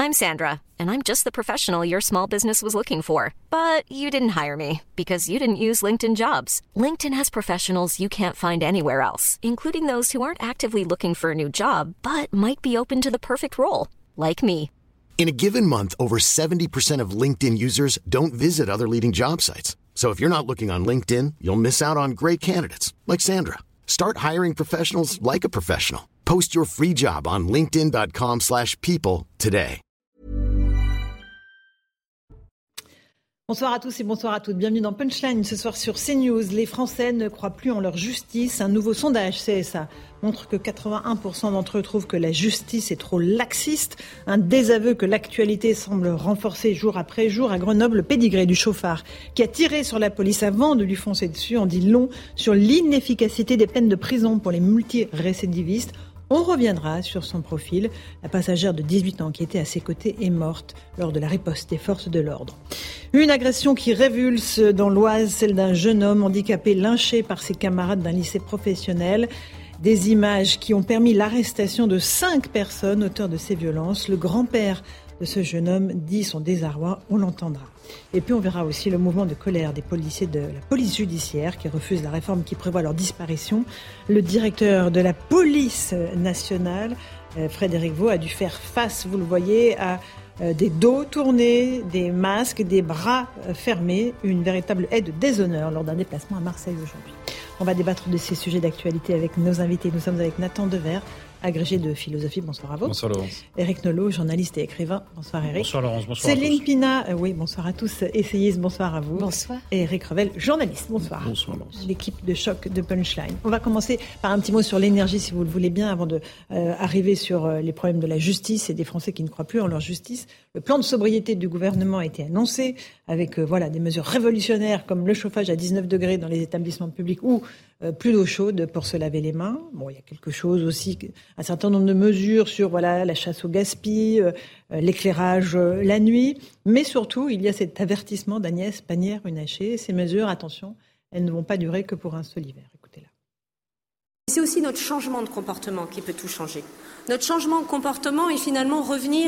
I'm Sandra, and I'm just the professional your small business was looking for. But you didn't hire me because you didn't use LinkedIn Jobs. LinkedIn has professionals you can't find anywhere else, including those who aren't actively looking for a new job, but might be open to the perfect role, like me. In a given month, over 70% of LinkedIn users don't visit other leading job sites. So if you're not looking on LinkedIn, you'll miss out on great candidates like Sandra. Start hiring professionals like a professional. Post your free job on linkedin.com/people today. Bonsoir à tous et bonsoir à toutes. Bienvenue dans Punchline ce soir sur CNews. Les Français ne croient plus en leur justice. Un nouveau sondage CSA montre que 81% d'entre eux trouvent que la justice est trop laxiste. Un désaveu que l'actualité semble renforcer jour après jour. À Grenoble, le pédigré du chauffard qui a tiré sur la police avant de lui foncer dessus en dit long sur l'inefficacité des peines de prison pour les multirécidivistes. On reviendra sur son profil. La passagère de 18 ans qui était à ses côtés est morte lors de la riposte des forces de l'ordre. Une agression qui révulse dans l'Oise, celle d'un jeune homme handicapé lynché par ses camarades d'un lycée professionnel. Des images qui ont permis l'arrestation de 5 personnes auteurs de ces violences. Le grand-père de ce jeune homme dit son désarroi, on l'entendra. Et puis on verra aussi le mouvement de colère des policiers de la police judiciaire qui refusent la réforme qui prévoit leur disparition. Le directeur de la police nationale, Frédéric Vaux, a dû faire face, vous le voyez, à des dos tournés, des masques, des bras fermés, une véritable aide de déshonneur lors d'un déplacement à Marseille aujourd'hui. On va débattre de ces sujets d'actualité avec nos invités. Nous sommes avec Nathan Dever, agrégé de philosophie. Bonsoir à vous. Bonsoir Laurence. Éric Nolot, journaliste et écrivain. Bonsoir Éric. Bonsoir Laurence, bonsoir Céline à tous. Pina, oui, bonsoir à tous. Essayiste, bonsoir à vous. Bonsoir. Et Éric Revel, journaliste. Bonsoir. Bonsoir Laurence. L'équipe de choc de Punchline. On va commencer par un petit mot sur l'énergie, si vous le voulez bien, avant de arriver sur les problèmes de la justice et des Français qui ne croient plus en leur justice. Le plan de sobriété du gouvernement a été annoncé avec des mesures révolutionnaires comme le chauffage à 19 degrés dans les établissements publics ou plus d'eau chaude pour se laver les mains. Bon, il y a quelque chose aussi, un certain nombre de mesures sur la chasse au gaspillage, l'éclairage la nuit. Mais surtout, il y a cet avertissement d'Agnès Pannier-Runacher. Ces mesures, attention, elles ne vont pas durer que pour un seul hiver. Écoutez-la. C'est aussi notre changement de comportement qui peut tout changer. Notre changement de comportement est finalement revenir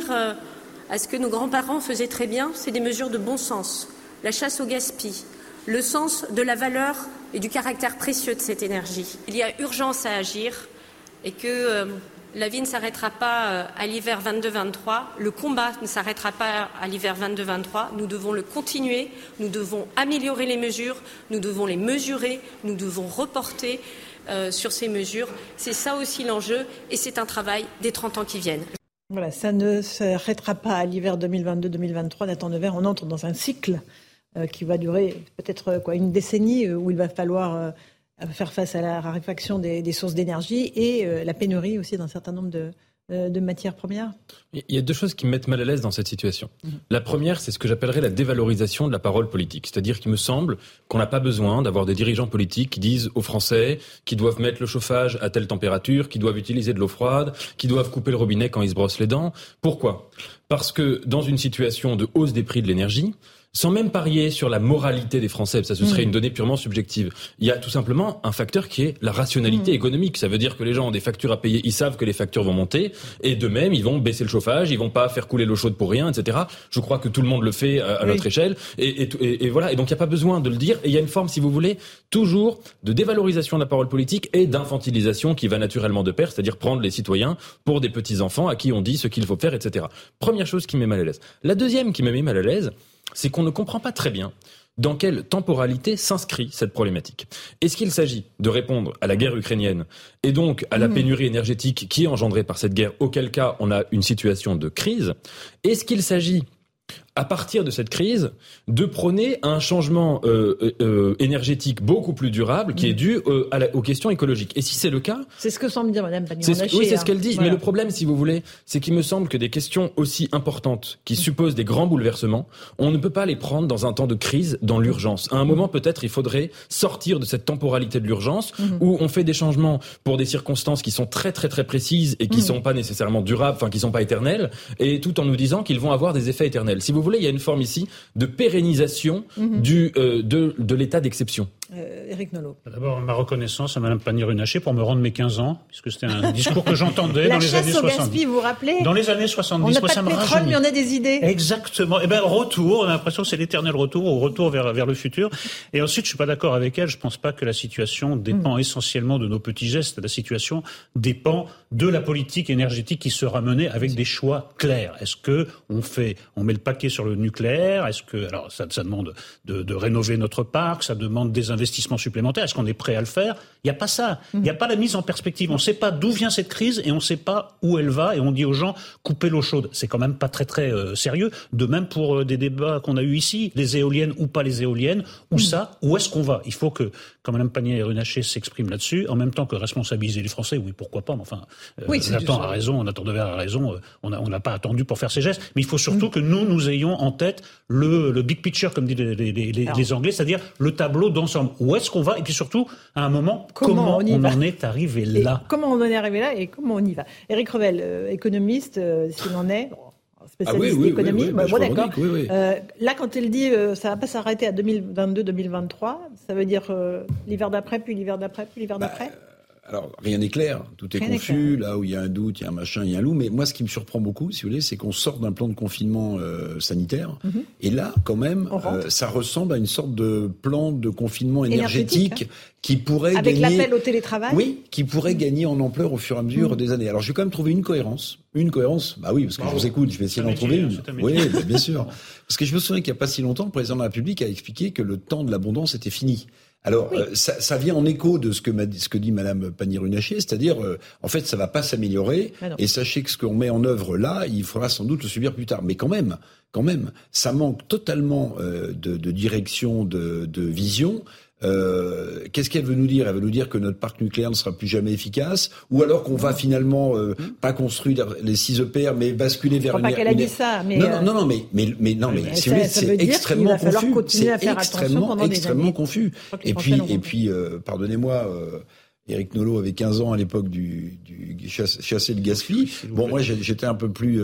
à ce que nos grands-parents faisaient très bien, c'est des mesures de bon sens. La chasse au gaspillage, le sens de la valeur et du caractère précieux de cette énergie. Il y a urgence à agir et que la vie ne s'arrêtera pas à l'hiver 22-23, le combat ne s'arrêtera pas à l'hiver 22-23, nous devons le continuer, nous devons améliorer les mesures, nous devons les mesurer, nous devons reporter sur ces mesures. C'est ça aussi l'enjeu et c'est un travail des 30 ans qui viennent. Voilà, ça ne s'arrêtera pas à l'hiver 2022-2023. Nathan Dever, on entre dans un cycle qui va durer peut-être une décennie où il va falloir faire face à la raréfaction des sources d'énergie et la pénurie aussi d'un certain nombre de matières premières. Il y a 2 choses qui me mettent mal à l'aise dans cette situation. La première, c'est ce que j'appellerais la dévalorisation de la parole politique. C'est-à-dire qu'il me semble qu'on n'a pas besoin d'avoir des dirigeants politiques qui disent aux Français qu'ils doivent mettre le chauffage à telle température, qu'ils doivent utiliser de l'eau froide, qu'ils doivent couper le robinet quand ils se brossent les dents. Pourquoi ? Parce que dans une situation de hausse des prix de l'énergie, sans même parier sur la moralité des Français, ça ce serait une donnée purement subjective. Il y a tout simplement un facteur qui est la rationalité économique. Ça veut dire que les gens ont des factures à payer, ils savent que les factures vont monter, et de même, ils vont baisser le chauffage, ils vont pas faire couler l'eau chaude pour rien, etc. Je crois que tout le monde le fait à notre échelle, et voilà. Et donc il n'y a pas besoin de le dire, et il y a une forme, si vous voulez, toujours de dévalorisation de la parole politique et d'infantilisation qui va naturellement de pair, c'est-à-dire prendre les citoyens pour des petits-enfants à qui on dit ce qu'il faut faire, etc. Première chose qui met mal à l'aise. La deuxième qui me met mal à l'aise, c'est qu'on ne comprend pas très bien dans quelle temporalité s'inscrit cette problématique. Est-ce qu'il s'agit de répondre à la guerre ukrainienne et donc à la pénurie énergétique qui est engendrée par cette guerre, auquel cas on a une situation de crise? Est-ce qu'il s'agit, à partir de cette crise, de prôner un changement énergétique beaucoup plus durable qui est dû aux questions écologiques? Et si c'est le cas... C'est ce que semble dire Mme Pannier-Runacher. Oui, c'est ce qu'elle dit. Voilà. Mais le problème, si vous voulez, c'est qu'il me semble que des questions aussi importantes, qui supposent des grands bouleversements, on ne peut pas les prendre dans un temps de crise, dans l'urgence. À un moment, peut-être, il faudrait sortir de cette temporalité de l'urgence, où on fait des changements pour des circonstances qui sont très, très, très précises et qui sont pas nécessairement durables, enfin, qui sont pas éternelles, et tout en nous disant qu'ils vont avoir des effets éternels. Si vous voulez, il y a une forme ici de pérennisation de l'état d'exception. Éric Nolot. D'abord, ma reconnaissance à Mme Pannier-Runacher pour me rendre mes 15 ans, puisque c'était un discours que j'entendais dans les années 70. La chasse au gaspille, vous vous rappelez ? Dans les années 70, on n'a pas de pétrole, mais on a des idées. Exactement. Eh ben, retour, on a l'impression que c'est l'éternel retour vers le futur. Et ensuite, je suis pas d'accord avec elle, je pense pas que la situation dépend essentiellement de nos petits gestes. La situation dépend de la politique énergétique qui sera menée avec des choix clairs. Est-ce que on met le paquet sur le nucléaire ? Est-ce que, alors, ça demande de rénover notre parc, ça demande des investissements supplémentaires. Est-ce qu'on est prêt à le faire ? Il n'y a pas ça. Il n'y a pas la mise en perspective. On ne sait pas d'où vient cette crise et on ne sait pas où elle va. Et on dit aux gens, coupez l'eau chaude. C'est quand même pas très très sérieux. De même pour des débats qu'on a eus ici, les éoliennes ou pas les éoliennes, où est-ce qu'on va ? Il faut que, quand Mme Pannier-Runacher s'exprime là-dessus, en même temps que responsabiliser les Français, oui, pourquoi pas, mais enfin, Nathan a raison, Nathan Dever a raison, on n'a pas attendu pour faire ces gestes, mais il faut surtout que nous ayons en tête le big picture, comme disent les Anglais, c'est-à-dire le tableau d'ensemble. Où est-ce qu'on va ? Et puis surtout, à un moment, comment on en est arrivé là ? Comment on en est arrivé là et comment on y va ? Éric Revel, économiste, s'il en est... spécialiste d'économie. D'accord. Là, quand elle dit ça va pas s'arrêter à 2022-2023, ça veut dire l'hiver d'après, puis l'hiver d'après, puis l'hiver d'après. Alors, rien n'est clair. Tout est confus. Là où il y a un doute, il y a un machin, il y a un loup. Mais moi, ce qui me surprend beaucoup, si vous voulez, c'est qu'on sort d'un plan de confinement sanitaire. Et là, quand même, ça ressemble à une sorte de plan de confinement énergétique qui pourrait gagner... Avec l'appel au télétravail ? Oui, qui pourrait gagner en ampleur au fur et à mesure des années. Alors, je vais quand même trouver une cohérence. Bah oui, parce que je vous écoute, je vais essayer d'en trouver une. Oui, bien sûr. Parce que je me souviens qu'il n'y a pas si longtemps, le président de la République a expliqué que le temps de l'abondance était fini. Alors, ça vient en écho de ce que dit Madame Pannier-Runacher, c'est-à-dire, en fait, ça va pas s'améliorer, et sachez que ce qu'on met en œuvre là, il faudra sans doute le subir plus tard. Mais quand même, ça manque totalement de direction, de vision. Qu'est-ce qu'elle veut nous dire ? Elle veut nous dire que notre parc nucléaire ne sera plus jamais efficace, ou alors qu'on va finalement pas construire les 6 EPR, mais basculer vers une... Je crois pas qu'elle a dit ça, mais... Non, mais si vous voulez, c'est extrêmement confus. C'est extrêmement confus. Et puis, pardonnez-moi, Éric Nolot avait 15 ans à l'époque du chasser le gaspille. Bon, moi, j'étais un peu plus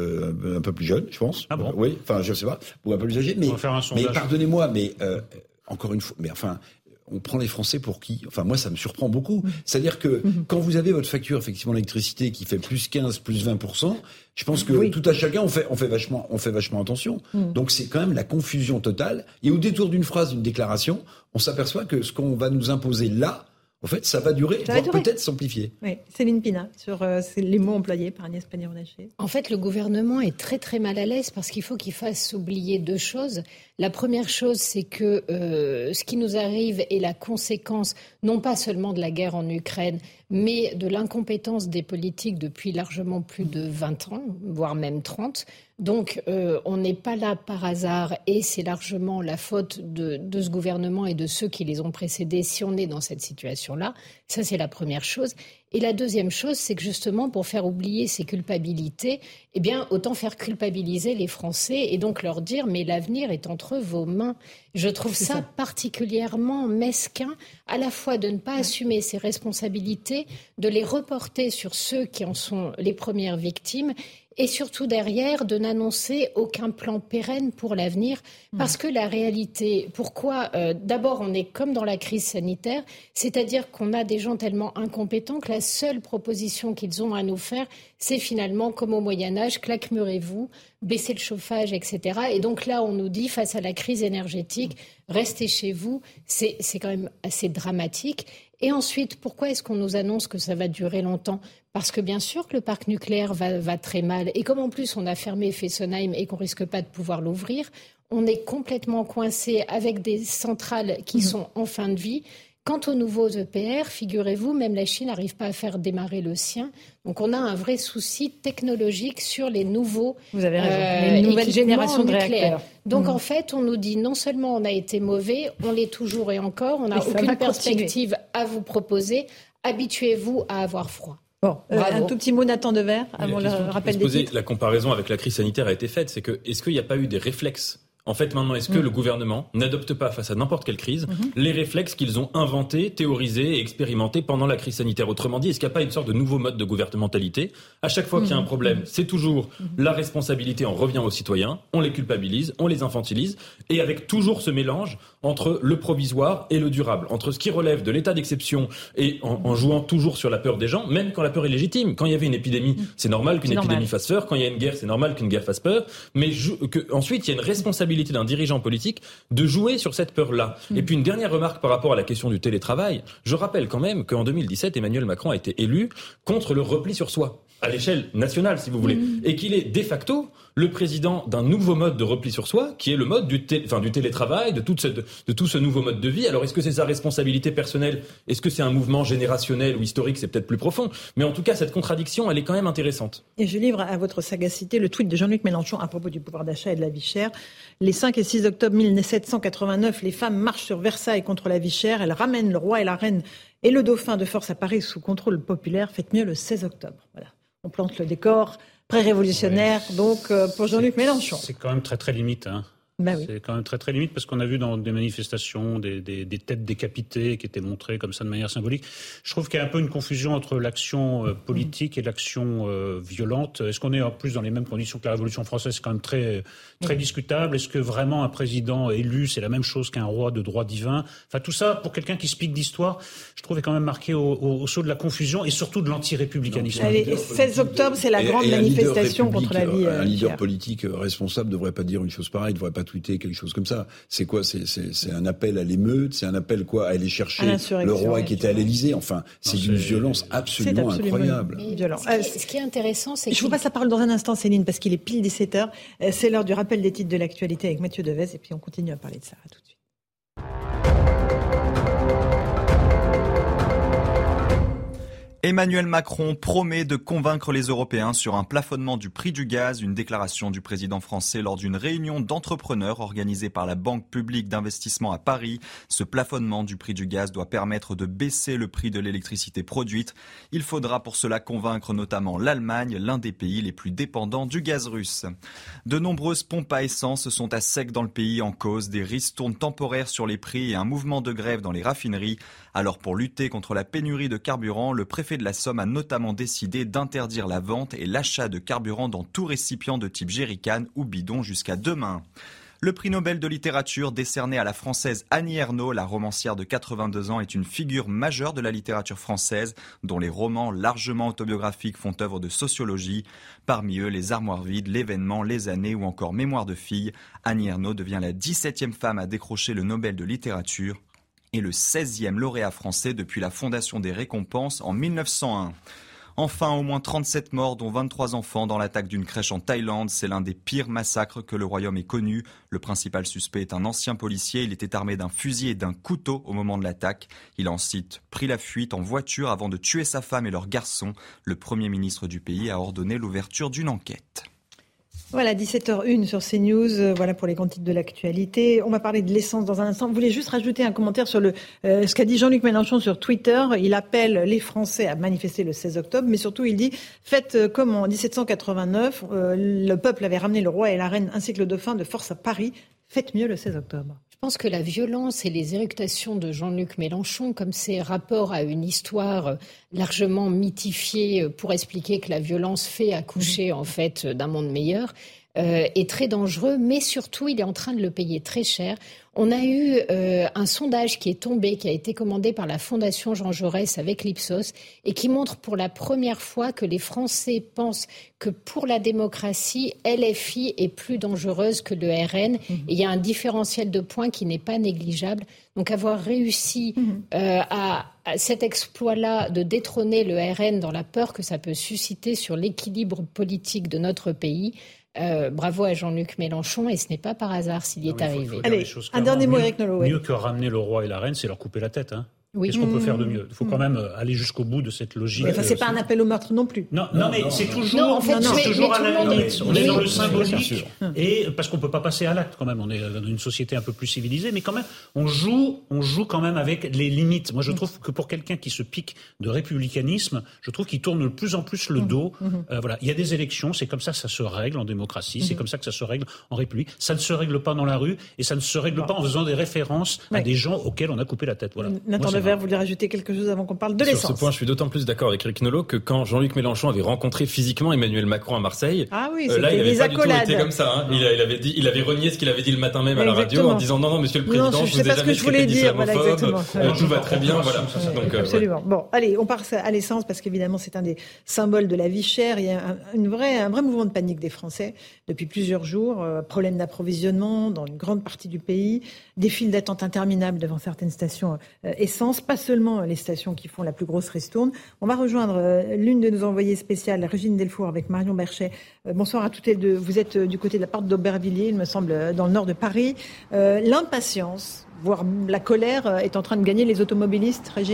jeune, je pense. Ah bon ? Oui, enfin, je sais pas, ou un peu plus âgé, mais pardonnez-moi, mais encore une fois, mais enfin, on prend les Français pour qui ? Enfin, moi, ça me surprend beaucoup. C'est-à-dire que quand vous avez votre facture, effectivement, d'électricité qui fait plus 15, plus 20%, je pense que tout à chacun, on fait vachement attention. Donc, c'est quand même la confusion totale. Et au détour d'une phrase, d'une déclaration, on s'aperçoit que ce qu'on va nous imposer là, en fait, ça va durer, voire peut-être s'amplifier. Oui, Céline Pina, sur les mots employés par Agnès Pannier-Runacher. En fait, le gouvernement est très très mal à l'aise parce qu'il faut qu'il fasse oublier 2 choses. La première chose, c'est que ce qui nous arrive est la conséquence, non pas seulement de la guerre en Ukraine, mais de l'incompétence des politiques depuis largement plus de 20 ans, voire même 30. Donc, on n'est pas là par hasard et c'est largement la faute de ce gouvernement et de ceux qui les ont précédés si on est dans cette situation-là. Ça, c'est la première chose. Et la deuxième chose, c'est que justement, pour faire oublier ces culpabilités, eh bien, autant faire culpabiliser les Français et donc leur dire « mais l'avenir est entre vos mains ». Je trouve ça particulièrement mesquin, à la fois de ne pas assumer ses responsabilités, de les reporter sur ceux qui en sont les premières victimes, et surtout derrière, de n'annoncer aucun plan pérenne pour l'avenir. Parce que la réalité, pourquoi d'abord, on est comme dans la crise sanitaire, c'est-à-dire qu'on a des gens tellement incompétents que la seule proposition qu'ils ont à nous faire, c'est finalement, comme au Moyen-Âge, claquemurez-vous, baissez le chauffage, etc. Et donc là, on nous dit, face à la crise énergétique, restez chez vous. C'est quand même assez dramatique. Et ensuite, pourquoi est-ce qu'on nous annonce que ça va durer longtemps ? Parce que bien sûr que le parc nucléaire va très mal. Et comme en plus on a fermé Fessenheim et qu'on risque pas de pouvoir l'ouvrir, on est complètement coincé avec des centrales qui sont en fin de vie. Quant aux nouveaux EPR, figurez-vous, même la Chine n'arrive pas à faire démarrer le sien. Donc on a un vrai souci technologique sur les nouveaux Vous avez raison. Les nouvelles générations de réacteurs. Donc en fait, on nous dit non seulement on a été mauvais, on l'est toujours et encore, on n'a aucune perspective à vous proposer. Habituez-vous à avoir froid. Bon, un tout petit mot, Nathan Dever, avant le rappel des titres. La comparaison avec la crise sanitaire a été faite, c'est que est-ce qu'il n'y a pas eu des réflexes En fait, maintenant, est-ce que le gouvernement n'adopte pas, face à n'importe quelle crise, les réflexes qu'ils ont inventés, théorisés et expérimentés pendant la crise sanitaire? Autrement dit, est-ce qu'il n'y a pas une sorte de nouveau mode de gouvernementalité? À chaque fois qu'il y a un problème, c'est toujours la responsabilité en revient aux citoyens, on les culpabilise, on les infantilise, et avec toujours ce mélange entre le provisoire et le durable, entre ce qui relève de l'état d'exception et en jouant toujours sur la peur des gens, même quand la peur est légitime. Quand il y avait une épidémie, c'est normal qu'une épidémie fasse peur. Quand il y a une guerre, c'est normal qu'une guerre fasse peur. Mais ensuite, il y a une responsabilité d'un dirigeant politique de jouer sur cette peur-là. Et puis une dernière remarque par rapport à la question du télétravail. Je rappelle quand même qu'en 2017, Emmanuel Macron a été élu contre le repli sur soi, à l'échelle nationale, si vous voulez, et qu'il est de facto le président d'un nouveau mode de repli sur soi, qui est le mode du télétravail, de tout ce nouveau mode de vie. Alors, est-ce que c'est sa responsabilité personnelle? Est-ce que c'est un mouvement générationnel ou historique? C'est peut-être plus profond. Mais en tout cas, cette contradiction, elle est quand même intéressante. Et je livre à votre sagacité le tweet de Jean-Luc Mélenchon à propos du pouvoir d'achat et de la vie chère. Les 5 et 6 octobre 1789, les femmes marchent sur Versailles contre la vie chère. Elles ramènent le roi et la reine et le dauphin de force à Paris sous contrôle populaire. Faites mieux le 16 octobre. Voilà. On plante le décor pré-révolutionnaire, donc pour Jean-Luc Mélenchon. C'est quand même très très limite. Ben oui. C'est quand même très très limite parce qu'on a vu dans des manifestations des têtes décapitées qui étaient montrées comme ça de manière symbolique. Je trouve qu'il y a un peu une confusion entre l'action politique et l'action violente. Est-ce qu'on est en plus dans les mêmes conditions que la Révolution française? C'est quand même très très discutable. Est-ce que vraiment un président élu c'est la même chose qu'un roi de droit divin? Enfin tout ça pour quelqu'un qui se pique d'histoire, je trouve est quand même marqué au saut de la confusion et surtout de l'anti-républicanisme. Allez, 16 octobre c'est la grande manifestation contre la vie. Un leader politique responsable ne devrait pas dire une chose pareille, ne devrait pas tweeter quelque chose comme ça. C'est quoi? C'est un appel à l'émeute? C'est un appel quoi? À aller chercher le roi qui était à l'Élysée? Enfin, c'est d'une violence absolument incroyable. Ce qui est intéressant, c'est que... Je vous passe la parole dans un instant, Céline, parce qu'il est pile 17h. C'est l'heure du rappel des titres de l'actualité avec Mathieu Devez, et puis on continue à parler de ça. À tout de suite. Emmanuel Macron promet de convaincre les Européens sur un plafonnement du prix du gaz, une déclaration du président français lors d'une réunion d'entrepreneurs organisée par la Banque publique d'investissement à Paris. Ce plafonnement du prix du gaz doit permettre de baisser le prix de l'électricité produite. Il faudra pour cela convaincre notamment l'Allemagne, l'un des pays les plus dépendants du gaz russe. De nombreuses pompes à essence sont à sec dans le pays en cause des ristournes temporaires sur les prix et un mouvement de grève dans les raffineries. Alors pour lutter contre la pénurie de carburant, le préfet de la Somme a notamment décidé d'interdire la vente et l'achat de carburant dans tout récipient de type jerrycan ou bidon jusqu'à demain. Le prix Nobel de littérature décerné à la française Annie Ernaux, la romancière de 82 ans, est une figure majeure de la littérature française, dont les romans largement autobiographiques font œuvre de sociologie. Parmi eux, Les Armoires vides, L'événement, Les années ou encore Mémoire de fille. Annie Ernaux devient la 17e femme à décrocher le Nobel de littérature et le 16e lauréat français depuis la fondation des récompenses en 1901. Enfin, au moins 37 morts, dont 23 enfants, dans l'attaque d'une crèche en Thaïlande. C'est l'un des pires massacres que le royaume ait connu. Le principal suspect est un ancien policier. Il était armé d'un fusil et d'un couteau au moment de l'attaque. Il a ensuite pris la fuite en voiture avant de tuer sa femme et leur garçon. Le Premier ministre du pays a ordonné l'ouverture d'une enquête. Voilà, 17h01 sur CNews, voilà pour les grands titres de l'actualité. On va parler de l'essence dans un instant. Vous voulez juste rajouter un commentaire sur ce qu'a dit Jean-Luc Mélenchon sur Twitter. Il appelle les Français à manifester le 16 octobre, mais surtout il dit « Faites comme en 1789, le peuple avait ramené le roi et la reine ainsi que le dauphin de force à Paris. Faites mieux le 16 octobre ». Je pense que la violence et les éructations de Jean-Luc Mélenchon, comme ses rapports à une histoire largement mythifiée pour expliquer que la violence fait accoucher en fait d'un monde meilleur, est très dangereux, mais surtout il est en train de le payer très cher. On a eu un sondage qui est tombé, qui a été commandé par la Fondation Jean Jaurès avec l'Ipsos et qui montre pour la première fois que les Français pensent que pour la démocratie, LFI est plus dangereuse que le RN. Et il y a un différentiel de points qui n'est pas négligeable. Donc avoir réussi à cet exploit-là de détrôner le RN dans la peur que ça peut susciter sur l'équilibre politique de notre pays, bravo à Jean-Luc Mélenchon, et ce n'est pas par hasard s'il y est arrivé. Allez, un dernier mot, Éric Nolot. Mieux que ramener le roi et la reine, c'est leur couper la tête. Oui. Qu'est-ce qu'on peut faire de mieux ? Il faut quand même aller jusqu'au bout de cette logique. Mais c'est pas un appel au meurtre non plus. Non, mais c'est toujours, c'est toujours à la limite. On est dans le symbolique, et parce qu'on peut pas passer à l'acte quand même. On est dans une société un peu plus civilisée, mais quand même, on joue quand même avec les limites. Moi, je trouve que pour quelqu'un qui se pique de républicanisme, je trouve qu'il tourne de plus en plus le dos. Voilà, il y a des élections, c'est comme ça que ça se règle en démocratie, c'est comme ça que ça se règle en République. Ça ne se règle pas dans la rue, et ça ne se règle pas en faisant des références à des gens auxquels on a coupé la tête. Voilà. Vous voulez rajouter quelque chose avant qu'on parle de l'essence ? Sur ce point, je suis d'autant plus d'accord avec Éric Nolot que quand Jean-Luc Mélenchon avait rencontré physiquement Emmanuel Macron à Marseille, là, il avait pas du tout été comme ça. Il avait renié ce qu'il avait dit le matin même à la radio en disant non, monsieur le président, je vous ai jamais traité d'islamophobe, tout va très bien. Voilà. Donc, absolument. Bon, allez, on passe à l'essence parce qu'évidemment, c'est un des symboles de la vie chère. Il y a un vrai mouvement de panique des Français depuis plusieurs jours. Problème d'approvisionnement dans une grande partie du pays, des files d'attente interminables devant certaines stations essence, pas seulement les stations qui font la plus grosse ristourne. On va rejoindre l'une de nos envoyées spéciales, Régine Delfour, avec Marion Berchet. Bonsoir à toutes les deux. Vous êtes du côté de la porte d'Aubervilliers, il me semble, dans le nord de Paris. L'impatience, voire la colère, est en train de gagner les automobilistes, Régine ?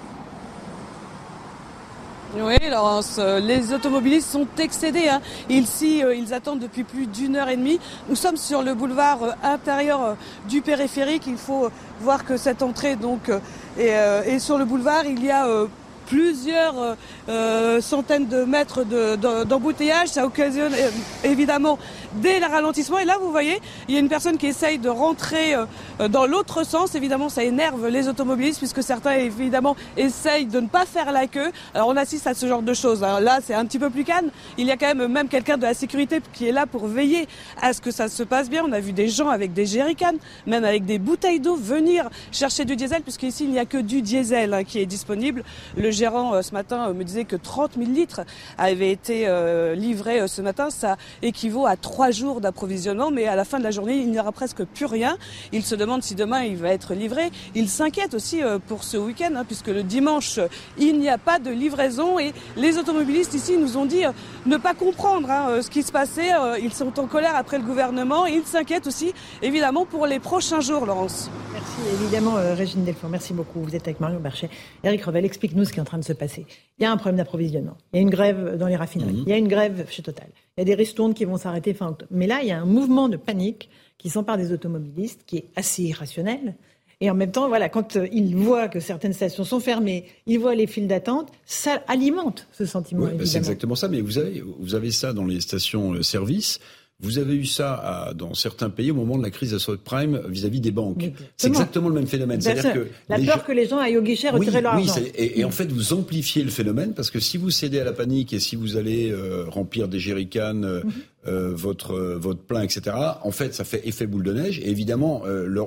Oui, Laurence, les automobilistes sont excédés. Ici, ils attendent depuis plus d'1h30. Nous sommes sur le boulevard intérieur du périphérique. Il faut voir que cette entrée est sur le boulevard. Il y a plusieurs centaines de mètres d'embouteillage. Ça occasionne évidemment des ralentissements. Et là, vous voyez, il y a une personne qui essaye de rentrer dans l'autre sens. Évidemment, ça énerve les automobilistes puisque certains, évidemment, essayent de ne pas faire la queue. Alors, on assiste à ce genre de choses. Alors là, c'est un petit peu plus calme. Il y a quand même quelqu'un de la sécurité qui est là pour veiller à ce que ça se passe bien. On a vu des gens avec des jerrycans, même avec des bouteilles d'eau, venir chercher du diesel puisqu'ici, il n'y a que du diesel qui est disponible. Le gérant, ce matin, me disait que 30 000 litres avaient été livrés ce matin. Ça équivaut à 3 jours d'approvisionnement, mais à la fin de la journée, il n'y aura presque plus rien. Il se demande si demain, il va être livré. Il s'inquiète aussi pour ce week-end, puisque le dimanche, il n'y a pas de livraison. Et les automobilistes ici nous ont dit ne pas comprendre ce qui se passait. Ils sont en colère après le gouvernement et ils s'inquiètent aussi, évidemment, pour les prochains jours, Laurence. Merci, évidemment, Régine Delfour. Merci beaucoup. Vous êtes avec Marion Berchet. Éric Revel, explique-nous ce qui est en train de se passer. Il y a un problème d'approvisionnement. Il y a une grève dans les raffineries. Il y a une grève chez Total. Il y a des ristournes qui vont s'arrêter fin octobre. Mais là, il y a un mouvement de panique qui s'empare des automobilistes, qui est assez irrationnel. Et en même temps, voilà, quand ils voient que certaines stations sont fermées, ils voient les files d'attente, ça alimente ce sentiment, évidemment. C'est exactement ça. Mais vous avez ça dans les stations-service. Vous avez eu ça dans certains pays au moment de la crise de la subprime vis-à-vis des banques. C'est exactement le même phénomène. C'est-à-dire que la peur que les gens aillent au guichet retirer leur argent. Et en fait, vous amplifiez le phénomène parce que si vous cédez à la panique et si vous allez remplir des jerrycans, votre plein, etc., en fait, ça fait effet boule de neige. Et évidemment,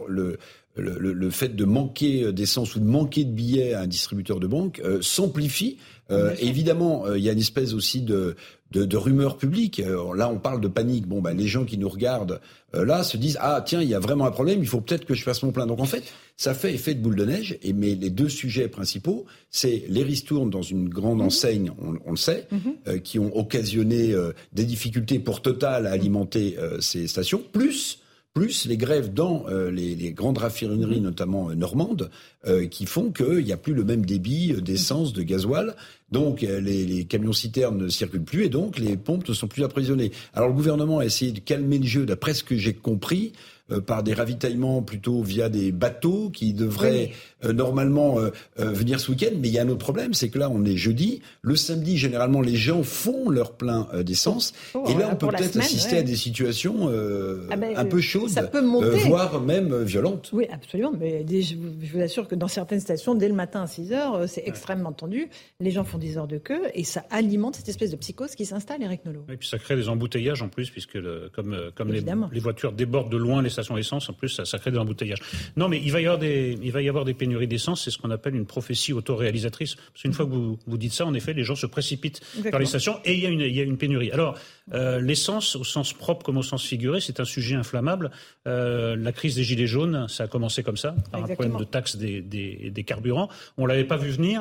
le fait de manquer d'essence ou de manquer de billets à un distributeur de banque s'amplifie. Évidemment, il y a une espèce aussi de rumeur publique. Là, on parle de panique. Les gens qui nous regardent là se disent tiens, il y a vraiment un problème. Il faut peut-être que je fasse mon plein. Donc en fait, ça fait effet de boule de neige. Mais les deux sujets principaux, c'est les ristournes dans une grande enseigne, on le sait, qui ont occasionné des difficultés pour Total à alimenter ces stations, plus les grèves dans les grandes raffineries, notamment normandes, qui font qu'il n'y a plus le même débit d'essence, de gasoil. Donc les camions-citernes ne circulent plus et donc les pompes ne sont plus approvisionnées. Alors le gouvernement a essayé de calmer le jeu, d'après ce que j'ai compris, par des ravitaillements plutôt via des bateaux qui devraient normalement venir ce week-end. Mais il y a un autre problème, c'est que là on est jeudi. Le samedi, généralement, les gens font leur plein d'essence. Et là on peut peut-être assister à des situations un peu chaudes, ça peut monter. Voire même violentes. Oui, absolument. Mais je vous assure que dans certaines stations, dès le matin à 6h, c'est extrêmement tendu. Les gens font 10 heures de queue et ça alimente cette espèce de psychose qui s'installe, Éric Nolot. Et puis ça crée des embouteillages en plus, puisque comme les voitures débordent de loin les stations d'essence, en plus ça crée des embouteillages. Non, mais il va y avoir des pénuries d'essence, c'est ce qu'on appelle une prophétie autoréalisatrice. Parce qu'une fois que vous dites ça, en effet, les gens se précipitent vers les stations et il y a une pénurie. Alors, l'essence, au sens propre comme au sens figuré, c'est un sujet inflammable. La crise des Gilets jaunes, ça a commencé comme ça, par un problème de taxe des carburants. On l'avait pas vu venir.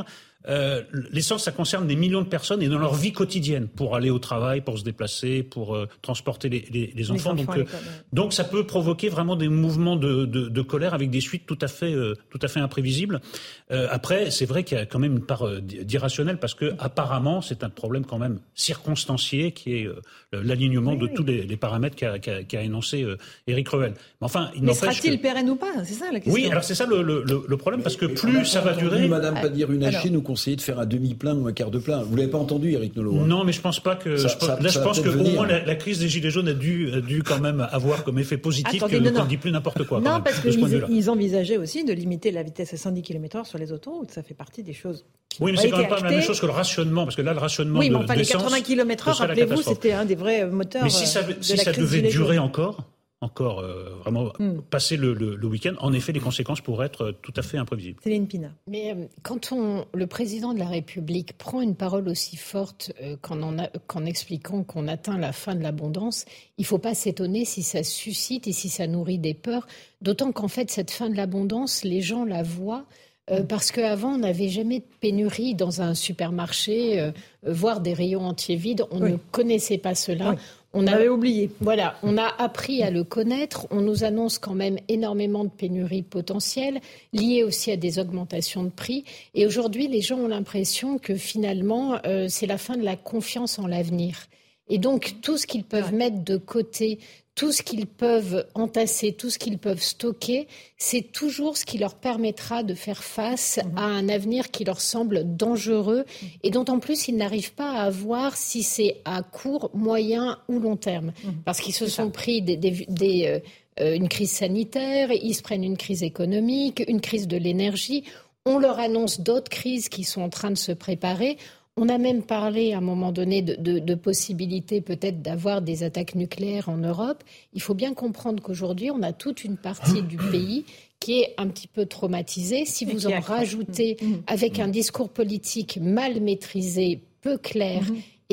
l'essence, ça concerne des millions de personnes et dans leur vie quotidienne, pour aller au travail, pour se déplacer, pour transporter les enfants. Donc ça peut provoquer vraiment des mouvements de colère avec des suites tout à fait imprévisibles. Après, c'est vrai qu'il y a quand même une part d'irrationnel parce que apparemment c'est un problème quand même circonstancié qui est l'alignement de tous les paramètres qu'a énoncé Éric Revel. Mais sera-t-il pérenne ou pas ? C'est ça la question. Oui, alors c'est ça le problème parce que plus ça va durer. Madame Pannier-Runacher nous conseiller de faire un demi-plein ou un quart de plein. Vous l'avez pas entendu, Éric Nolot ? Non, mais je pense pas que. Je pense que au moins la crise des Gilets jaunes a dû quand même avoir comme effet positif qu'on ne dit plus n'importe quoi. Non, parce qu'ils envisageaient aussi de limiter la vitesse à 110 km/h sur les autoroutes. Ça fait partie des choses. Oui, mais c'est quand même pas la même chose que le rationnement, parce que là, le rationnement oui, mais enfin, les 80 km/h, rappelez-vous, c'était un des vrais moteurs. Mais si ça devait durer encore vraiment passer le week-end, en effet, les conséquences pourraient être tout à fait imprévisibles. Céline Pina. Mais quand le président de la République prend une parole aussi forte qu'en expliquant qu'on atteint la fin de l'abondance, il ne faut pas s'étonner si ça suscite et si ça nourrit des peurs, d'autant qu'en fait, cette fin de l'abondance, les gens la voient. Parce qu'avant, on n'avait jamais de pénurie dans un supermarché, voire des rayons entiers vides. On ne connaissait pas cela. Oui. On avait oublié. Voilà, on a appris à le connaître. On nous annonce quand même énormément de pénuries potentielles, liées aussi à des augmentations de prix. Et aujourd'hui, les gens ont l'impression que finalement, c'est la fin de la confiance en l'avenir. Et donc, tout ce qu'ils peuvent mettre de côté, tout ce qu'ils peuvent entasser, tout ce qu'ils peuvent stocker, c'est toujours ce qui leur permettra de faire face à un avenir qui leur semble dangereux et dont en plus ils n'arrivent pas à voir si c'est à court, moyen ou long terme. Parce qu'ils se sont pris une crise sanitaire, ils se prennent une crise économique, une crise de l'énergie. On leur annonce d'autres crises qui sont en train de se préparer. On a même parlé à un moment donné de possibilités peut-être d'avoir des attaques nucléaires en Europe. Il faut bien comprendre qu'aujourd'hui, on a toute une partie du pays qui est un petit peu traumatisée. Si vous en rajoutez avec un discours politique mal maîtrisé, peu clair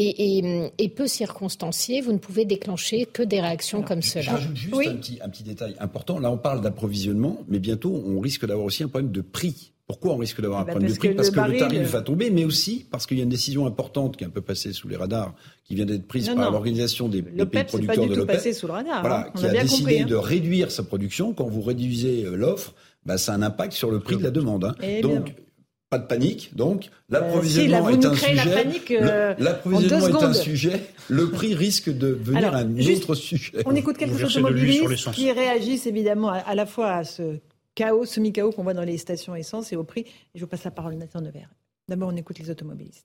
et peu circonstancié, vous ne pouvez déclencher que des réactions comme cela. J'ajoute juste un petit détail important. Là, on parle d'approvisionnement, mais bientôt, on risque d'avoir aussi un problème de prix. Pourquoi on risque d'avoir un problème de prix ? Parce que le tarif va tomber, mais aussi parce qu'il y a une décision importante qui est un peu passée sous les radars, qui vient d'être prise par l'organisation des pays producteurs de l'OPEP. Passé sous le radar, voilà, qui a décidé de réduire sa production. Quand vous réduisez l'offre, ça a un impact sur le prix de la demande. Donc, pas de panique. Donc, l'approvisionnement est un sujet. L'approvisionnement est un sujet. Le prix risque de devenir un autre sujet. On écoute quelques automobilistes qui réagissent évidemment à la fois à ce semi-chaos qu'on voit dans les stations essence et au prix. Et je vous passe la parole, Nathan Devers. D'abord, on écoute les automobilistes.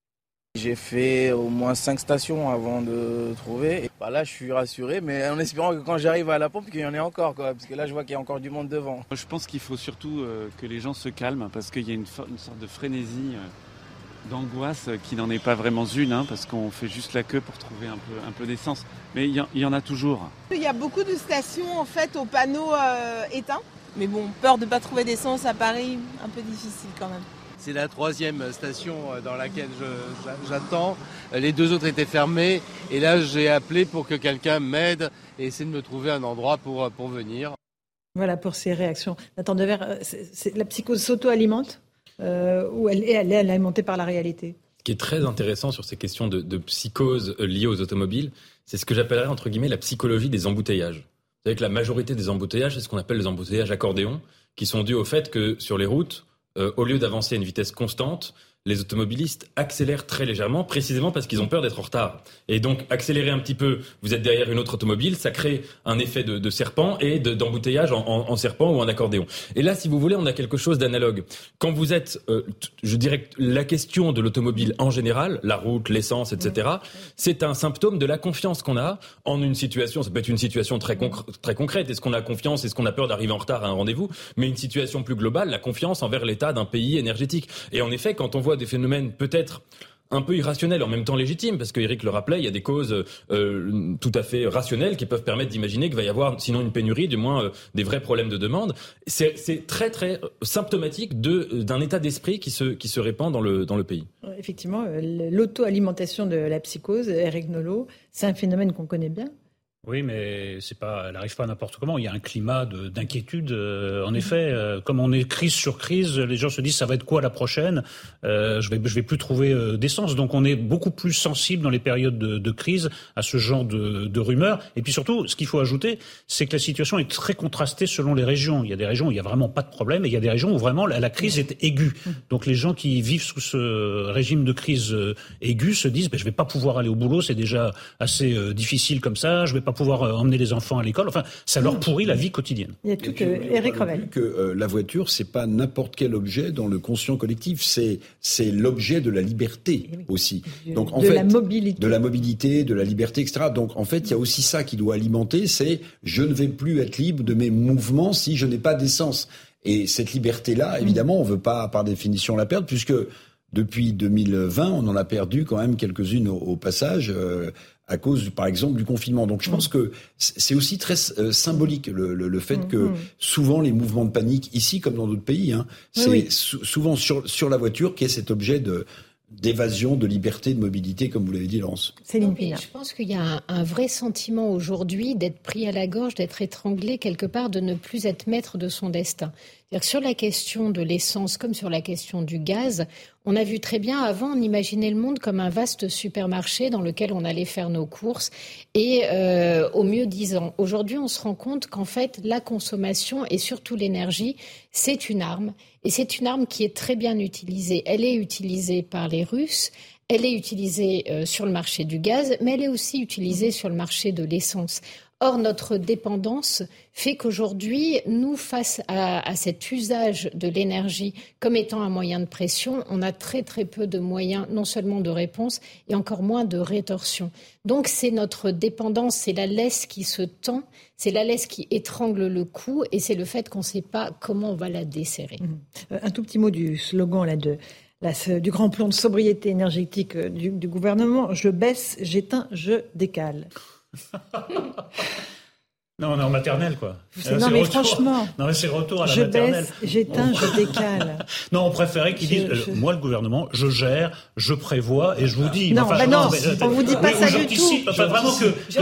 J'ai fait au moins 5 stations avant de trouver. Et là, je suis rassuré, mais en espérant que quand j'arrive à la pompe, qu'il y en ait encore, parce que là, je vois qu'il y a encore du monde devant. Je pense qu'il faut surtout que les gens se calment, parce qu'il y a une sorte de frénésie, d'angoisse qui n'en est pas vraiment une, parce qu'on fait juste la queue pour trouver un peu d'essence. Mais il y en a toujours. Il y a beaucoup de stations, en fait, aux panneaux éteints. Mais bon, peur de ne pas trouver d'essence à Paris, un peu difficile quand même. C'est la 3e station dans laquelle j'attends. Les 2 autres étaient fermées. Et là, j'ai appelé pour que quelqu'un m'aide et essaie de me trouver un endroit pour venir. Voilà pour ces réactions. Nathan Devers, la psychose s'auto-alimente ou elle est alimentée par la réalité ? Ce qui est très intéressant sur ces questions de psychose liées aux automobiles, c'est ce que j'appellerais entre guillemets la psychologie des embouteillages. Vous savez que la majorité des embouteillages, c'est ce qu'on appelle les embouteillages accordéons, qui sont dus au fait que sur les routes, au lieu d'avancer à une vitesse constante, les automobilistes accélèrent très légèrement, précisément parce qu'ils ont peur d'être en retard. Et donc, accélérer un petit peu, vous êtes derrière une autre automobile, ça crée un effet de serpent et d'embouteillage en serpent ou en accordéon. Et là, si vous voulez, on a quelque chose d'analogue. Quand vous êtes, je dirais que la question de l'automobile en général, la route, l'essence, etc., c'est un symptôme de la confiance qu'on a en une situation. Ça peut être une situation très concrète. Est-ce qu'on a confiance? Est-ce qu'on a peur d'arriver en retard à un rendez-vous? Mais une situation plus globale, la confiance envers l'état d'un pays énergétique. Et en effet, quand on voit des phénomènes peut-être un peu irrationnels, en même temps légitimes, parce que Eric le rappelait, il y a des causes tout à fait rationnelles qui peuvent permettre d'imaginer qu'il va y avoir, sinon une pénurie, du moins des vrais problèmes de demande. C'est très très symptomatique d'un état d'esprit qui se répand dans le pays. Effectivement, l'auto-alimentation de la psychose, Eric Nolot, c'est un phénomène qu'on connaît bien. Oui, mais elle n'arrive pas n'importe comment. Il y a un climat d'inquiétude. En effet, comme on est crise sur crise, les gens se disent ça va être quoi la prochaine ? Je vais plus trouver d'essence. Donc on est beaucoup plus sensible dans les périodes de crise à ce genre de rumeurs. Et puis surtout, ce qu'il faut ajouter, c'est que la situation est très contrastée selon les régions. Il y a des régions où il y a vraiment pas de problème, et il y a des régions où vraiment la crise est aiguë. Donc les gens qui vivent sous ce régime de crise aiguë se disent je vais pas pouvoir aller au boulot, c'est déjà assez difficile comme ça. Je vais pas pouvoir emmener les enfants à l'école. Enfin, ça leur pourrit la vie quotidienne. Il y a tout Éric Revel. Que la voiture, c'est pas n'importe quel objet dans le conscient collectif. C'est l'objet de la liberté aussi. Donc en fait, la mobilité. De la mobilité, de la liberté, etc. Donc en fait, il y a aussi ça qui doit alimenter. C'est je ne vais plus être libre de mes mouvements si je n'ai pas d'essence. Et cette liberté-là, évidemment, on veut pas par définition la perdre, puisque depuis 2020, on en a perdu quand même quelques-unes au passage. À cause, par exemple, du confinement. Donc, je pense que c'est aussi très symbolique le fait que souvent les mouvements de panique, ici comme dans d'autres pays, c'est souvent sur la voiture qui est cet objet d'évasion, de liberté, de mobilité, comme vous l'avez dit, Laurence. Céline Pina. Je pense qu'il y a un vrai sentiment aujourd'hui d'être pris à la gorge, d'être étranglé quelque part, de ne plus être maître de son destin. C'est-à-dire que sur la question de l'essence comme sur la question du gaz, on a vu très bien avant, on imaginait le monde comme un vaste supermarché dans lequel on allait faire nos courses et au mieux 10 ans. Aujourd'hui, on se rend compte qu'en fait, la consommation et surtout l'énergie, c'est une arme. Et c'est une arme qui est très bien utilisée. Elle est utilisée par les Russes. Elle est utilisée sur le marché du gaz, mais elle est aussi utilisée sur le marché de l'essence. Or, notre dépendance fait qu'aujourd'hui, nous, face à cet usage de l'énergie comme étant un moyen de pression, on a très très peu de moyens, non seulement de réponse, et encore moins de rétorsion. Donc, c'est notre dépendance, c'est la laisse qui se tend, c'est la laisse qui étrangle le cou, et c'est le fait qu'on ne sait pas comment on va la desserrer. Un tout petit mot du slogan du grand plan de sobriété énergétique du gouvernement. Je baisse, j'éteins, je décale. Non, on est en maternelle, quoi. Non, mais franchement. Non, mais c'est le retour à la maternelle. Je baisse, j'éteins, je décale. Non, on préférait qu'ils disent, moi, le gouvernement, je gère, je prévois et je vous dis. Non, on vous dit pas ça du tout. Enfin, vraiment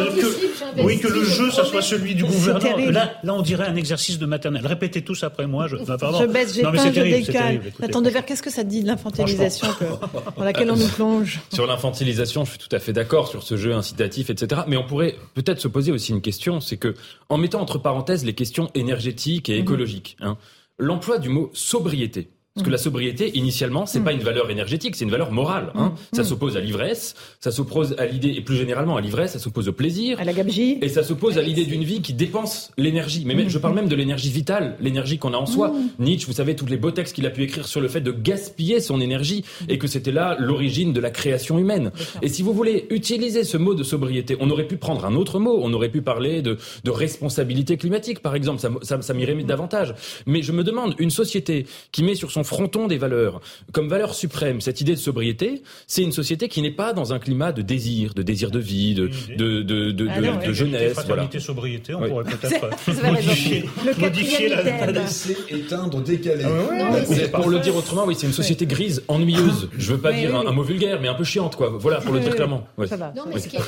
que le jeu, ça soit celui du gouvernement. Là, on dirait un exercice de maternelle. Répétez tous après moi. Je baisse, j'éteins, je décale. Nathan Devers, qu'est-ce que ça dit de l'infantilisation dans laquelle on nous plonge? Sur l'infantilisation, je suis tout à fait d'accord sur ce jeu incitatif, etc. Mais on pourrait peut-être se poser aussi une question, c'est que, en mettant entre parenthèses les questions énergétiques et écologiques, l'emploi du mot sobriété. Parce que la sobriété, initialement, c'est pas une valeur énergétique, c'est une valeur morale. Ça s'oppose à l'ivresse, ça s'oppose à l'idée, et plus généralement à l'ivresse, ça s'oppose au plaisir. À la gabegie. Et ça s'oppose à l'idée d'une vie qui dépense l'énergie. Mais même, je parle même de l'énergie vitale, l'énergie qu'on a en soi. Nietzsche, vous savez, tous les beaux textes qu'il a pu écrire sur le fait de gaspiller son énergie, et que c'était là l'origine de la création humaine. Et si vous voulez utiliser ce mot de sobriété, on aurait pu prendre un autre mot, on aurait pu parler de responsabilité climatique, par exemple, ça m'irait davantage. Mais je me demande, une société qui met sur son fronton des valeurs, comme valeur suprême, cette idée de sobriété, c'est une société qui n'est pas dans un climat de désir de vie, de jeunesse. Fraternité, sobriété, on pourrait peut-être modifier la laisser éteindre, décaler. Pour le dire autrement, oui, c'est une société grise, ennuyeuse. Je veux pas dire un mot vulgaire, mais un peu chiante, quoi. Voilà, pour le dire clairement. Ouais. Non, mais ce qui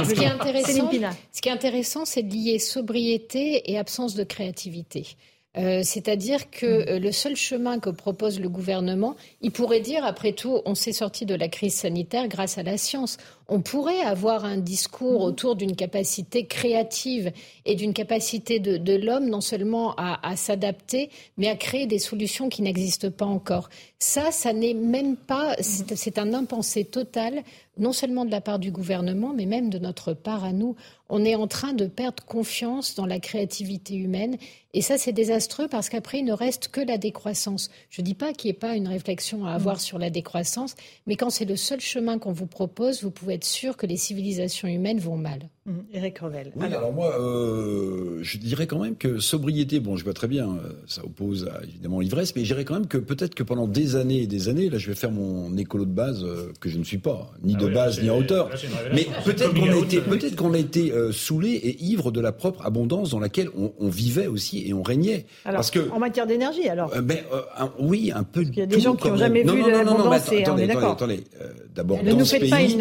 est intéressant, c'est de lier sobriété et absence de créativité. C'est-à-dire que le seul chemin que propose le gouvernement, il pourrait dire, après tout, on s'est sorti de la crise sanitaire grâce à la science. On pourrait avoir un discours autour d'une capacité créative et d'une capacité de l'homme non seulement à s'adapter, mais à créer des solutions qui n'existent pas encore. Ça n'est même pas, c'est un impensé total, non seulement de la part du gouvernement, mais même de notre part à nous. On est en train de perdre confiance dans la créativité humaine. Et ça, c'est désastreux parce qu'après, il ne reste que la décroissance. Je ne dis pas qu'il n'y ait pas une réflexion à avoir sur la décroissance, mais quand c'est le seul chemin qu'on vous propose, vous pouvez être sûr que les civilisations humaines vont mal. Éric Revel. Oui, alors moi, je dirais quand même que sobriété, bon, je vois très bien, ça oppose à, évidemment, l'ivresse, mais je dirais quand même que peut-être que pendant des années et des années, là, je vais faire mon écolo de base, que je ne suis pas, ni de base, ni en hauteur, mais peut-être qu'on a été saoulé et ivre de la propre abondance dans laquelle on vivait aussi et on régnait. Alors, parce que, en matière d'énergie, alors oui, un peu. Il y a des gens qui n'ont jamais vu de l'abondance, on est d'accord. Attendez. D'abord, ne nous faites pas une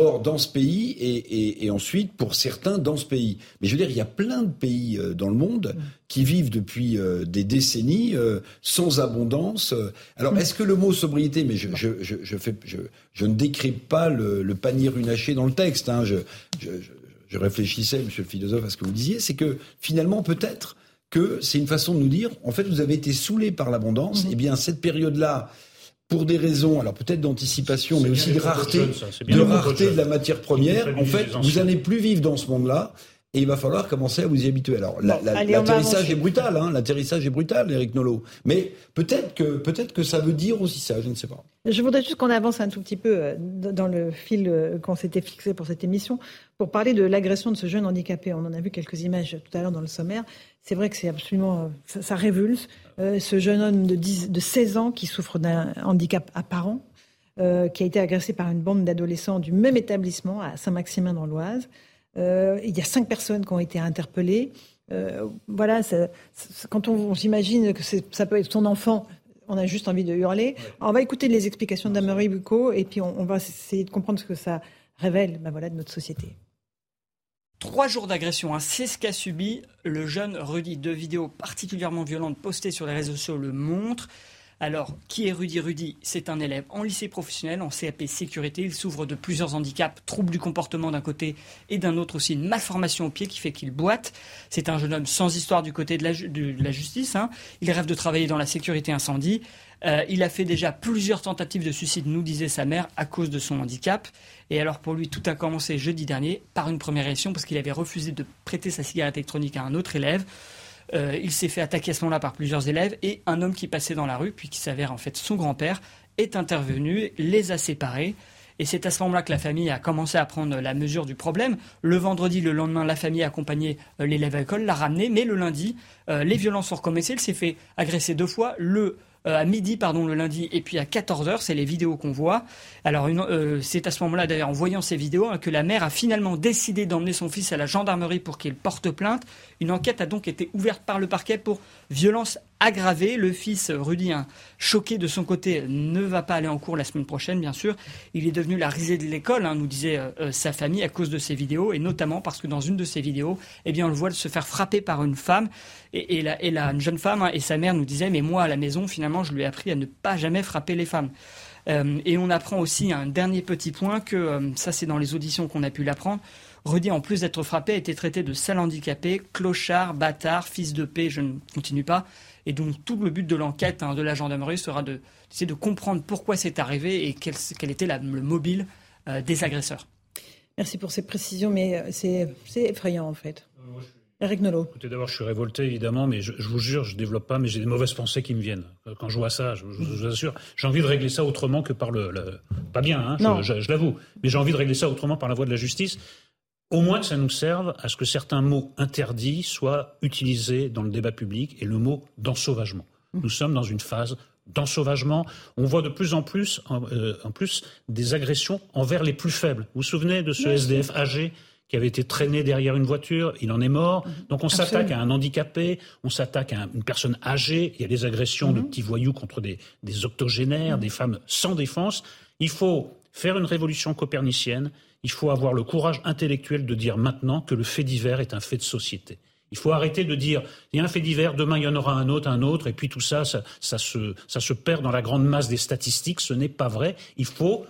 d'abord dans ce pays et ensuite pour certains dans ce pays. Mais je veux dire, il y a plein de pays dans le monde qui vivent depuis des décennies sans abondance. Alors, est-ce que le mot sobriété, mais je ne décrypte pas le panier runaché dans le texte. Hein, je réfléchissais, monsieur le philosophe, à ce que vous disiez, c'est que finalement, peut-être que c'est une façon de nous dire, en fait, vous avez été saoulés par l'abondance, et bien cette période-là, pour des raisons, alors peut-être d'anticipation, mais aussi de rareté de la matière première, en fait, vous n'allez plus vivre dans ce monde-là, et il va falloir commencer à vous y habituer. Alors, l'atterrissage est brutal, l'atterrissage est brutal, Éric Nolot. Mais peut-être que ça veut dire aussi ça, je ne sais pas. Je voudrais juste qu'on avance un tout petit peu dans le fil qu'on s'était fixé pour cette émission, pour parler de l'agression de ce jeune handicapé. On en a vu quelques images tout à l'heure dans le sommaire. C'est vrai que c'est absolument, ça révulse. Ce jeune homme de 16 ans qui souffre d'un handicap apparent, qui a été agressé par une bande d'adolescents du même établissement à Saint-Maximin dans l'Oise. Il y a 5 personnes qui ont été interpellées. Quand on s'imagine que ça peut être son enfant, on a juste envie de hurler. Alors, on va écouter les explications d'Anne-Marie Bucco et puis on va essayer de comprendre ce que ça révèle de notre société. 3 jours d'agression, c'est ce qu'a subi le jeune Rudy. 2 vidéos particulièrement violentes postées sur les réseaux sociaux le montrent. Alors, qui est Rudy ? Rudy, c'est un élève en lycée professionnel, en CAP sécurité. Il souffre de plusieurs handicaps, troubles du comportement d'un côté et d'un autre aussi, une malformation au pied qui fait qu'il boite. C'est un jeune homme sans histoire du côté de la justice. Il rêve de travailler dans la sécurité incendie. Il a fait déjà plusieurs tentatives de suicide, nous disait sa mère, à cause de son handicap. Et alors pour lui, tout a commencé jeudi dernier par une première réaction parce qu'il avait refusé de prêter sa cigarette électronique à un autre élève. Il s'est fait attaquer à ce moment-là par plusieurs élèves et un homme qui passait dans la rue, puis qui s'avère en fait son grand-père, est intervenu, les a séparés. Et c'est à ce moment-là que la famille a commencé à prendre la mesure du problème. Le vendredi, le lendemain, la famille a accompagné l'élève à l'école, l'a ramené. Mais le lundi, les violences ont recommencé. Il s'est fait agresser 2 fois. À midi, le lundi, et puis à 14h, c'est les vidéos qu'on voit. Alors, c'est à ce moment-là, d'ailleurs, en voyant ces vidéos, que la mère a finalement décidé d'emmener son fils à la gendarmerie pour qu'il porte plainte. Une enquête a donc été ouverte par le parquet pour violence aggravée. Le fils, Rudy, choqué de son côté, ne va pas aller en cours la semaine prochaine, bien sûr. Il est devenu la risée de l'école, nous disait sa famille, à cause de ces vidéos, et notamment parce que dans une de ces vidéos, on le voit se faire frapper par une femme, et une jeune femme, et sa mère nous disait, mais moi, à la maison, finalement, je lui ai appris à ne pas jamais frapper les femmes. Et on apprend aussi un dernier petit point, que ça c'est dans les auditions qu'on a pu l'apprendre, Rudy, en plus d'être frappé, a été traité de sale handicapé, clochard, bâtard, fils de paix, je ne continue pas. Et donc tout le but de l'enquête de la gendarmerie sera d'essayer de comprendre pourquoi c'est arrivé et quel était le mobile des agresseurs. Merci pour ces précisions, mais c'est effrayant en fait. Éric Nolot. Écoutez, d'abord, je suis révolté, évidemment, mais je vous jure, je ne développe pas, mais j'ai des mauvaises pensées qui me viennent. Quand je vois ça, je vous assure, j'ai envie de régler ça autrement que par pas bien, je l'avoue, mais j'ai envie de régler ça autrement par la voie de la justice. Au moins que ça nous serve à ce que certains mots interdits soient utilisés dans le débat public, et le mot d'ensauvagement. Nous sommes dans une phase d'ensauvagement. On voit de plus en plus, en plus, des agressions envers les plus faibles. Vous vous souvenez de ce SDF âgé qui avait été traîné derrière une voiture, il en est mort. Donc on s'attaque à un handicapé, on s'attaque à une personne âgée, il y a des agressions de petits voyous contre des octogénaires, des femmes sans défense. Il faut faire une révolution copernicienne, il faut avoir le courage intellectuel de dire maintenant que le fait divers est un fait de société. Il faut arrêter de dire il y a un fait divers, demain il y en aura un autre, et puis tout ça se perd dans la grande masse des statistiques. Ce n'est pas vrai. Il faut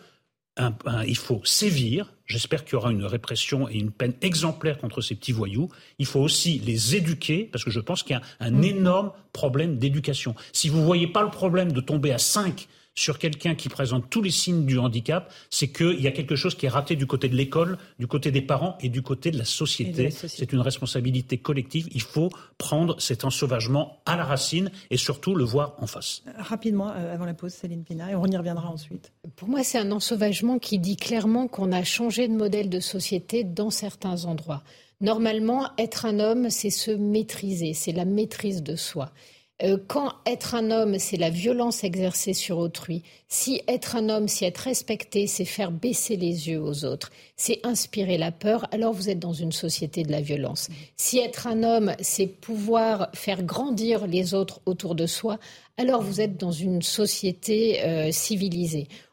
sévir. J'espère qu'il y aura une répression et une peine exemplaire contre ces petits voyous. Il faut aussi les éduquer, parce que je pense qu'il y a un énorme problème d'éducation. Si vous ne voyez pas le problème de tomber à 5 sur quelqu'un qui présente tous les signes du handicap, c'est qu'il y a quelque chose qui est raté du côté de l'école, du côté des parents et du côté de la société. C'est une responsabilité collective. Il faut prendre cet ensauvagement à la racine et surtout le voir en face. Rapidement, avant la pause, Céline Pina, et on y reviendra ensuite. Pour moi, c'est un ensauvagement qui dit clairement qu'on a changé de modèle de société dans certains endroits. Normalement, être un homme, c'est se maîtriser, c'est la maîtrise de soi. Quand être un homme, c'est la violence exercée sur autrui, si être un homme, si être respecté, c'est faire baisser les yeux aux autres, c'est inspirer la peur, alors vous êtes dans une société de la violence. Si être un homme, c'est pouvoir faire grandir les autres autour de soi, alors vous êtes dans une société civilisée.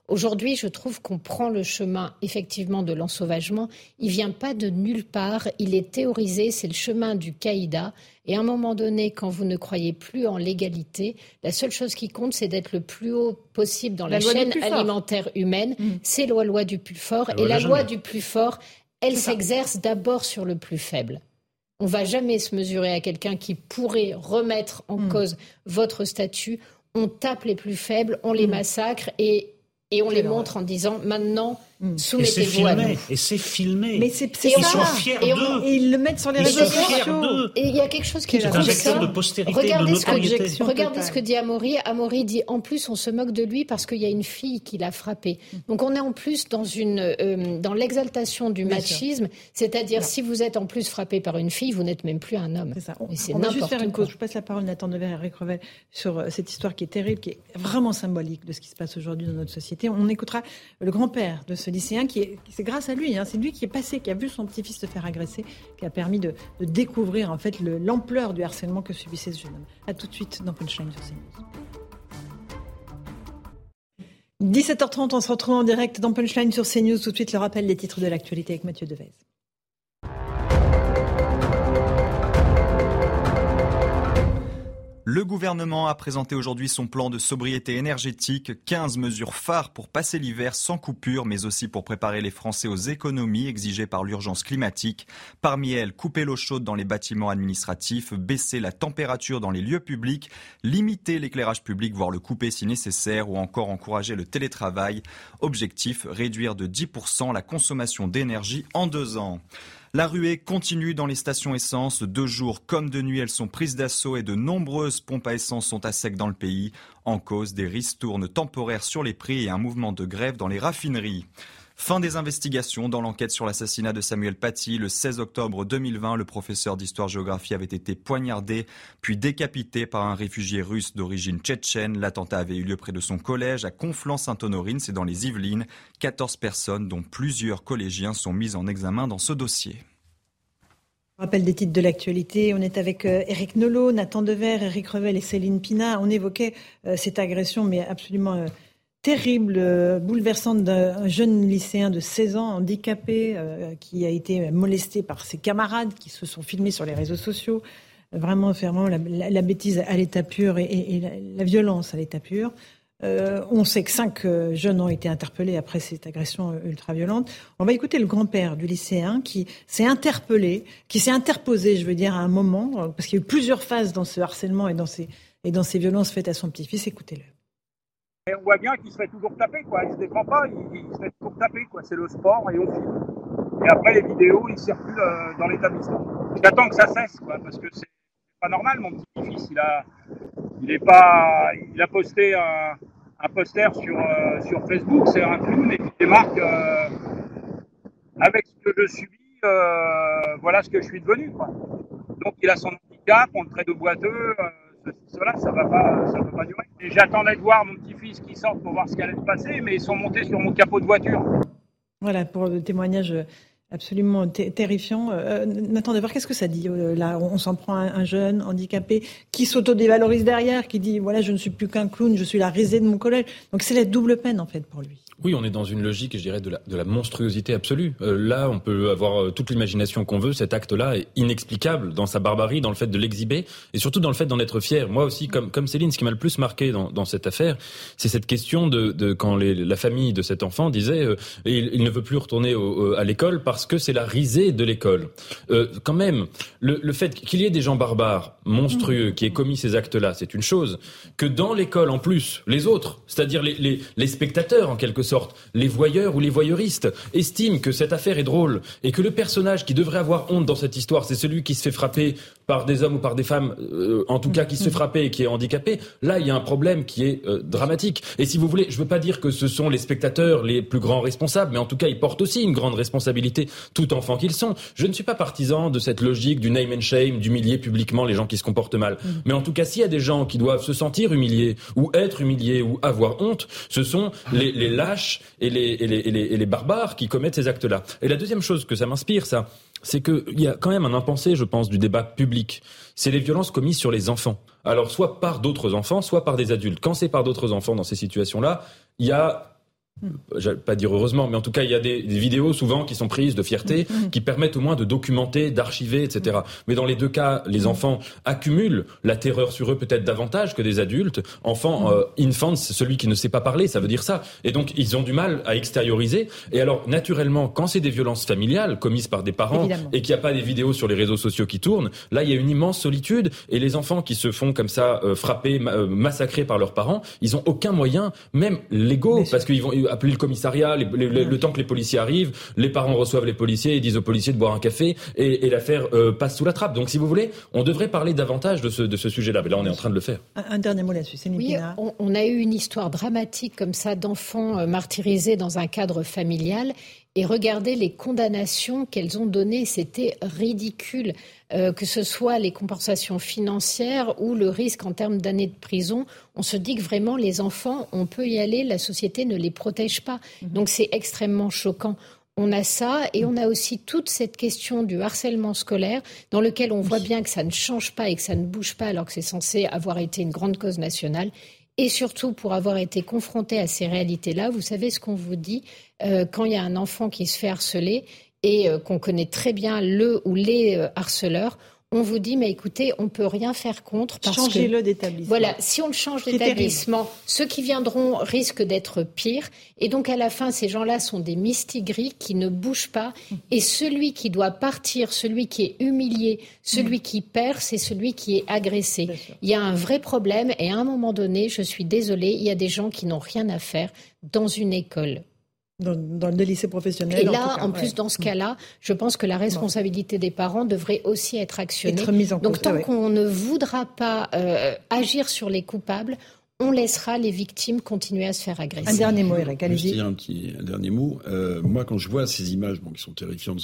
Aujourd'hui, je trouve qu'on prend le chemin, effectivement, de l'ensauvagement. Il ne vient pas de nulle part. Il est théorisé. C'est le chemin du caïda. Et à un moment donné, quand vous ne croyez plus en l'égalité, la seule chose qui compte, c'est d'être le plus haut possible dans la chaîne alimentaire humaine. C'est la loi du plus fort. Et la loi du plus fort, elle s'exerce d'abord sur le plus faible. On ne va jamais se mesurer à quelqu'un qui pourrait remettre en cause votre statut. On tape les plus faibles, on les massacre et on les montre en disant maintenant soumettez-vous à nous. Et c'est filmé. Mais c'est ils sont fiers d'eux. Et ils le mettent sur les réseaux sociaux. Et il y a quelque chose qui est injecteur de postérité, regardez de notoriété. Regardez ce que dit Amaury. Amaury dit en plus on se moque de lui parce qu'il y a une fille qui l'a frappé. Donc on est en plus dans l'exaltation du machisme, c'est-à-dire si vous êtes en plus frappé par une fille, vous n'êtes même plus un homme. C'est ça. On va juste faire une pause. Je passe la parole à Nathan Devers et Eric Revel sur cette histoire qui est terrible, qui est vraiment symbolique de ce qui se passe aujourd'hui dans notre société. On écoutera le grand-père de ce lycéen c'est grâce à lui, c'est lui qui est passé, qui a vu son petit-fils se faire agresser, qui a permis de découvrir en fait l'ampleur du harcèlement que subissait ce jeune homme. À tout de suite dans Punchline sur CNews. 17h30, on se retrouve en direct dans Punchline sur CNews. Tout de suite le rappel des titres de l'actualité avec Mathieu Devez. Le gouvernement a présenté aujourd'hui son plan de sobriété énergétique, 15 mesures phares pour passer l'hiver sans coupure, mais aussi pour préparer les Français aux économies exigées par l'urgence climatique. Parmi elles, couper l'eau chaude dans les bâtiments administratifs, baisser la température dans les lieux publics, limiter l'éclairage public, voire le couper si nécessaire, ou encore encourager le télétravail. Objectif, réduire de 10% la consommation d'énergie en 2 ans. La ruée continue dans les stations essence. De jour comme de nuit, elles sont prises d'assaut et de nombreuses pompes à essence sont à sec dans le pays. En cause, des ristournes temporaires sur les prix et un mouvement de grève dans les raffineries. Fin des investigations dans l'enquête sur l'assassinat de Samuel Paty. Le 16 octobre 2020, le professeur d'histoire-géographie avait été poignardé, puis décapité par un réfugié russe d'origine tchétchène. L'attentat avait eu lieu près de son collège à Conflans-Sainte-Honorine, c'est dans les Yvelines. 14 personnes, dont plusieurs collégiens, sont mises en examen dans ce dossier. Rappel des titres de l'actualité. On est avec Eric Nolot, Nathan Devers, Eric Revel et Céline Pina. On évoquait cette agression, mais absolument terrible, bouleversante d'un jeune lycéen de 16 ans handicapé qui a été molesté par ses camarades qui se sont filmés sur les réseaux sociaux. Vraiment la bêtise à l'état pur et la violence à l'état pur. On sait que 5 jeunes ont été interpellés après cette agression ultra-violente. On va écouter le grand-père du lycéen qui s'est interpellé, qui s'est interposé, je veux dire, à un moment, parce qu'il y a eu plusieurs phases dans ce harcèlement et dans ces violences faites à son petit-fils. Écoutez-le. Et on voit bien qu'il se fait toujours taper, quoi. Il se défend pas, il se fait toujours taper, quoi. C'est le sport et on filme. Et après, les vidéos, ils circulent dans l'établissement. J'attends que ça cesse, quoi, parce que c'est pas normal, mon petit-fils. Il a posté un poster sur Facebook, c'est un clown, et il démarque avec ce que je subis, voilà ce que je suis devenu, quoi. Donc il a son handicap, on le traite de boiteux, cela, ça va pas durer. Et j'attendais de voir mon petit-fils qui sorte pour voir ce qui allait se passer, mais ils sont montés sur mon capot de voiture. Voilà, pour le témoignage absolument terrifiant. Nathan Devers, qu'est-ce que ça dit là, on s'en prend un jeune handicapé qui s'autodévalorise derrière, qui dit voilà, je ne suis plus qu'un clown, je suis la risée de mon collège. Donc c'est la double peine en fait pour lui. Oui, on est dans une logique, je dirais, de la monstruosité absolue. Là, on peut avoir toute l'imagination qu'on veut. Cet acte-là est inexplicable dans sa barbarie, dans le fait de l'exhiber et surtout dans le fait d'en être fier. Moi aussi, comme Céline, ce qui m'a le plus marqué dans cette affaire, c'est cette question de quand la famille de cet enfant disait il ne veut plus retourner à l'école parce que c'est la risée de l'école. Quand même, le fait qu'il y ait des gens barbares, monstrueux, qui aient commis ces actes-là, c'est une chose. Que dans l'école, en plus, les autres, c'est-à-dire les spectateurs, en quelque sorte, les voyeurs ou les voyeuristes, estiment que cette affaire est drôle et que le personnage qui devrait avoir honte dans cette histoire, c'est celui qui se fait frapper par des hommes ou par des femmes, en tout cas qui se fait frapper et qui est handicapé. Là, il y a un problème qui est dramatique. Et si vous voulez, je veux pas dire que ce sont les spectateurs les plus grands responsables, mais en tout cas, ils portent aussi une grande responsabilité, tout enfants qu'ils sont. Je ne suis pas partisan de cette logique du name and shame, d'humilier publiquement les gens qui se comportent mal. Mais en tout cas, s'il y a des gens qui doivent se sentir humiliés ou être humiliés ou avoir honte, ce sont les lâches et les barbares qui commettent ces actes-là. Et la deuxième chose que ça m'inspire, c'est qu'il y a quand même un impensé, je pense, du débat public. C'est les violences commises sur les enfants. Alors, soit par d'autres enfants, soit par des adultes. Quand c'est par d'autres enfants dans ces situations-là, il y a Pas dire heureusement, mais en tout cas, il y a des vidéos souvent qui sont prises de fierté, qui permettent au moins de documenter, d'archiver, etc. Mais dans les deux cas, les enfants accumulent la terreur sur eux peut-être davantage que des adultes. Infant, c'est celui qui ne sait pas parler, ça veut dire ça. Et donc, ils ont du mal à extérioriser. Et alors, naturellement, quand c'est des violences familiales commises par des parents et qu'il n'y a pas des vidéos sur les réseaux sociaux qui tournent, là, il y a une immense solitude. Et les enfants qui se font comme ça frapper, massacrer par leurs parents, ils ont aucun moyen, même légaux, parce qu'ils vont appeler le commissariat, le temps que les policiers arrivent, les parents reçoivent les policiers et disent aux policiers de boire un café et l'affaire passe sous la trappe. Donc si vous voulez, on devrait parler davantage de ce sujet-là. Mais là, on est en train de le faire. Un dernier mot là-dessus, Céline Pina. On a eu une histoire dramatique comme ça d'enfants martyrisés dans un cadre familial. Et regardez les condamnations qu'elles ont données, c'était ridicule. Que ce soit les compensations financières ou le risque en termes d'années de prison, on se dit que vraiment les enfants, on peut y aller, la société ne les protège pas. Donc c'est extrêmement choquant. On a ça et on a aussi toute cette question du harcèlement scolaire dans lequel on voit bien que ça ne change pas et que ça ne bouge pas alors que c'est censé avoir été une grande cause nationale. Et surtout, pour avoir été confronté à ces réalités-là, vous savez ce qu'on vous dit quand il y a un enfant qui se fait harceler et qu'on connaît très bien le ou les harceleurs, on vous dit, mais écoutez, on ne peut rien faire contre. Changez-le d'établissement. Voilà, si on le change d'établissement, ceux qui viendront risquent d'être pires. Et donc, à la fin, ces gens-là sont des mistigris qui ne bougent pas. Et celui qui doit partir, celui qui est humilié, celui qui perd, c'est celui qui est agressé. Il y a un vrai problème. Et à un moment donné, je suis désolée, il y a des gens qui n'ont rien à faire dans une école. Dans le lycée professionnel. Et là, en plus, dans ce cas-là, je pense que la responsabilité des parents devrait aussi être actionnée. Donc, tant qu'on ne voudra pas agir sur les coupables, on laissera les victimes continuer à se faire agresser. Un dernier mot, Eric, allez-y. Je vais un dernier mot. Moi, quand je vois ces images qui sont terrifiantes,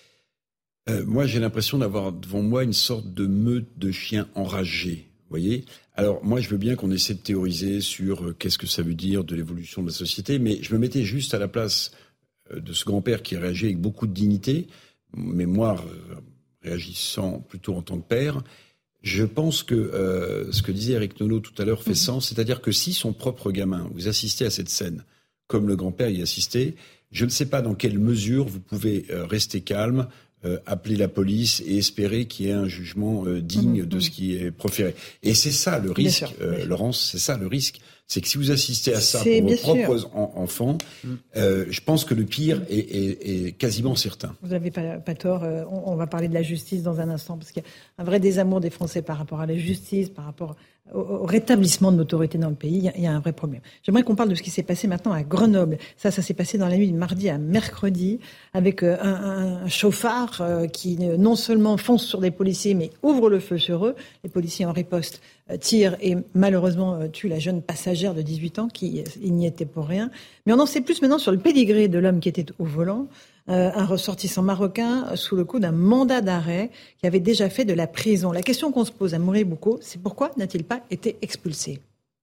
moi, j'ai l'impression d'avoir devant moi une sorte de meute de chiens enragés. Vous voyez ? Alors, moi, je veux bien qu'on essaie de théoriser sur qu'est-ce que ça veut dire de l'évolution de la société, mais je me mettais juste à la place de ce grand-père qui réagit avec beaucoup de dignité, mais moi, réagissant plutôt en tant que père, je pense que ce que disait Eric Nolot tout à l'heure fait sens, c'est-à-dire que si son propre gamin, vous assistez à cette scène, comme le grand-père y assistait, je ne sais pas dans quelle mesure vous pouvez rester calme, appeler la police et espérer qu'il y ait un jugement digne de ce qui est proféré. Et c'est ça le risque, Laurence, c'est ça le risque. C'est que si vous assistez à ça pour vos propres enfants, je pense que le pire est quasiment certain. Vous n'avez pas tort. On va parler de la justice dans un instant, parce qu'il y a un vrai désamour des Français par rapport à la justice, par rapport au rétablissement de l'autorité dans le pays. Il y a un vrai problème. J'aimerais qu'on parle de ce qui s'est passé maintenant à Grenoble. Ça s'est passé dans la nuit de mardi à mercredi, avec un chauffard qui non seulement fonce sur des policiers, mais ouvre le feu sur eux. Les policiers en riposte tirent et malheureusement tuent la jeune passagère de 18 ans qui n'y était pour rien. Mais on en sait plus maintenant sur le pédigré de l'homme qui était au volant. Un ressortissant marocain sous le coup d'un mandat d'arrêt qui avait déjà fait de la prison. La question qu'on se pose à Mouribouko, c'est pourquoi n'a-t-il pas été expulsé ?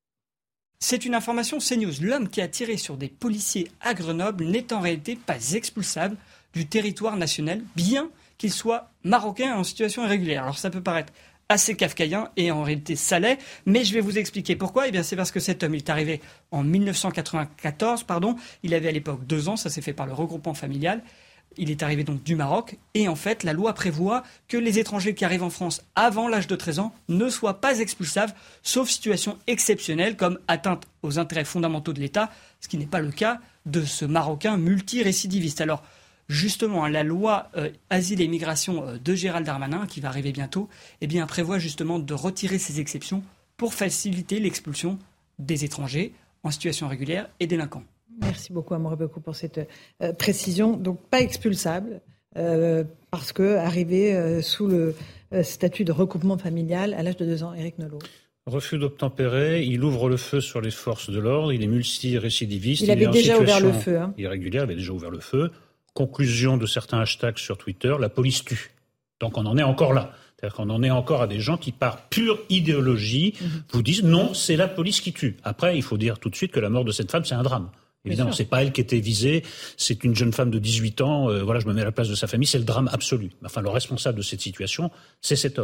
C'est une information CNews. L'homme qui a tiré sur des policiers à Grenoble n'est en réalité pas expulsable du territoire national, bien qu'il soit marocain en situation irrégulière. Alors ça peut paraître assez kafkaïen et en réalité ça l'est, mais je vais vous expliquer pourquoi. Eh bien c'est parce que cet homme, il est arrivé en 1994, il avait à l'époque 2 ans, ça s'est fait par le regroupement familial. Il est arrivé donc du Maroc et en fait la loi prévoit que les étrangers qui arrivent en France avant l'âge de 13 ans ne soient pas expulsables, sauf situation exceptionnelle comme atteinte aux intérêts fondamentaux de l'État, ce qui n'est pas le cas de ce Marocain multirécidiviste. Alors justement, la loi Asile et Immigration de Gérald Darmanin, qui va arriver bientôt, prévoit justement de retirer ces exceptions pour faciliter l'expulsion des étrangers en situation régulière et délinquants. Merci beaucoup, Amaury Bocco, pour cette précision. Donc, pas expulsable, parce que arrivé sous le statut de recoupement familial à l'âge de 2 ans. Eric Nolot. Refus d'obtempérer, il ouvre le feu sur les forces de l'ordre, il est multirécidiviste. Il avait déjà ouvert le feu. Irrégulière, il avait déjà ouvert le feu. Conclusion de certains hashtags sur Twitter, la police tue. Donc on en est encore là. C'est-à-dire qu'on en est encore à des gens qui, par pure idéologie, vous disent non, c'est la police qui tue. Après, il faut dire tout de suite que la mort de cette femme, c'est un drame. Évidemment, c'est pas elle qui était visée, c'est une jeune femme de 18 ans, je me mets à la place de sa famille, c'est le drame absolu. Enfin, le responsable de cette situation, c'est cet homme.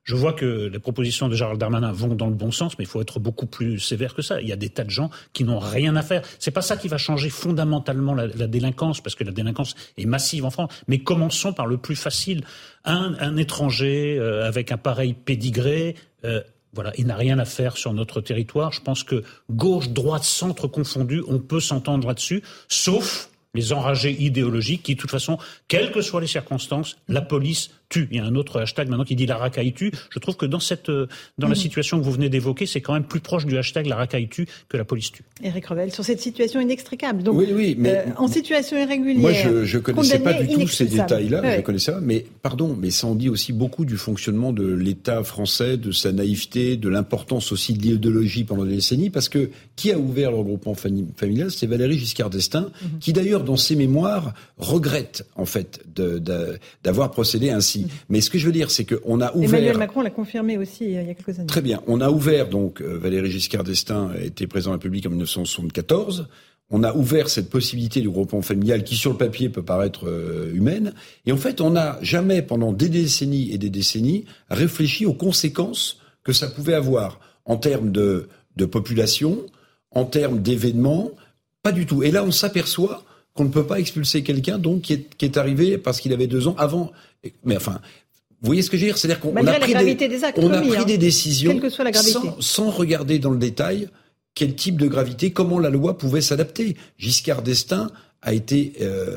Je vois que les propositions de Gérald Darmanin vont dans le bon sens, mais il faut être beaucoup plus sévère que ça. Il y a des tas de gens qui n'ont rien à faire. C'est pas ça qui va changer fondamentalement la délinquance, parce que la délinquance est massive en France. Mais commençons par le plus facile. Un étranger avec un pareil pédigré, il n'a rien à faire sur notre territoire. Je pense que gauche, droite, centre confondus, on peut s'entendre là-dessus, sauf les enragés idéologiques qui, de toute façon, quelles que soient les circonstances, la police tue. Il y a un autre hashtag maintenant qui dit la racaille tue. Je trouve que dans la situation que vous venez d'évoquer, c'est quand même plus proche du hashtag la racaille tue que la police tue. Éric Revel, sur cette situation inextricable. Donc, oui, mais en situation irrégulière. Moi, je connaissais pas du tout ces détails-là. Je connaissais ça, mais ça en dit aussi beaucoup du fonctionnement de l'État français, de sa naïveté, de l'importance aussi de l'idéologie pendant des décennies, parce que qui a ouvert le regroupement familial, c'est Valéry Giscard d'Estaing, qui d'ailleurs, dans ses mémoires, regrette en fait d'avoir procédé ainsi. Mais ce que je veux dire, c'est qu'on a ouvert... Emmanuel Macron l'a confirmé aussi il y a quelques années. Très bien. On a ouvert, donc, Valéry Giscard d'Estaing a été président de la République en 1974. On a ouvert cette possibilité du regroupement familial qui, sur le papier, peut paraître humaine. Et en fait, on n'a jamais, pendant des décennies et des décennies, réfléchi aux conséquences que ça pouvait avoir en termes de population, en termes d'événements. Pas du tout. Et là, on s'aperçoit qu'on ne peut pas expulser quelqu'un donc qui est arrivé parce qu'il avait 2 ans avant. Mais enfin, vous voyez ce que je veux dire ? C'est-à-dire qu'on a pris des décisions quelle que soit la gravité. Sans regarder dans le détail quel type de gravité, comment la loi pouvait s'adapter. Giscard d'Estaing a été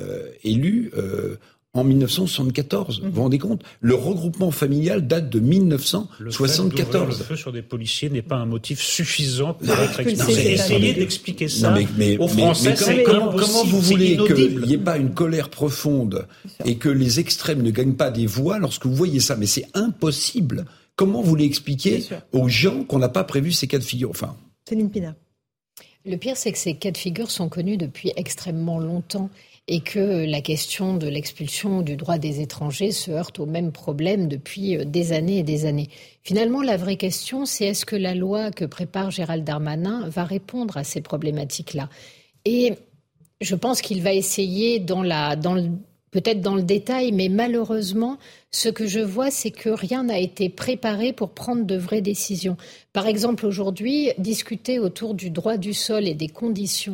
élu en 1974. Vous vous rendez compte ? Le regroupement familial date de 1974. Le fait d'ouvrir le feu sur des policiers n'est pas un motif suffisant pour être expulsé. Essayez d'expliquer ça aux Français. Comment vous voulez qu'il n'y ait pas une colère profonde et que les extrêmes ne gagnent pas des voix lorsque vous voyez ça ? Mais c'est impossible. Comment vous voulez expliquer aux gens qu'on n'a pas prévu ces cas de figure ? Enfin, Céline Pina. Le pire, c'est que ces cas de figure sont connus depuis extrêmement longtemps. Et que la question de l'expulsion du droit des étrangers se heurte au même problème depuis des années et des années. Finalement, la vraie question, c'est est-ce que la loi que prépare Gérald Darmanin va répondre à ces problématiques-là ? Et je pense qu'il va essayer peut-être dans le détail, mais malheureusement, ce que je vois, c'est que rien n'a été préparé pour prendre de vraies décisions. Par exemple, aujourd'hui, discuter autour du droit du sol et des conditions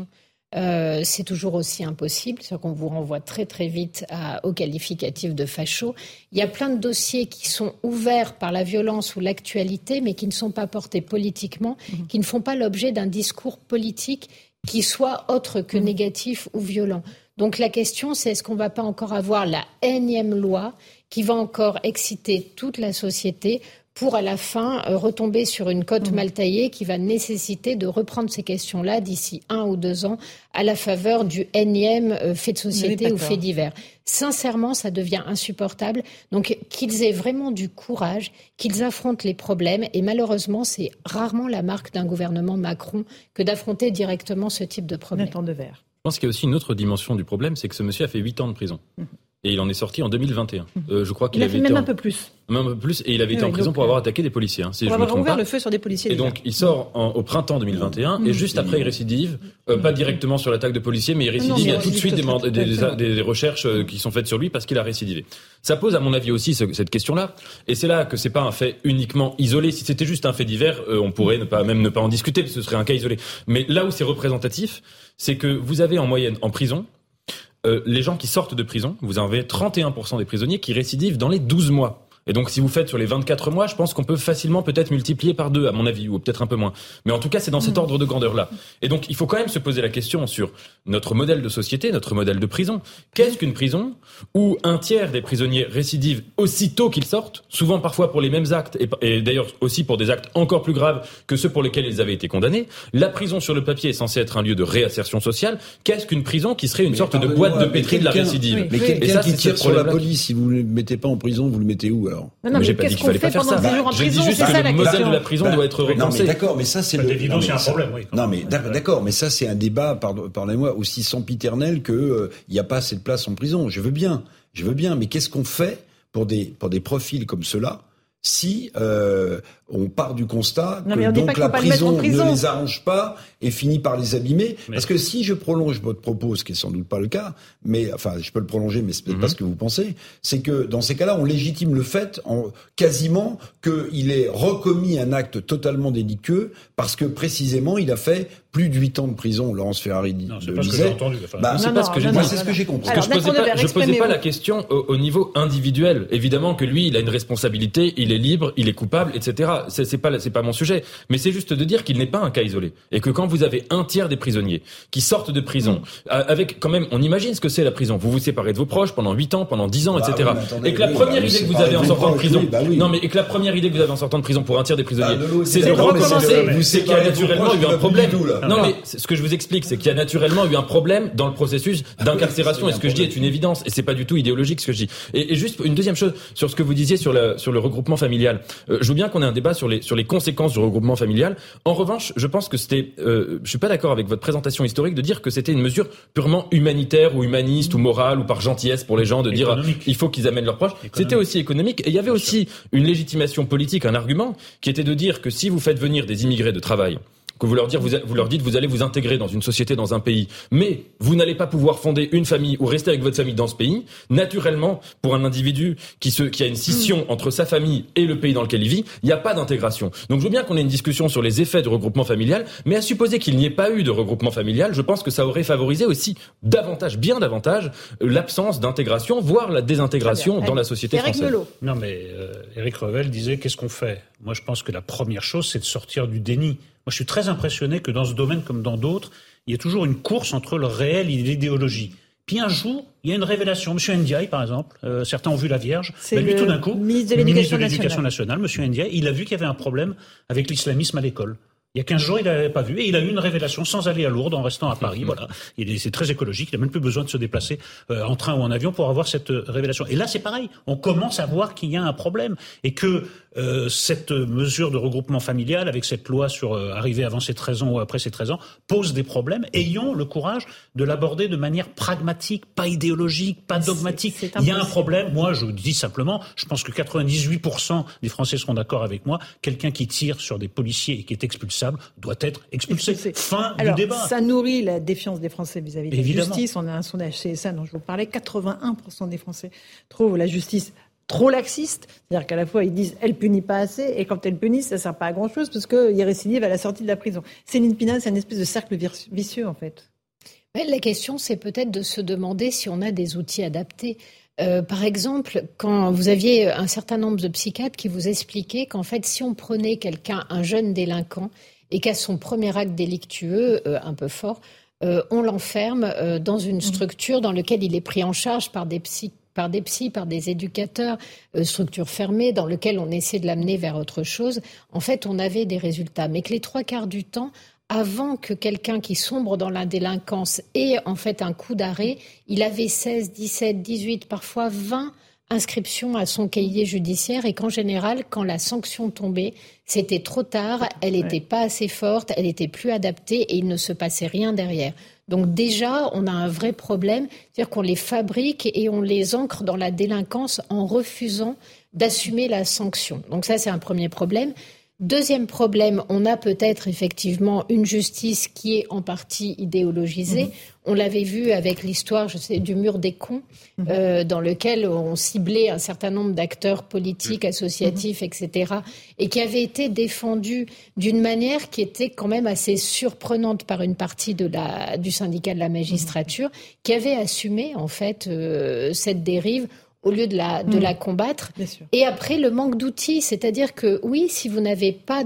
c'est toujours aussi impossible, c'est-à-dire qu'on vous renvoie très très vite au qualificatif de facho. Il y a plein de dossiers qui sont ouverts par la violence ou l'actualité, mais qui ne sont pas portés politiquement, qui ne font pas l'objet d'un discours politique qui soit autre que négatif ou violent. Donc la question, c'est est-ce qu'on ne va pas encore avoir la énième loi qui va encore exciter toute la société pour à la fin retomber sur une cote mal taillée qui va nécessiter de reprendre ces questions-là d'ici 1 ou 2 ans à la faveur du énième fait de société ou fait divers. Sincèrement, ça devient insupportable. Donc qu'ils aient vraiment du courage, qu'ils affrontent les problèmes. Et malheureusement, c'est rarement la marque d'un gouvernement Macron que d'affronter directement ce type de problème. Nathan Devers. Je pense qu'il y a aussi une autre dimension du problème, c'est que ce monsieur a fait 8 ans de prison. Et il en est sorti en 2021. Je crois qu'il avait fait même un peu plus. Même un peu plus, et il avait été en prison pour avoir attaqué des policiers. Pour avoir ouvert le feu sur des policiers. Et donc, il sort au printemps 2021, et juste après, il récidive. Pas directement sur l'attaque de policiers, mais il récidive. Il y a tout de suite des recherches qui sont faites sur lui parce qu'il a récidivé. Ça pose, à mon avis, aussi cette question-là. Et c'est là que c'est pas un fait uniquement isolé. Si c'était juste un fait divers, on pourrait ne pas en discuter, parce que ce serait un cas isolé. Mais là où c'est représentatif, c'est que vous avez en moyenne, en prison, les gens qui sortent de prison, vous avez 31% des prisonniers qui récidivent dans les 12 mois. Et donc, si vous faites sur les 24 mois, je pense qu'on peut facilement peut-être multiplier par 2, à mon avis, ou peut-être un peu moins. Mais en tout cas, c'est dans cet ordre de grandeur-là. Et donc, il faut quand même se poser la question sur notre modèle de société, notre modèle de prison. Qu'est-ce qu'une prison où un tiers des prisonniers récidivent aussitôt qu'ils sortent, souvent parfois pour les mêmes actes, et d'ailleurs aussi pour des actes encore plus graves que ceux pour lesquels ils avaient été condamnés. La prison, sur le papier, est censée être un lieu de réinsertion sociale. Qu'est-ce qu'une prison qui serait une sorte de boîte de pétri de la récidive? Mais quelqu'un qui tire sur la police, si vous ne le mettez pas en prison, vous le mettez où alors? Non, mais j'ai pas dit qu'il fallait pas faire ça. J'ai dit juste que le modèle de la prison doit être repensé. Non, mais d'accord, mais ça c'est c'est un problème. Oui, non, mais d'accord, mais ça c'est un débat, pardonnez-moi, aussi sempiternel que il n'y a pas assez de place en prison. Je veux bien, mais qu'est-ce qu'on fait pour des profils comme ceux-là si on part du constat que donc la prison ne les arrange pas et finit par les abîmer. Parce que si je prolonge votre propos, ce qui est sans doute pas le cas, mais enfin je peux le prolonger, mais c'est peut-être pas ce que vous pensez, c'est que dans ces cas-là, on légitime le fait quasiment qu'il ait recommis un acte totalement délictueux parce que précisément il a fait plus de 8 ans de prison. Laurence Ferrari disait. C'est pas ce que j'ai entendu. C'est pas ce que j'ai entendu. C'est ce que j'ai compris. Parce que je posais pas la question au niveau individuel. Évidemment que lui, il a une responsabilité, il est libre, il est coupable, etc. C'est pas mon sujet. Mais c'est juste de dire qu'il n'est pas un cas isolé. Et que quand vous avez un tiers des prisonniers qui sortent de prison, avec quand même, on imagine ce que c'est la prison. Vous vous séparez de vos proches pendant 8 ans, pendant 10 ans, etc. Et que la première idée que vous avez en sortant de prison, non mais et que la première idée que vous avez en sortant de prison pour un tiers des prisonniers, c'est de recommencer. C'est qu'il y a naturellement eu un problème. Non mais ce que je vous explique, c'est qu'il y a naturellement eu un problème dans le processus d'incarcération. Et ce que je dis est une évidence. Et c'est pas du tout idéologique ce que je dis. Et juste une deuxième chose sur ce que vous disiez sur le regroupement familial. Je veux bien qu'on ait un débat sur les conséquences du regroupement familial. En revanche, je pense que c'était, je suis pas d'accord avec votre présentation historique de dire que c'était une mesure purement humanitaire ou humaniste ou morale ou par gentillesse pour les gens de dire il faut qu'ils amènent leurs proches. C'était aussi économique et il y avait aussi une légitimation politique, un argument qui était de dire que si vous faites venir des immigrés de travail, que vous leur dites vous allez vous intégrer dans une société, dans un pays, mais vous n'allez pas pouvoir fonder une famille ou rester avec votre famille dans ce pays, naturellement, pour un individu qui a une scission entre sa famille et le pays dans lequel il vit, il n'y a pas d'intégration. Donc je veux bien qu'on ait une discussion sur les effets du regroupement familial, mais à supposer qu'il n'y ait pas eu de regroupement familial, je pense que ça aurait favorisé aussi bien davantage, l'absence d'intégration, voire la désintégration dans la société française. Non mais Éric Revel disait qu'est-ce qu'on fait ? Moi je pense que la première chose c'est de sortir du déni. Moi, je suis très impressionné que dans ce domaine comme dans d'autres, il y a toujours une course entre le réel et l'idéologie. Puis un jour, il y a une révélation. Monsieur Ndiaye, par exemple, certains ont vu la Vierge. Lui, tout d'un coup, ministre de l'Éducation nationale, Monsieur Ndiaye, il a vu qu'il y avait un problème avec l'islamisme à l'école. Il y a 15 jours, il l'avait pas vu et il a eu une révélation sans aller à Lourdes en restant à Paris. Voilà. C'est très écologique. Il n'a même plus besoin de se déplacer en train ou en avion pour avoir cette révélation. Et là, c'est pareil. On commence à voir qu'il y a un problème et que cette mesure de regroupement familial avec cette loi sur arriver avant ses 13 ans ou après ses 13 ans pose des problèmes. Ayons le courage de l'aborder de manière pragmatique, pas idéologique, pas dogmatique. Il y a un problème. Moi, je dis simplement, je pense que 98% des Français seront d'accord avec moi. Quelqu'un qui tire sur des policiers et qui est expulsable doit être expulsé. Fin du débat. Ça nourrit la défiance des Français vis-à-vis de la justice. On a un sondage CSA dont je vous parlais. 81% des Français trouvent la justice trop laxiste. C'est-à-dire qu'à la fois, ils disent elle punit pas assez et quand elle punit, ça sert pas à grand-chose parce qu'il récidive à la sortie de la prison. Céline Pina, c'est une espèce de cercle vicieux en fait. Mais la question, c'est peut-être de se demander si on a des outils adaptés. Par exemple, quand vous aviez un certain nombre de psychiatres qui vous expliquaient qu'en fait, si on prenait un jeune délinquant, et qu'à son premier acte délictueux, un peu fort, on l'enferme dans une structure dans laquelle il est pris en charge par des psys, par des éducateurs, structure fermée, dans lequel on essaie de l'amener vers autre chose. En fait, on avait des résultats. Mais que les 3/4 du temps, avant que quelqu'un qui sombre dans la délinquance ait en fait un coup d'arrêt, il avait 16, 17, 18, parfois 20 inscription à son cahier judiciaire et qu'en général, quand la sanction tombait, c'était trop tard, elle n'était pas assez forte, elle n'était plus adaptée et il ne se passait rien derrière. Donc déjà, on a un vrai problème, c'est-à-dire qu'on les fabrique et on les ancre dans la délinquance en refusant d'assumer la sanction. Donc ça, c'est un premier problème. Deuxième problème, on a peut-être effectivement une justice qui est en partie idéologisée. On l'avait vu avec l'histoire, du mur des cons, dans lequel on ciblait un certain nombre d'acteurs politiques, associatifs, etc., et qui avait été défendu d'une manière qui était quand même assez surprenante par une partie du syndicat de la magistrature, qui avait assumé en fait cette dérive au lieu de la combattre. Et après, le manque d'outils, c'est-à-dire que oui, si vous n'avez pas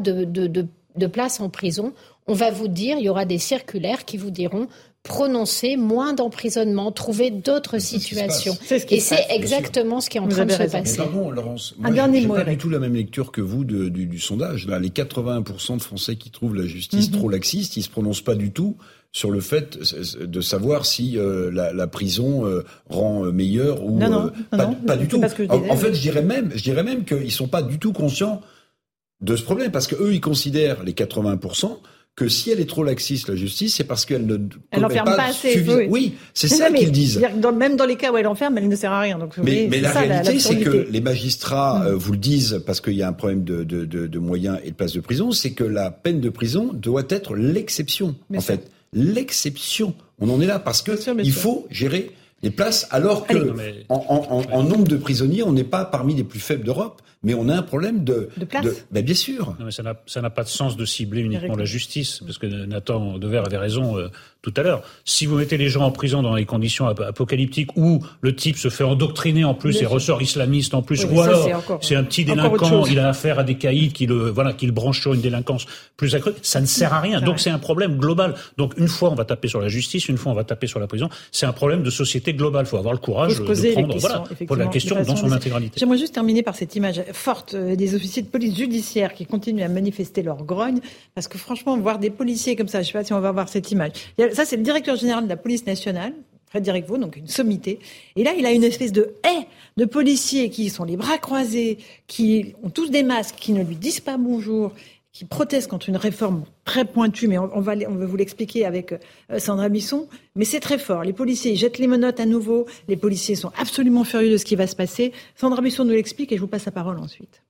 de place en prison, on va vous dire, il y aura des circulaires qui vous diront prononcer moins d'emprisonnement, trouver d'autres situations. Et c'est exactement ce qui est en train de se passer. Pardon, Laurence, moi, j'ai pas du tout la même lecture que vous du sondage. Là, les 81% de Français qui trouvent la justice trop laxiste, ils se prononcent pas du tout sur le fait de savoir si la prison rend meilleur ou pas du tout. En fait, je dirais même qu'ils sont pas du tout conscients de ce problème parce que eux, ils considèrent les 80% que si elle est trop laxiste, la justice, c'est parce qu'elle ne enferme pas assez. Oui, c'est ça qu'ils disent. Même dans les cas où elle enferme, elle ne sert à rien. Donc, mais la réalité, c'est que les magistrats vous le disent parce qu'il y a un problème de moyens et de places de prison, c'est que la peine de prison doit être l'exception. Fait, l'exception. On en est là parce que il faut gérer les places, alors que en nombre de prisonniers, on n'est pas parmi les plus faibles d'Europe. Mais on a un problème de place. Bien sûr. Non, mais ça n'a pas de sens de cibler uniquement la justice, parce que Nathan Dever avait raison tout à l'heure. Si vous mettez les gens en prison dans les conditions apocalyptiques où le type se fait endoctriner en plus et ressort islamiste en plus, ou alors c'est un petit délinquant, il a affaire à des caïds qui le branchent sur une délinquance plus accrue, ça ne sert à rien. Donc c'est un problème global. Donc une fois on va taper sur la justice, une fois on va taper sur la prison, c'est un problème de société globale. Il faut avoir le courage de prendre la question dans son intégralité. J'aimerais juste terminer par cette image forte des officiers de police judiciaire qui continuent à manifester leur grogne, parce que franchement, voir des policiers comme ça, je ne sais pas si on va voir cette image. Ça, c'est le directeur général de la police nationale, Frédéric Vaux, donc une sommité. Et là, il a une espèce de haie de policiers qui sont les bras croisés, qui ont tous des masques, qui ne lui disent pas bonjour, qui protestent contre une réforme très pointue, mais on va vous l'expliquer avec Sandra Bisson, mais c'est très fort. Les policiers jettent les menottes à nouveau, les policiers sont absolument furieux de ce qui va se passer. Sandra Bisson nous l'explique et je vous passe la parole ensuite.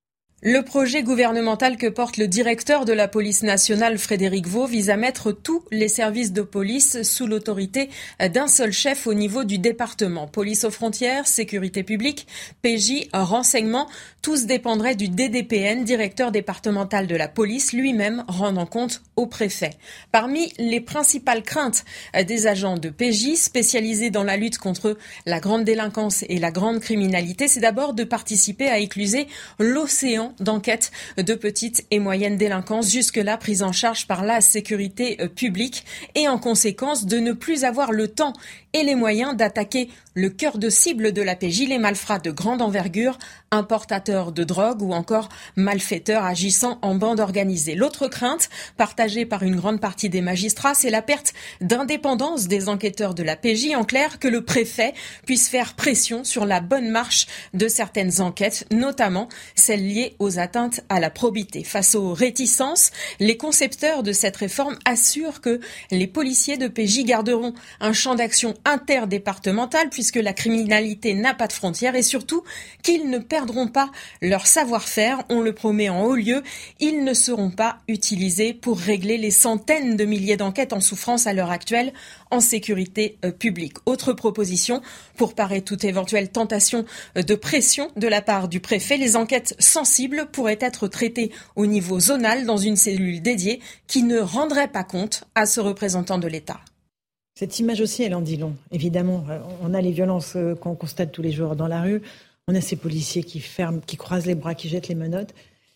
Le projet gouvernemental que porte le directeur de la police nationale, Frédéric Vaux, vise à mettre tous les services de police sous l'autorité d'un seul chef au niveau du département. Police aux frontières, sécurité publique, PJ, renseignement, tous dépendraient du DDPN, directeur départemental de la police, lui-même rendant compte au préfet. Parmi les principales craintes des agents de PJ spécialisés dans la lutte contre la grande délinquance et la grande criminalité, c'est d'abord de participer à écluser l'océan d'enquête de petite et moyenne délinquance, jusque-là prise en charge par la sécurité publique, et en conséquence de ne plus avoir le temps et les moyens d'attaquer le cœur de cible de la PJ, les malfrats de grande envergure, importateurs de drogue ou encore malfaiteurs agissant en bande organisée. L'autre crainte, partagée par une grande partie des magistrats, c'est la perte d'indépendance des enquêteurs de la PJ. En clair, que le préfet puisse faire pression sur la bonne marche de certaines enquêtes, notamment celles liées aux atteintes à la probité. Face aux réticences, les concepteurs de cette réforme assurent que les policiers de PJ garderont un champ d'action interdépartemental puisque la criminalité n'a pas de frontières, et surtout qu'ils ne perdront pas leur savoir-faire. On le promet en haut lieu, ils ne seront pas utilisés pour régler les centaines de milliers d'enquêtes en souffrance à l'heure actuelle en sécurité publique. Autre proposition, pour parer toute éventuelle tentation de pression de la part du préfet, les enquêtes sensibles pourraient être traitées au niveau zonal dans une cellule dédiée qui ne rendrait pas compte à ce représentant de l'État. Cette image aussi, elle en dit long. Évidemment, on a les violences qu'on constate tous les jours dans la rue. On a ces policiers qui ferment, qui croisent les bras, qui jettent les menottes.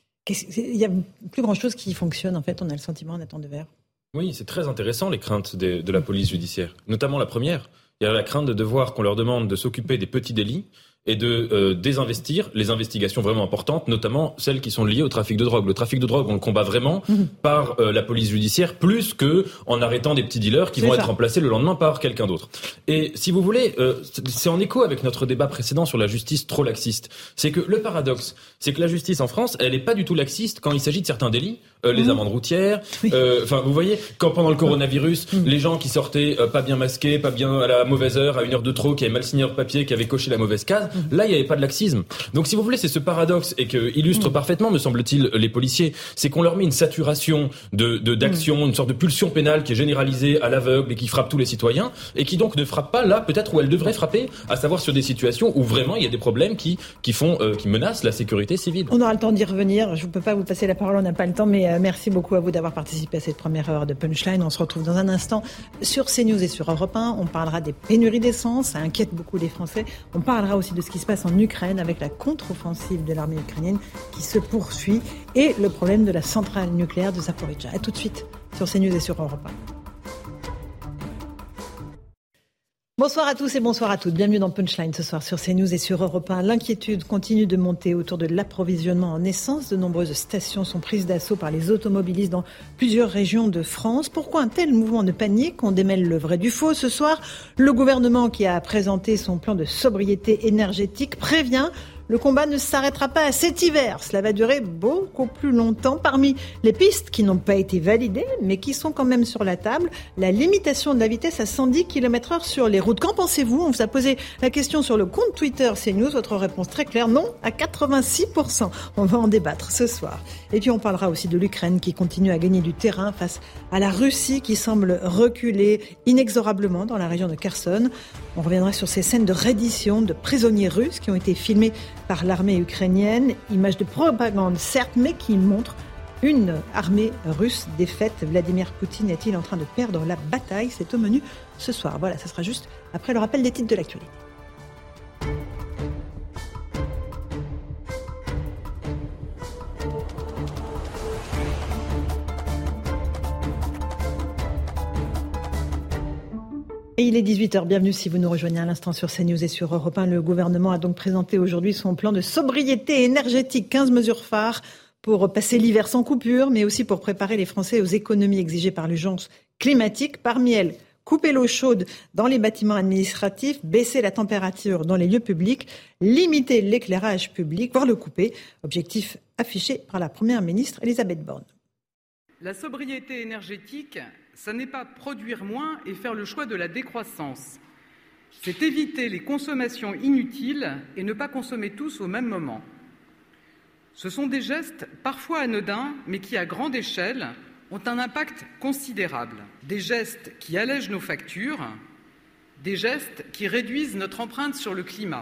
Il y a plus grand-chose qui fonctionne, en fait. On a le sentiment, Nathan Dever. Oui, c'est très intéressant, les craintes de la police judiciaire. Notamment la première. Il y a la crainte de voir qu'on leur demande de s'occuper des petits délits et de désinvestir les investigations vraiment importantes, notamment celles qui sont liées au trafic de drogue. Le trafic de drogue, on le combat vraiment par la police judiciaire, plus que en arrêtant des petits dealers qui vont être remplacés le lendemain par quelqu'un d'autre. Et si vous voulez, c'est en écho avec notre débat précédent sur la justice trop laxiste. C'est que le paradoxe, c'est que la justice en France, elle est pas du tout laxiste quand il s'agit de certains délits, les amendes routières. Enfin, vous voyez, quand pendant le coronavirus, les gens qui sortaient pas bien masqués, pas bien à la mauvaise heure, à une heure de trop, qui avaient mal signé leur papier, qui avaient coché la mauvaise case. Là, il n'y avait pas de laxisme. Donc, si vous voulez, c'est ce paradoxe et que illustre parfaitement, me semble-t-il, les policiers. C'est qu'on leur met une saturation d'action, une sorte de pulsion pénale qui est généralisée à l'aveugle et qui frappe tous les citoyens et qui donc ne frappe pas là, peut-être où elle devrait frapper, à savoir sur des situations où vraiment il y a des problèmes qui menacent la sécurité civile. On aura le temps d'y revenir. Je ne peux pas vous passer la parole, on n'a pas le temps, mais merci beaucoup à vous d'avoir participé à cette première heure de Punchline. On se retrouve dans un instant sur CNews et sur Europe 1. On parlera des pénuries d'essence, ça inquiète beaucoup les Français. On parlera aussi de ce qui se passe en Ukraine avec la contre-offensive de l'armée ukrainienne qui se poursuit et le problème de la centrale nucléaire de Zaporijjia. À tout de suite sur CNews et sur Europe 1. Bonsoir à tous et bonsoir à toutes. Bienvenue dans Punchline ce soir sur CNews et sur Europe 1. L'inquiétude continue de monter autour de l'approvisionnement en essence. De nombreuses stations sont prises d'assaut par les automobilistes dans plusieurs régions de France. Pourquoi un tel mouvement de panique? On démêle le vrai du faux. Ce soir, le gouvernement qui a présenté son plan de sobriété énergétique prévient le combat ne s'arrêtera pas à cet hiver. Cela va durer beaucoup plus longtemps. Parmi les pistes qui n'ont pas été validées, mais qui sont quand même sur la table, la limitation de la vitesse à 110 km/h sur les routes. Qu'en pensez-vous ? On vous a posé la question sur le compte Twitter CNews. Votre réponse très claire, non, à 86%. On va en débattre ce soir. Et puis on parlera aussi de l'Ukraine qui continue à gagner du terrain face à la Russie qui semble reculer inexorablement dans la région de Kherson. On reviendra sur ces scènes de reddition de prisonniers russes qui ont été filmées par l'armée ukrainienne. Images de propagande, certes, mais qui montrent une armée russe défaite. Vladimir Poutine est-il en train de perdre la bataille ? C'est au menu ce soir. Voilà, ça sera juste après le rappel des titres de l'actualité. Et il est 18h, bienvenue si vous nous rejoignez à l'instant sur CNews et sur Europe 1. Le gouvernement a donc présenté aujourd'hui son plan de sobriété énergétique, 15 mesures phares pour passer l'hiver sans coupure, mais aussi pour préparer les Français aux économies exigées par l'urgence climatique. Parmi elles, couper l'eau chaude dans les bâtiments administratifs, baisser la température dans les lieux publics, limiter l'éclairage public, voire le couper. Objectif affiché par la Première ministre Elisabeth Borne. La sobriété énergétique, ça n'est pas produire moins et faire le choix de la décroissance. C'est éviter les consommations inutiles et ne pas consommer tous au même moment. Ce sont des gestes parfois anodins, mais qui, à grande échelle, ont un impact considérable. Des gestes qui allègent nos factures, des gestes qui réduisent notre empreinte sur le climat.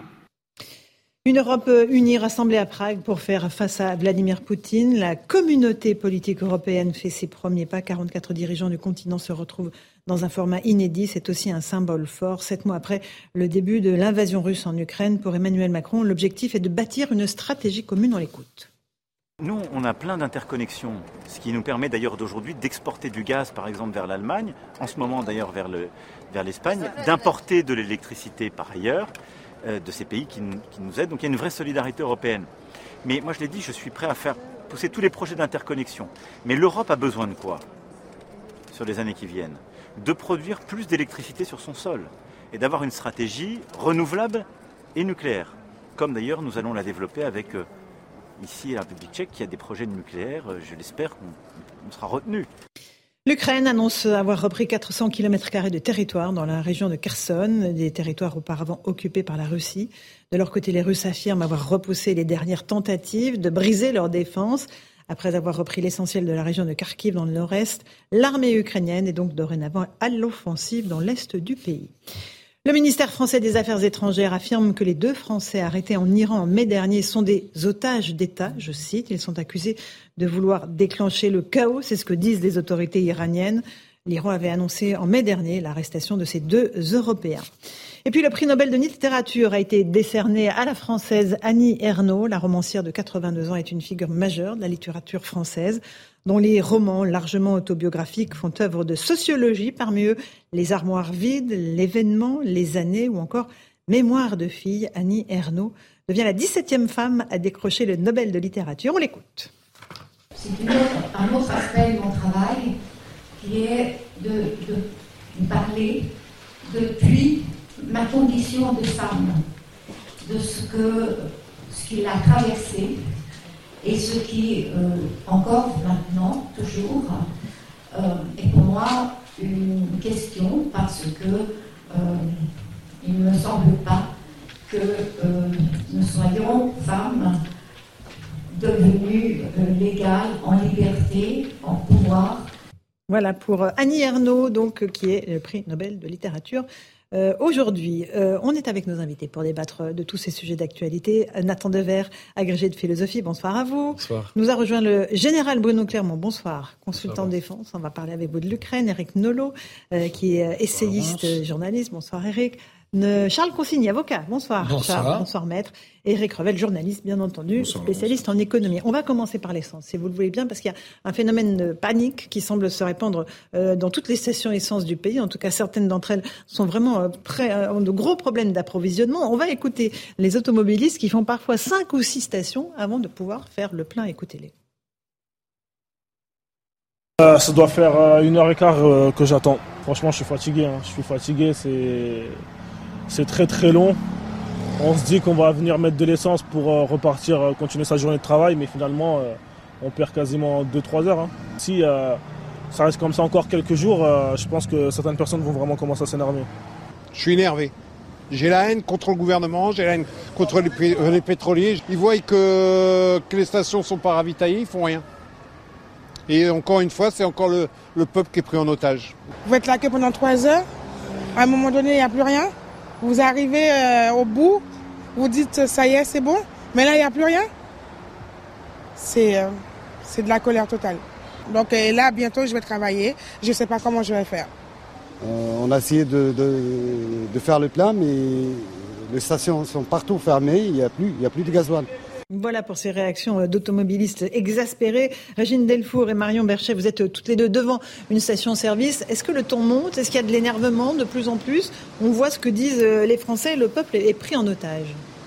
Une Europe unie rassemblée à Prague pour faire face à Vladimir Poutine. La communauté politique européenne fait ses premiers pas. 44 dirigeants du continent se retrouvent dans un format inédit. C'est aussi un symbole fort. 7 mois après le début de l'invasion russe en Ukraine, pour Emmanuel Macron, l'objectif est de bâtir une stratégie commune. On l'écoute. Nous, on a plein d'interconnexions, ce qui nous permet d'ailleurs d'aujourd'hui d'exporter du gaz, par exemple, vers l'Allemagne, en ce moment d'ailleurs vers l'Espagne, d'importer de l'électricité par ailleurs, de ces pays qui nous aident. Donc il y a une vraie solidarité européenne. Mais moi je l'ai dit, je suis prêt à faire pousser tous les projets d'interconnexion. Mais l'Europe a besoin de quoi sur les années qui viennent ? De produire plus d'électricité sur son sol et d'avoir une stratégie renouvelable et nucléaire. Comme d'ailleurs nous allons la développer avec ici la République tchèque qui a des projets de nucléaire. Je l'espère qu'on sera retenu. L'Ukraine annonce avoir repris 400 km² de territoire dans la région de Kherson, des territoires auparavant occupés par la Russie. De leur côté, les Russes affirment avoir repoussé les dernières tentatives de briser leur défense. Après avoir repris l'essentiel de la région de Kharkiv dans le nord-est, l'armée ukrainienne est donc dorénavant à l'offensive dans l'est du pays. Le ministère français des Affaires étrangères affirme que les 2 Français arrêtés en Iran en mai dernier sont des otages d'État, je cite. Ils sont accusés de vouloir déclencher le chaos, c'est ce que disent les autorités iraniennes. L'Iran avait annoncé en mai dernier l'arrestation de ces 2 Européens. Et puis le prix Nobel de littérature a été décerné à la Française Annie Ernaux. La romancière de 82 ans est une figure majeure de la littérature française, dont les romans largement autobiographiques font œuvre de sociologie, parmi eux Les armoires vides, L'événement, Les années ou encore Mémoire de fille. Annie Ernaux devient la 17e femme à décrocher le Nobel de littérature. On l'écoute. C'est un autre aspect de mon travail qui est de parler depuis ma condition de femme, de ce qu'il a traversé et ce qui, encore maintenant, toujours, est pour moi une question parce que il ne me semble pas que nous soyons femmes devenues légales, en liberté, en pouvoir. Voilà pour Annie Ernaux, donc, qui est le prix Nobel de littérature. Aujourd'hui, on est avec nos invités pour débattre de tous ces sujets d'actualité. Nathan Dever, agrégé de philosophie, bonsoir à vous. Bonsoir. Nous a rejoint le général Bruno Clermont, bonsoir, consultant de défense. On va parler avec vous de l'Ukraine. Eric Nolot, qui est essayiste, journaliste, bonsoir Eric. Charles Consigny, avocat, bonsoir. Bonsoir. Charles, bonsoir maître. Et Eric Revel, journaliste, bien entendu, bonsoir, spécialiste en économie. On va commencer par l'essence, si vous le voulez bien, parce qu'il y a un phénomène de panique qui semble se répandre dans toutes les stations essence du pays. En tout cas, certaines d'entre elles sont vraiment ont de gros problèmes d'approvisionnement. On va écouter les automobilistes qui font parfois 5 ou 6 stations avant de pouvoir faire le plein. Écoutez-les. Ça doit faire 1h15 que j'attends. Franchement, je suis fatigué. Je suis fatigué, c'est très très long. On se dit qu'on va venir mettre de l'essence pour repartir, continuer sa journée de travail, mais finalement, on perd quasiment 2-3 heures. Si ça reste comme ça encore quelques jours, je pense que certaines personnes vont vraiment commencer à s'énerver. Je suis énervé. J'ai la haine contre le gouvernement, j'ai la haine contre les pétroliers. Ils voient que les stations ne sont pas ravitaillées, ils font rien. Et encore une fois, c'est encore le peuple qui est pris en otage. Vous êtes là que pendant 3 heures, à un moment donné, il n'y a plus rien. Vous arrivez au bout, vous dites ça y est, c'est bon, mais là, il n'y a plus rien. C'est de la colère totale. Donc là, bientôt, je vais travailler. Je ne sais pas comment je vais faire. On a essayé de faire le plein, mais les stations sont partout fermées, il n'y a plus de gasoil. Voilà pour ces réactions d'automobilistes exaspérés. Régine Delfour et Marion Berchet, vous êtes toutes les deux devant une station-service. Est-ce que le ton monte ? Est-ce qu'il y a de l'énervement de plus en plus ? On voit ce que disent les Français, le peuple est pris en otage.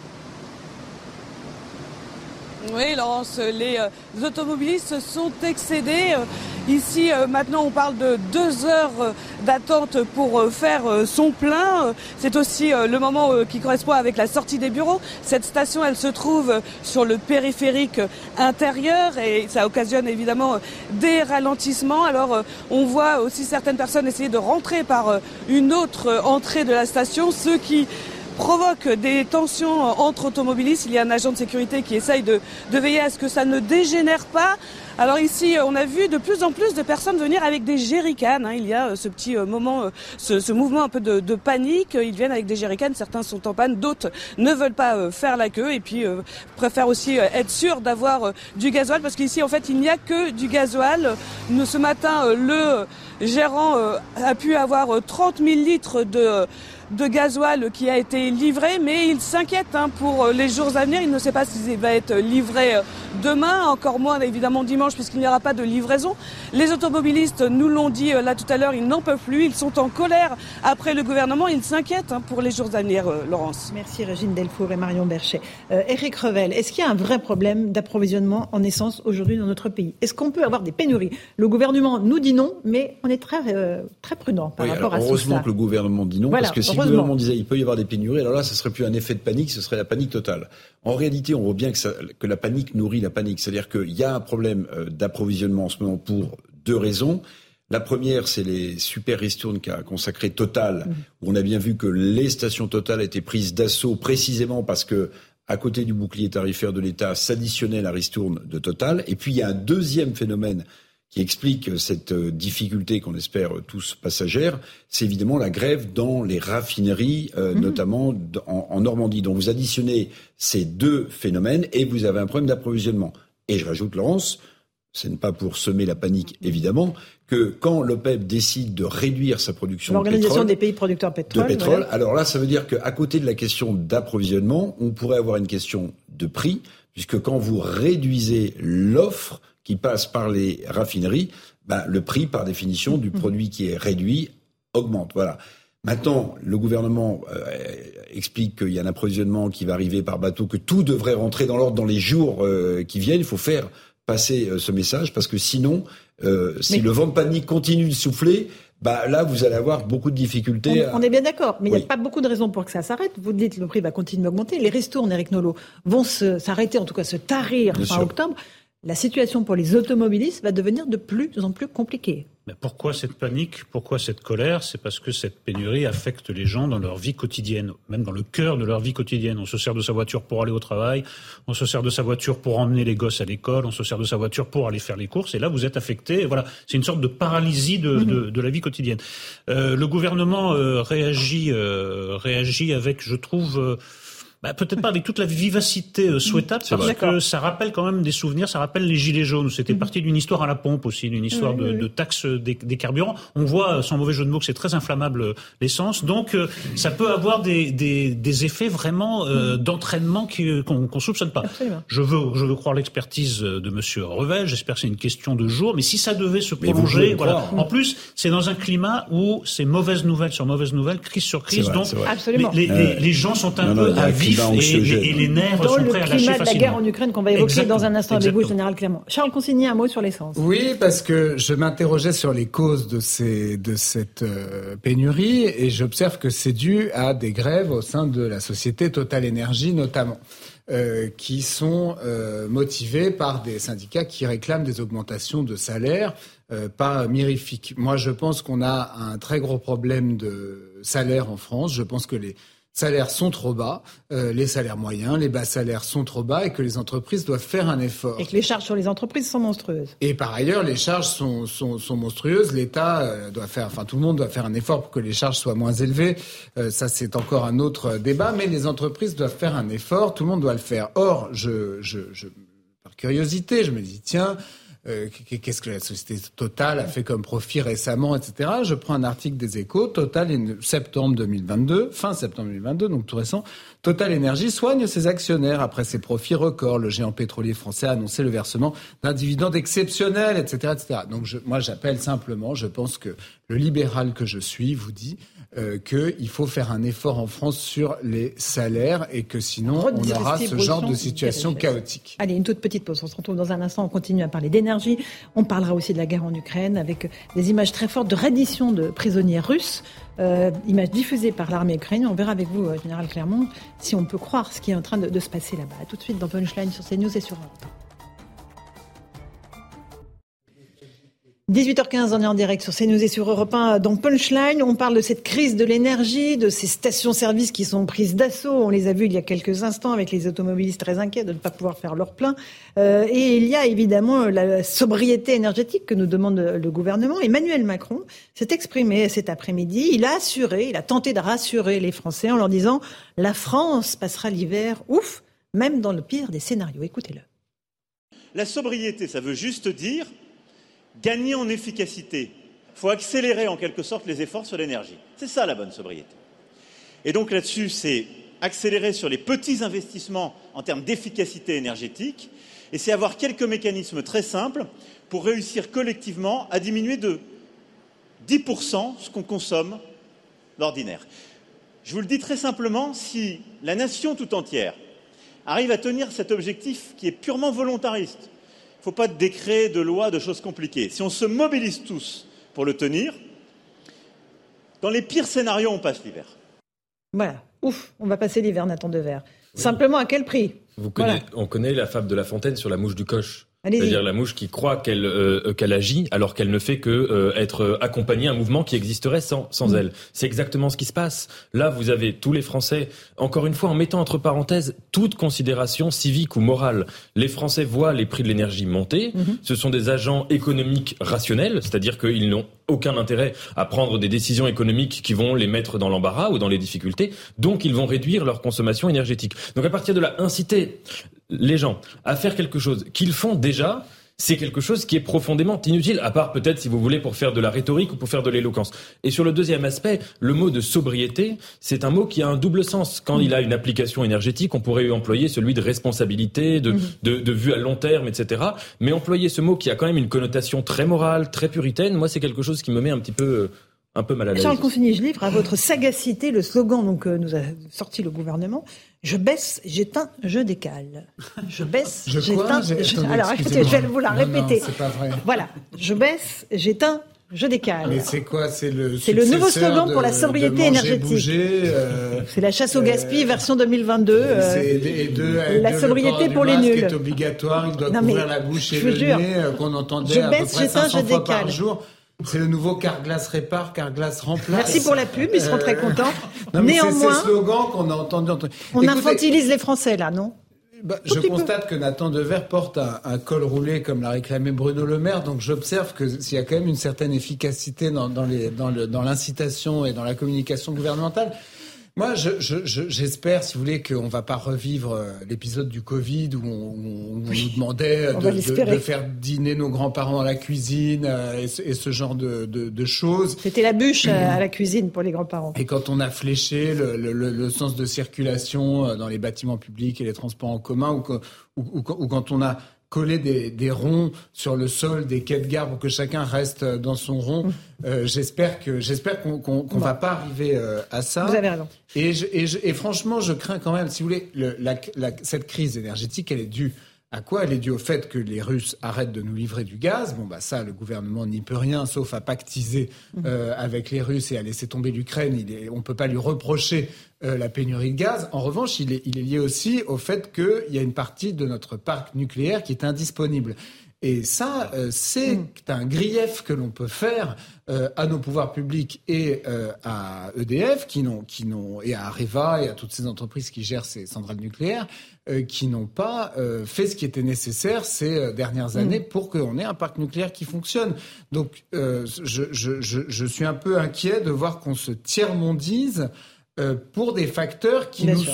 Oui, Laurence, les automobilistes sont excédés. Ici, maintenant, on parle de 2 heures d'attente pour faire son plein. C'est aussi le moment qui correspond avec la sortie des bureaux. Cette station, elle se trouve sur le périphérique intérieur et ça occasionne évidemment des ralentissements. Alors, on voit aussi certaines personnes essayer de rentrer par une autre entrée de la station, ce qui provoque des tensions entre automobilistes. Il y a un agent de sécurité qui essaye de veiller à ce que ça ne dégénère pas. Alors ici, on a vu de plus en plus de personnes venir avec des jerrycans. Il y a ce petit moment, ce mouvement un peu de panique. Ils viennent avec des jerrycans, certains sont en panne, d'autres ne veulent pas faire la queue et puis préfèrent aussi être sûrs d'avoir du gasoil parce qu'ici, en fait, il n'y a que du gasoil. Ce matin, le gérant a pu avoir 30 000 litres de gasoil qui a été livré, mais il s'inquiète pour les jours à venir. Il ne sait pas s'il va être livré demain, encore moins évidemment dimanche puisqu'il n'y aura pas de livraison. Les automobilistes nous l'ont dit là tout à l'heure, ils n'en peuvent plus, ils sont en colère après le gouvernement, ils s'inquiètent pour les jours à venir, Laurence. Merci Régine Delfour et Marion Berchet. Éric Revel, est-ce qu'il y a un vrai problème d'approvisionnement en essence aujourd'hui dans notre pays ? Est-ce qu'on peut avoir des pénuries ? Le gouvernement nous dit non, mais on est très prudent par rapport à ça. Heureusement que le gouvernement dit non, parce que si le gouvernement disait il peut y avoir des pénuries, alors là, ce serait plus un effet de panique, ce serait la panique totale. En réalité, on voit bien que la panique nourrit la panique. C'est-à-dire qu'il y a un problème d'approvisionnement en ce moment pour 2 raisons. La première, c'est les super ristournes qu'a consacré Total, où on a bien vu que les stations Total étaient prises d'assaut précisément parce que, à côté du bouclier tarifaire de l'État, s'additionnait la ristourne de Total. Et puis, il y a un deuxième phénomène qui explique cette difficulté qu'on espère tous passagère, c'est évidemment la grève dans les raffineries, notamment en Normandie. Donc vous additionnez ces 2 phénomènes et vous avez un problème d'approvisionnement. Et je rajoute, Laurence, ce n'est pas pour semer la panique, évidemment, que quand l'OPEP décide de réduire sa production l'Organisation des pays producteurs de pétrole, voilà. Alors là, ça veut dire qu'à côté de la question d'approvisionnement, on pourrait avoir une question de prix, puisque quand vous réduisez l'offre qui passe par les raffineries, le prix, par définition, du produit qui est réduit augmente. Voilà. Maintenant, le gouvernement explique qu'il y a un approvisionnement qui va arriver par bateau, que tout devrait rentrer dans l'ordre dans les jours qui viennent. Il faut faire passer ce message, parce que sinon, si le vent de panique continue de souffler, là, vous allez avoir beaucoup de difficultés. On est bien d'accord, mais il n'y a pas beaucoup de raisons pour que ça s'arrête. Vous dites que le prix va continuer d'augmenter. Les ristournes, Éric Nolot, vont s'arrêter, en tout cas se tarir fin octobre. La situation pour les automobilistes va devenir de plus en plus compliquée. Mais pourquoi cette panique ? Pourquoi cette colère ? C'est parce que cette pénurie affecte les gens dans leur vie quotidienne, même dans le cœur de leur vie quotidienne. On se sert de sa voiture pour aller au travail, on se sert de sa voiture pour emmener les gosses à l'école, on se sert de sa voiture pour aller faire les courses, et là vous êtes affecté. Voilà, c'est une sorte de paralysie de la vie quotidienne. Le gouvernement réagit avec, je trouve... peut-être pas avec toute la vivacité souhaitable, parce que ça rappelle quand même des souvenirs, ça rappelle les gilets jaunes. C'était parti d'une histoire à la pompe aussi, d'une histoire de taxe des carburants. On voit, sans mauvais jeu de mots, que c'est très inflammable l'essence. Donc ça peut avoir des effets vraiment d'entraînement qu'on soupçonne pas. Absolument. Je veux croire l'expertise de monsieur Revel, j'espère que c'est une question de jours, mais si ça devait se prolonger, voilà. En plus, c'est dans un climat où c'est mauvaise nouvelle sur mauvaise nouvelle, crise sur crise, donc les gens sont un peu à vide. vif et les nerfs sont prêts à lâcher facilement. Dans le climat de la guerre en Ukraine qu'on va évoquer dans un instant avec vous, Général Clermont. Charles Consigny, un mot sur l'essence. Oui, parce que je m'interrogeais sur les causes de cette pénurie et j'observe que c'est dû à des grèves au sein de la société Total Énergie notamment. Qui sont motivés par des syndicats qui réclament des augmentations de salaire pas mirifiques. Moi, je pense qu'on a un très gros problème de salaire en France. Je pense que les salaires sont trop bas, les salaires moyens, les bas salaires sont trop bas et que les entreprises doivent faire un effort. Et que les charges sur les entreprises sont monstrueuses. Et par ailleurs, les charges sont monstrueuses. L'État doit faire, tout le monde doit faire un effort pour que les charges soient moins élevées. Ça, c'est encore un autre débat. Mais les entreprises doivent faire un effort. Tout le monde doit le faire. Or, par curiosité, je me dis, tiens, qu'est-ce que la société Total a fait comme profit récemment, etc. Je prends un article des Échos, Total, fin septembre 2022, donc tout récent. Total Énergie soigne ses actionnaires après ses profits records. Le géant pétrolier français a annoncé le versement d'un dividende exceptionnel, etc., etc. Donc moi, j'appelle simplement, je pense que le libéral que je suis vous dit qu'il faut faire un effort en France sur les salaires et que sinon on aura ce genre de situation chaotique. Allez, une toute petite pause. On se retrouve dans un instant. On continue à parler d'énergie. On parlera aussi de la guerre en Ukraine avec des images très fortes de reddition de prisonniers russes. Images diffusées par l'armée ukrainienne. On verra avec vous, Général Clermont, si on peut croire ce qui est en train de se passer là-bas. À tout de suite dans Punchline sur CNews et sur Europe 18h15, on est en direct sur CNews et sur Europe 1 dans Punchline. On parle de cette crise de l'énergie, de ces stations-service qui sont prises d'assaut. On les a vues il y a quelques instants avec les automobilistes très inquiets de ne pas pouvoir faire leur plein. Et il y a évidemment la sobriété énergétique que nous demande le gouvernement. Emmanuel Macron s'est exprimé cet après-midi. Il a tenté de rassurer les Français en leur disant « La France passera l'hiver, ouf, même dans le pire des scénarios ». Écoutez-le. La sobriété, ça veut juste dire gagner en efficacité. Il faut accélérer en quelque sorte les efforts sur l'énergie. C'est ça la bonne sobriété. Et donc là-dessus, c'est accélérer sur les petits investissements en termes d'efficacité énergétique et c'est avoir quelques mécanismes très simples pour réussir collectivement à diminuer de 10% ce qu'on consomme d'ordinaire. Je vous le dis très simplement, si la nation tout entière arrive à tenir cet objectif qui est purement volontariste, il ne faut pas de décret, de loi, de choses compliquées. Si on se mobilise tous pour le tenir, dans les pires scénarios, on passe l'hiver. Voilà. Ouf, on va passer l'hiver, Nathan Devers. Oui. Simplement, à quel prix ? On connaît la fable de La Fontaine sur la mouche du coche. Allez-y. C'est-à-dire la mouche qui croit qu'elle agit alors qu'elle ne fait que être accompagnée, un mouvement qui existerait sans elle. C'est exactement ce qui se passe. Là, vous avez tous les Français, encore une fois, en mettant entre parenthèses toute considération civique ou morale. Les Français voient les prix de l'énergie monter. Ce sont des agents économiques rationnels, c'est-à-dire qu'ils n'ont aucun intérêt à prendre des décisions économiques qui vont les mettre dans l'embarras ou dans les difficultés. Donc, ils vont réduire leur consommation énergétique. Donc, à partir de là, inciter les gens à faire quelque chose qu'ils font déjà, c'est quelque chose qui est profondément inutile, à part peut-être, si vous voulez, pour faire de la rhétorique ou pour faire de l'éloquence. Et sur le deuxième aspect, le mot de sobriété, c'est un mot qui a un double sens. Quand il a une application énergétique, on pourrait employer celui de responsabilité, de vue à long terme, etc. Mais employer ce mot qui a quand même une connotation très morale, très puritaine, moi, c'est quelque chose qui me met un peu mal à l'aise. Charles Consigny, je livre à votre sagacité le slogan nous a sorti le gouvernement. Je baisse, j'éteins, je décale. Je baisse, j'éteins. Alors écoutez, je vais vous la répéter. Non, c'est pas vrai. Voilà, je baisse, j'éteins, je décale. Mais c'est quoi ? C'est le nouveau slogan pour la sobriété énergétique. C'est la chasse au gaspillage version 2022. La sobriété pour les nuls. Le masque est obligatoire, il doit couvrir la bouche et le nez, qu'on entendait à peu près 500 fois par jour. C'est le nouveau Carglass répare, Carglass remplace. Merci pour la pub, ils seront très contents. Néanmoins, c'est ce slogan qu'on a entendu. On infantilise les Français là, non ? Je constate que Nathan Devers porte un col roulé comme l'a réclamé Bruno Le Maire, donc j'observe qu'il y a quand même une certaine efficacité dans l'incitation et dans la communication gouvernementale. Moi, j'espère, si vous voulez, qu'on va pas revivre l'épisode du Covid où on nous demandait de faire dîner nos grands-parents dans la cuisine et ce genre de choses. C'était la bûche à la cuisine pour les grands-parents. Et quand on a fléché le sens de circulation dans les bâtiments publics et les transports en commun, ou quand on a coller des ronds sur le sol, des quais de gare pour que chacun reste dans son rond. J'espère qu'on va pas arriver à ça. Vous avez raison. Et franchement, je crains quand même, si vous voulez, cette crise énergétique, elle est due à quoi ? Elle est due au fait que les Russes arrêtent de nous livrer du gaz. Ça, le gouvernement n'y peut rien, sauf à pactiser avec les Russes et à laisser tomber l'Ukraine. On ne peut pas lui reprocher la pénurie de gaz. En revanche, il est lié aussi au fait qu'il y a une partie de notre parc nucléaire qui est indisponible. Et ça, c'est un grief que l'on peut faire à nos pouvoirs publics et à EDF, et à Areva et à toutes ces entreprises qui gèrent ces centrales nucléaires, qui n'ont pas fait ce qui était nécessaire ces dernières années pour qu'on ait un parc nucléaire qui fonctionne. Donc, je suis un peu inquiet de voir qu'on se tiers-mondise pour des facteurs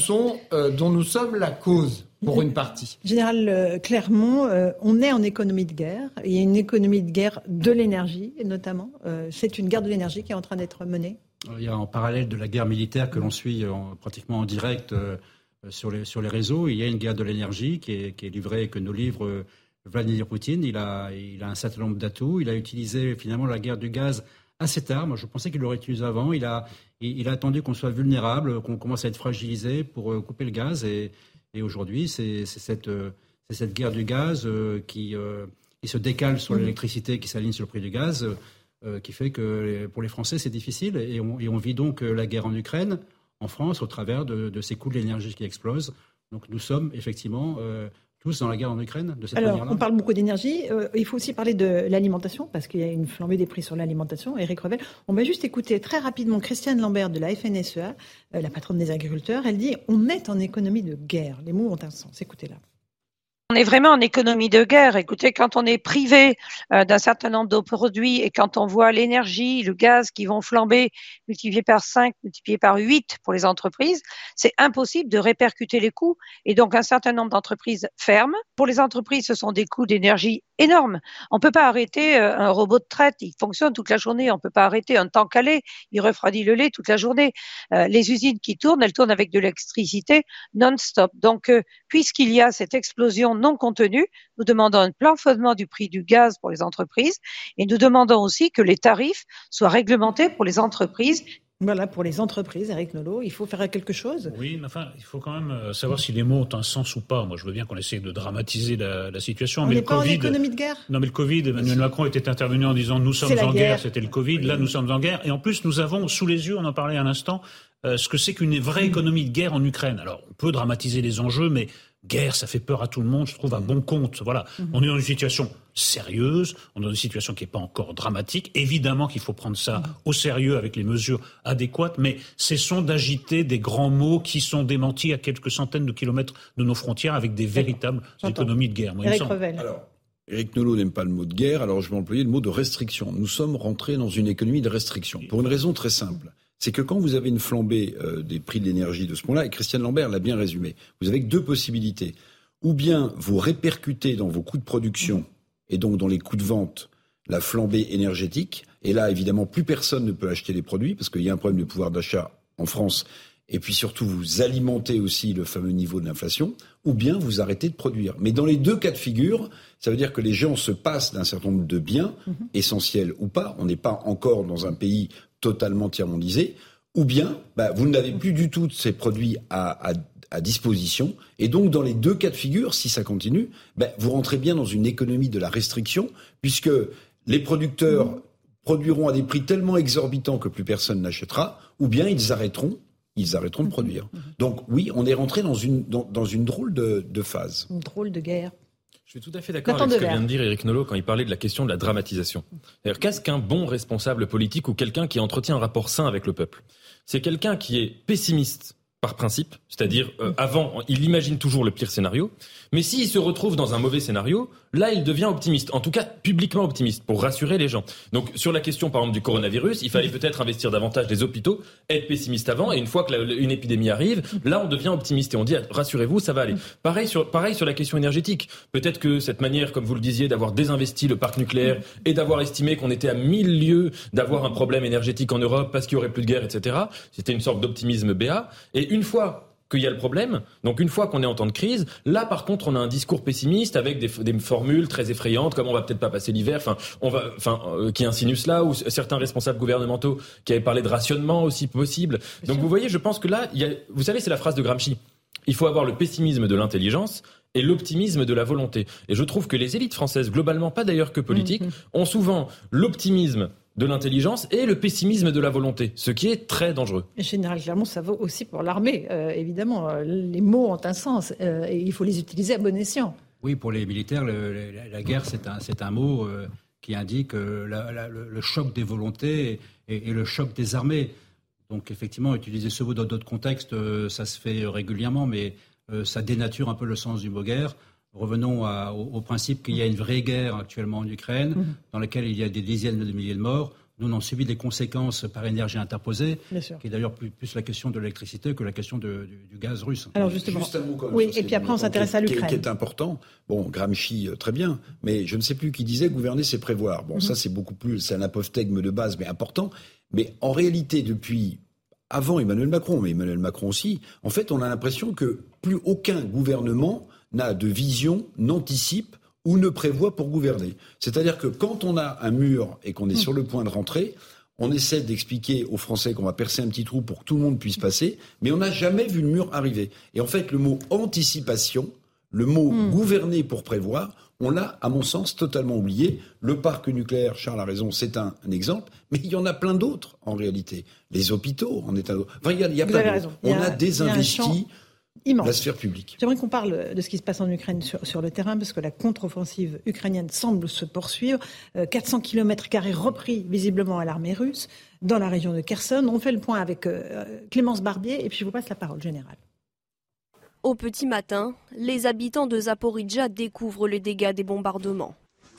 dont nous sommes la cause. Pour une partie. Général Clermont, on est en économie de guerre. Il y a une économie de guerre de l'énergie, notamment. C'est une guerre de l'énergie qui est en train d'être menée. Il y a en parallèle de la guerre militaire que l'on suit pratiquement en direct sur les réseaux. Il y a une guerre de l'énergie qui est livrée, que nous livre Vladimir Poutine. Il a un certain nombre d'atouts. Il a utilisé finalement la guerre du gaz assez tard. Moi, je pensais qu'il l'aurait utilisé avant. Il a attendu qu'on soit vulnérable, qu'on commence à être fragilisé pour couper le gaz. Et aujourd'hui, c'est cette guerre du gaz qui se décale sur l'électricité, qui s'aligne sur le prix du gaz, qui fait que pour les Français, c'est difficile. Et on vit donc la guerre en Ukraine, en France, au travers de ces coûts de l'énergie qui explosent. Donc nous sommes effectivement tous dans la guerre en Ukraine de cette manière-là. On parle beaucoup d'énergie. Il faut aussi parler de l'alimentation, parce qu'il y a une flambée des prix sur l'alimentation. Éric Revel, on va juste écouter très rapidement Christiane Lambert de la FNSEA, la patronne des agriculteurs. Elle dit « on est en économie de guerre ». Les mots ont un sens. Écoutez-la. On est vraiment en économie de guerre. Écoutez, quand on est privé d'un certain nombre de produits et quand on voit l'énergie, le gaz qui vont flamber, multiplié par 5, multiplié par 8 pour les entreprises, c'est impossible de répercuter les coûts. Et donc, un certain nombre d'entreprises ferment. Pour les entreprises, ce sont des coûts d'énergie énormes. On ne peut pas arrêter un robot de traite. Il fonctionne toute la journée. On ne peut pas arrêter un tank à lait. Il refroidit le lait toute la journée. Les usines qui tournent, elles tournent avec de l'électricité non-stop. Donc, puisqu'il y a cette explosion non contenue, nous demandons un plafonnement du prix du gaz pour les entreprises et nous demandons aussi que les tarifs soient réglementés pour les entreprises. Voilà, pour les entreprises, Éric Nolot, il faut faire quelque chose. Oui, mais enfin, il faut quand même savoir si les mots ont un sens ou pas. Moi, je veux bien qu'on essaie de dramatiser la situation. On n'est pas en économie de guerre. Non, mais le Covid, Emmanuel Macron était intervenu en disant « nous sommes en guerre », c'était le Covid, là nous sommes en guerre. Et en plus, nous avons sous les yeux, on en parlait à l'instant, ce que c'est qu'une vraie économie de guerre en Ukraine. Alors, on peut dramatiser les enjeux, mais guerre, ça fait peur à tout le monde, je trouve, à bon compte. Voilà. On est dans une situation sérieuse, on est dans une situation qui n'est pas encore dramatique. Évidemment qu'il faut prendre ça au sérieux avec les mesures adéquates, mais cessons d'agiter des grands mots qui sont démentis à quelques centaines de kilomètres de nos frontières avec des véritables économies de guerre. Éric Revel. Alors, Éric Nolot n'aime pas le mot de guerre, alors je vais employer le mot de restriction. Nous sommes rentrés dans une économie de restriction, pour une raison très simple. C'est que quand vous avez une flambée des prix de l'énergie de ce point-là, et Christiane Lambert l'a bien résumé, vous avez que deux possibilités. Ou bien vous répercutez dans vos coûts de production et donc dans les coûts de vente la flambée énergétique, et là évidemment plus personne ne peut acheter les produits parce qu'il y a un problème de pouvoir d'achat en France, et puis surtout vous alimentez aussi le fameux niveau de l'inflation, ou bien vous arrêtez de produire. Mais dans les deux cas de figure, ça veut dire que les gens se passent d'un certain nombre de biens, essentiels ou pas, on n'est pas encore dans un pays totalement tiers-mondisé, ou bien vous n'avez plus du tout de ces produits à disposition, et donc dans les deux cas de figure, si ça continue, vous rentrez bien dans une économie de la restriction, puisque les producteurs produiront à des prix tellement exorbitants que plus personne n'achètera, ou bien ils arrêteront de produire. Donc oui, on est rentré dans une drôle de phase. Une drôle de guerre. Je suis tout à fait d'accord avec ce que vient de dire Éric Nolot quand il parlait de la question de la dramatisation. C'est-à-dire, qu'est-ce qu'un bon responsable politique ou quelqu'un qui entretient un rapport sain avec le peuple ? C'est quelqu'un qui est pessimiste par principe, c'est-à-dire avant, il imagine toujours le pire scénario, mais s'il se retrouve dans un mauvais scénario, là il devient optimiste, en tout cas publiquement optimiste, pour rassurer les gens. Donc sur la question par exemple du coronavirus, il fallait peut-être investir davantage les hôpitaux, être pessimiste avant, et une fois que une épidémie arrive, là on devient optimiste et on dit rassurez-vous, ça va aller. Pareil sur la question énergétique, peut-être que cette manière, comme vous le disiez, d'avoir désinvesti le parc nucléaire et d'avoir estimé qu'on était à 1000 lieues d'avoir un problème énergétique en Europe parce qu'il y aurait plus de guerre, etc., c'était une sorte d'optimisme béat. Et une fois qu'il y a le problème. Donc une fois qu'on est en temps de crise, là par contre on a un discours pessimiste avec des formules très effrayantes comme on va peut-être pas passer l'hiver, qui insinue cela, ou certains responsables gouvernementaux qui avaient parlé de rationnement aussi possible. Donc vous voyez, je pense que là, vous savez, c'est la phrase de Gramsci. Il faut avoir le pessimisme de l'intelligence et l'optimisme de la volonté. Et je trouve que les élites françaises, globalement, pas d'ailleurs que politiques, ont souvent l'optimisme de l'intelligence et le pessimisme de la volonté, ce qui est très dangereux. Et Général Clermont, ça vaut aussi pour l'armée, évidemment. Les mots ont un sens et il faut les utiliser à bon escient. Oui, pour les militaires, la guerre, c'est un mot qui indique le choc des volontés et le choc des armées. Donc effectivement, utiliser ce mot dans d'autres contextes, ça se fait régulièrement, mais ça dénature un peu le sens du mot guerre. Revenons au principe qu'il y a une vraie guerre actuellement en Ukraine, dans laquelle il y a des dizaines de milliers de morts. Nous, on en subit des conséquences par énergie interposée, qui est d'ailleurs plus la question de l'électricité que la question du gaz russe. Alors justement, juste un mot quand même, oui, et puis après on s'intéresse à l'Ukraine. Qui est important. Bon, Gramsci, très bien, mais je ne sais plus qui disait gouverner, c'est prévoir. Bon, ça c'est beaucoup plus, c'est un apophthegme de base, mais important. Mais en réalité, depuis avant Emmanuel Macron, mais Emmanuel Macron aussi, en fait, on a l'impression que plus aucun gouvernement n'a de vision, n'anticipe ou ne prévoit pour gouverner. C'est-à-dire que quand on a un mur et qu'on est sur le point de rentrer, on essaie d'expliquer aux Français qu'on va percer un petit trou pour que tout le monde puisse passer, mais on n'a jamais vu le mur arriver. Et en fait, le mot anticipation, le mot gouverner pour prévoir, on l'a, à mon sens, totalement oublié. Le parc nucléaire, Charles a raison, c'est un exemple, mais il y en a plein d'autres, en réalité. Les hôpitaux en état... Enfin, il y a plein d'autres. On a désinvesti la sphère publique. J'aimerais qu'on parle de ce qui se passe en Ukraine sur le terrain, parce que la contre-offensive ukrainienne semble se poursuivre. 400 km² repris, visiblement, à l'armée russe, dans la région de Kherson. On fait le point avec Clémence Barbier, et puis je vous passe la parole, Général. Au petit matin, les habitants de Zaporijjia découvrent les dégâts des bombardements.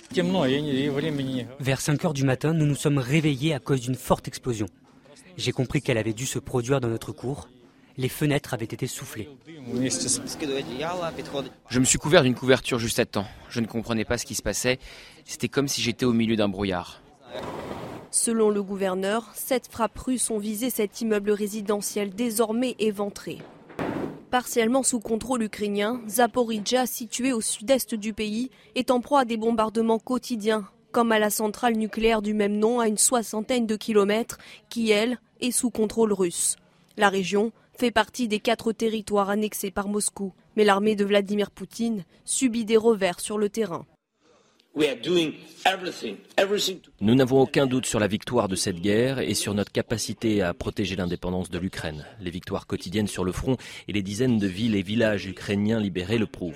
Vers 5 heures du matin, nous nous sommes réveillés à cause d'une forte explosion. J'ai compris qu'elle avait dû se produire dans notre cour. Les fenêtres avaient été soufflées. Je me suis couvert d'une couverture juste à temps. Je ne comprenais pas ce qui se passait. C'était comme si j'étais au milieu d'un brouillard. Selon le gouverneur, 7 frappes russes ont visé cet immeuble résidentiel désormais éventré. Partiellement sous contrôle ukrainien, Zaporijjia, situé au sud-est du pays, est en proie à des bombardements quotidiens, comme à la centrale nucléaire du même nom à une 60aine de kilomètres, qui, elle, est sous contrôle russe. La région fait partie des 4 territoires annexés par Moscou, mais l'armée de Vladimir Poutine subit des revers sur le terrain. Nous n'avons aucun doute sur la victoire de cette guerre et sur notre capacité à protéger l'indépendance de l'Ukraine. Les victoires quotidiennes sur le front et les dizaines de villes et villages ukrainiens libérés le prouvent.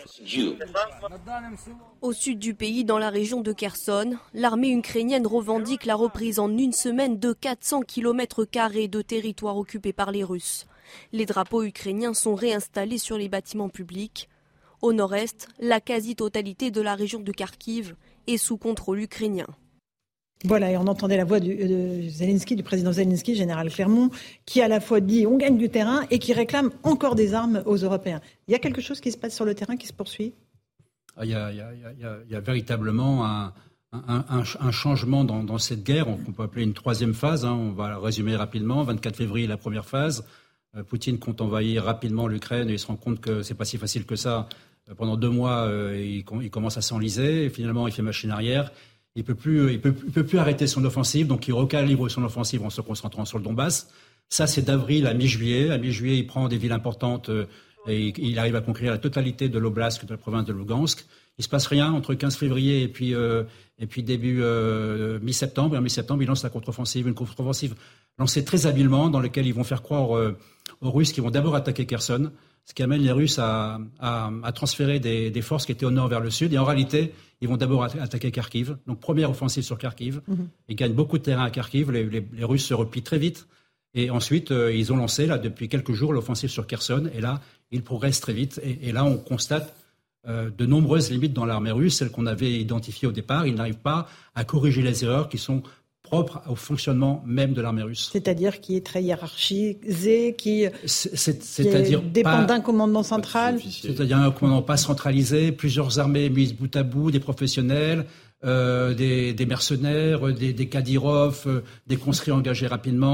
Au sud du pays, dans la région de Kherson, l'armée ukrainienne revendique la reprise en une semaine de 400 km² de territoire occupé par les Russes. Les drapeaux ukrainiens sont réinstallés sur les bâtiments publics. Au nord-est, la quasi-totalité de la région de Kharkiv est sous contrôle ukrainien. Voilà, et on entendait la voix de Zelensky, du président Zelensky, Général Clermont, qui à la fois dit on gagne du terrain et qui réclame encore des armes aux Européens. Il y a quelque chose qui se passe sur le terrain qui se poursuit ? Il y a véritablement un changement dans cette guerre, qu'on peut appeler une troisième phase. On va la résumer rapidement. 24 février, la première phase. Poutine compte envahir rapidement l'Ukraine et il se rend compte que c'est pas si facile que ça. Pendant 2 mois, il commence à s'enliser et finalement il fait machine arrière. Il peut plus arrêter son offensive, donc il recalibre son offensive en se concentrant sur le Donbass. Ça, c'est d'avril à mi-juillet. À mi-juillet, il prend des villes importantes et il arrive à conquérir la totalité de l'oblast de la province de Lugansk. Il se passe rien entre 15 février et puis début mi-septembre. Et en mi-septembre, il lance la contre-offensive, une contre-offensive lancée très habilement, dans laquelle ils vont faire croire aux Russes qu'ils vont d'abord attaquer Kherson, ce qui amène les Russes à transférer des forces qui étaient au nord vers le sud. Et en réalité, ils vont d'abord attaquer Kharkiv. Donc première offensive sur Kharkiv. Ils gagnent beaucoup de terrain à Kharkiv. Les Russes se replient très vite. Et ensuite, ils ont lancé, là, depuis quelques jours, l'offensive sur Kherson. Et là, ils progressent très vite. Et là, on constate de nombreuses limites dans l'armée russe, celles qu'on avait identifiées au départ. Ils n'arrivent pas à corriger les erreurs qui sont propres au fonctionnement même de l'armée russe. C'est-à-dire qui est très hiérarchisé, qui dépend d'un commandement central. C'est-à-dire un commandement pas centralisé, plusieurs armées mises bout à bout, des professionnels, des mercenaires, des Kadyrov, des conscrits engagés rapidement,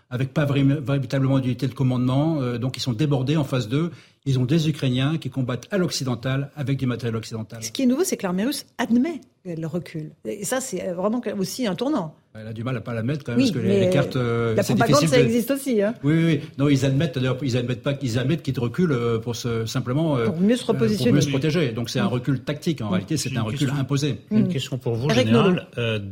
avec pas véritablement d'unité de commandement. Donc ils sont débordés en phase 2. Ils ont des Ukrainiens qui combattent à l'occidental avec du matériel occidental. Ce qui est nouveau, c'est que l'armée russe admet le recul. Et ça, c'est vraiment aussi un tournant. Elle a du mal à pas l'admettre quand même, parce que les cartes. La propagande, ça existe aussi. Hein. Oui. Non, ils admettent qu'ils reculent simplement pour mieux se repositionner, pour mieux se protéger. Donc c'est un recul tactique. En réalité, c'est un recul imposé. Une question pour vous, général.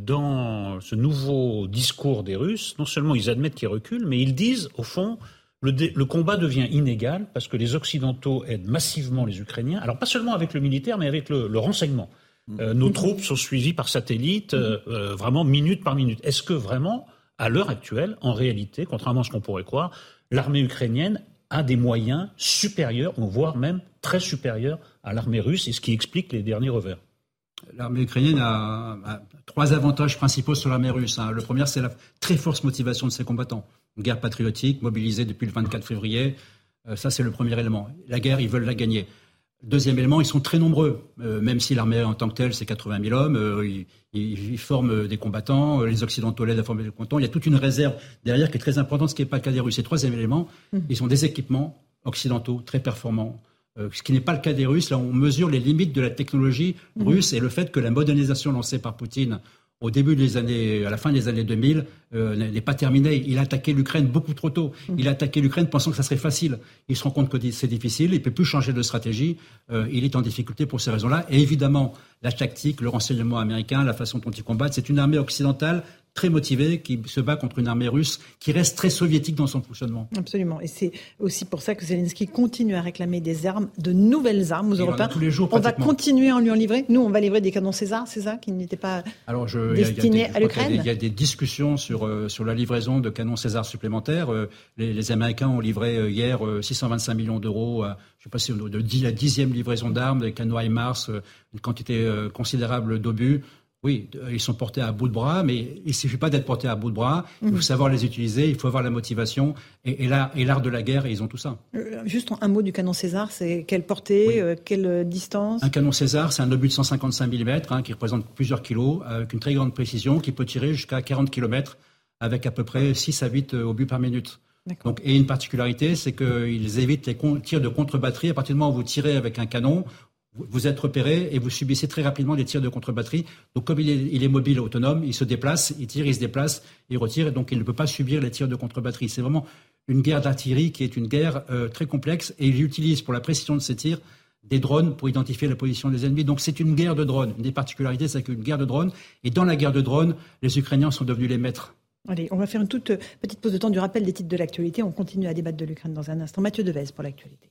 Dans ce nouveau discours des Russes, non seulement ils admettent qu'ils reculent, mais ils disent au fond. Le combat devient inégal parce que les Occidentaux aident massivement les Ukrainiens. Alors pas seulement avec le militaire, mais avec le renseignement. Nos troupes sont suivies par satellite, vraiment minute par minute. Est-ce que vraiment, à l'heure actuelle, en réalité, contrairement à ce qu'on pourrait croire, l'armée ukrainienne a des moyens supérieurs, voire même très supérieurs à l'armée russe, et ce qui explique les derniers revers? L'armée ukrainienne a 3 avantages principaux sur l'armée russe. Le premier, c'est la très forte motivation de ses combattants. Une guerre patriotique, mobilisée depuis le 24 février. Ça, c'est le premier élément. La guerre, ils veulent la gagner. Deuxième élément, ils sont très nombreux. Même si l'armée en tant que telle, c'est 80 000 hommes, ils forment des combattants, les Occidentaux l'aident à former des combattants. Il y a toute une réserve derrière qui est très importante, ce qui n'est pas le cas des Russes. Et troisième élément, ils ont des équipements occidentaux très performants. Ce qui n'est pas le cas des Russes. Là, on mesure les limites de la technologie russe et le fait que la modernisation lancée par Poutine au début des années, à la fin des années 2000, n'est pas terminée. Il a attaqué l'Ukraine beaucoup trop tôt. Il a attaqué l'Ukraine pensant que ça serait facile. Il se rend compte que c'est difficile. Il ne peut plus changer de stratégie. Il est en difficulté pour ces raisons-là. Et évidemment, la tactique, le renseignement américain, la façon dont ils combattent, c'est une armée occidentale très motivée qui se bat contre une armée russe qui reste très soviétique dans son fonctionnement. Absolument. Et c'est aussi pour ça que Zelensky continue à réclamer des armes, de nouvelles armes aux Européens. Tous les jours, on va continuer à lui en livrer. Nous, on va livrer des canons César, c'est ça, qui n'étaient pas destinés à l'Ukraine. Il y a des discussions sur la livraison de canons César supplémentaires. Les Américains ont livré hier 625 millions d'euros. Je ne sais pas si la 10e livraison d'armes, des canons HIMARS, une quantité considérable d'obus. Oui, ils sont portés à bout de bras, mais il ne suffit pas d'être porté à bout de bras. Il faut savoir les utiliser, il faut avoir la motivation et l'art de la guerre, et ils ont tout ça. Juste un mot du canon César, c'est quelle portée, quelle distance? Un canon César, c'est un obus de 155 mm qui représente plusieurs kilos, avec une très grande précision, qui peut tirer jusqu'à 40 km avec à peu près 6 à 8 obus par minute. Donc, et une particularité, c'est qu'ils évitent les tirs de contre-batterie. À partir du moment où vous tirez avec un canon, vous êtes repéré et vous subissez très rapidement des tirs de contre-batterie. Donc comme il est mobile, autonome, il se déplace, il tire, il se déplace, il retire, et donc il ne peut pas subir les tirs de contre-batterie. C'est vraiment une guerre d'artillerie qui est une guerre très complexe, et il utilise pour la précision de ses tirs des drones pour identifier la position des ennemis. Donc c'est une guerre de drones. Une des particularités, c'est qu'une guerre de drones, et dans la guerre de drones, les Ukrainiens sont devenus les maîtres. Allez, on va faire une toute petite pause de temps du rappel des titres de l'actualité. On continue à débattre de l'Ukraine dans un instant. Mathieu Devez pour l'actualité.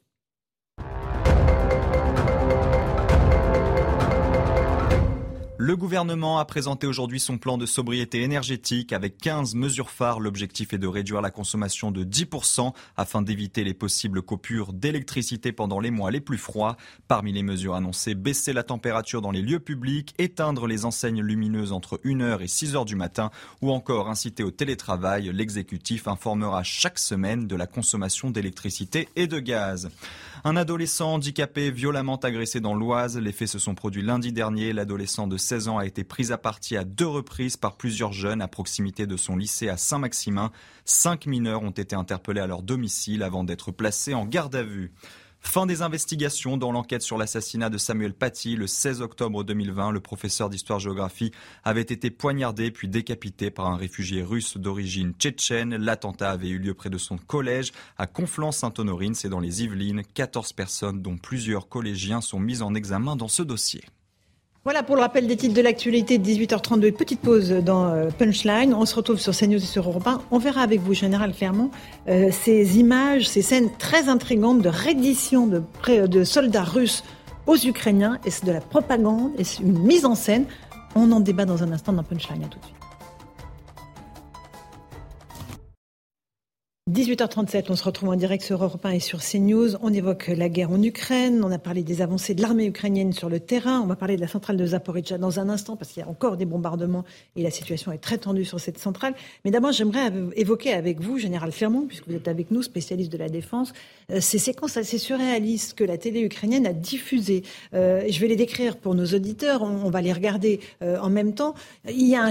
Le gouvernement a présenté aujourd'hui son plan de sobriété énergétique avec 15 mesures phares. L'objectif est de réduire la consommation de 10% afin d'éviter les possibles coupures d'électricité pendant les mois les plus froids. Parmi les mesures annoncées, baisser la température dans les lieux publics, éteindre les enseignes lumineuses entre 1h et 6h du matin ou encore inciter au télétravail. L'exécutif informera chaque semaine de la consommation d'électricité et de gaz. Un adolescent handicapé violemment agressé dans l'Oise. Les faits se sont produits lundi dernier. L'adolescent de 16 ans a été pris à partie à 2 reprises par plusieurs jeunes à proximité de son lycée à Saint-Maximin. 5 mineurs ont été interpellés à leur domicile avant d'être placés en garde à vue. Fin des investigations dans l'enquête sur l'assassinat de Samuel Paty. Le 16 octobre 2020, le professeur d'histoire-géographie avait été poignardé puis décapité par un réfugié russe d'origine tchétchène. L'attentat avait eu lieu près de son collège à Conflans-Sainte-Honorine, c'est dans les Yvelines. 14 personnes, dont plusieurs collégiens, sont mises en examen dans ce dossier. Voilà pour le rappel des titres de l'actualité de 18h32. Petite pause dans Punchline. On se retrouve sur CNews et sur Europe 1. On verra avec vous, Général Clermont, ces images, ces scènes très intrigantes de reddition de soldats russes aux Ukrainiens. Et c'est de la propagande et c'est une mise en scène. On en débat dans un instant dans Punchline. À tout de suite. 18h37, on se retrouve en direct sur Europe 1 et sur CNews. On évoque la guerre en Ukraine, on a parlé des avancées de l'armée ukrainienne sur le terrain, on va parler de la centrale de Zaporijjia dans un instant parce qu'il y a encore des bombardements et la situation est très tendue sur cette centrale. Mais d'abord, j'aimerais évoquer avec vous, Général Clermont, puisque vous êtes avec nous, spécialiste de la défense, ces séquences assez surréalistes que la télé ukrainienne a diffusées. Je vais les décrire pour nos auditeurs, on va les regarder en même temps. Il y a un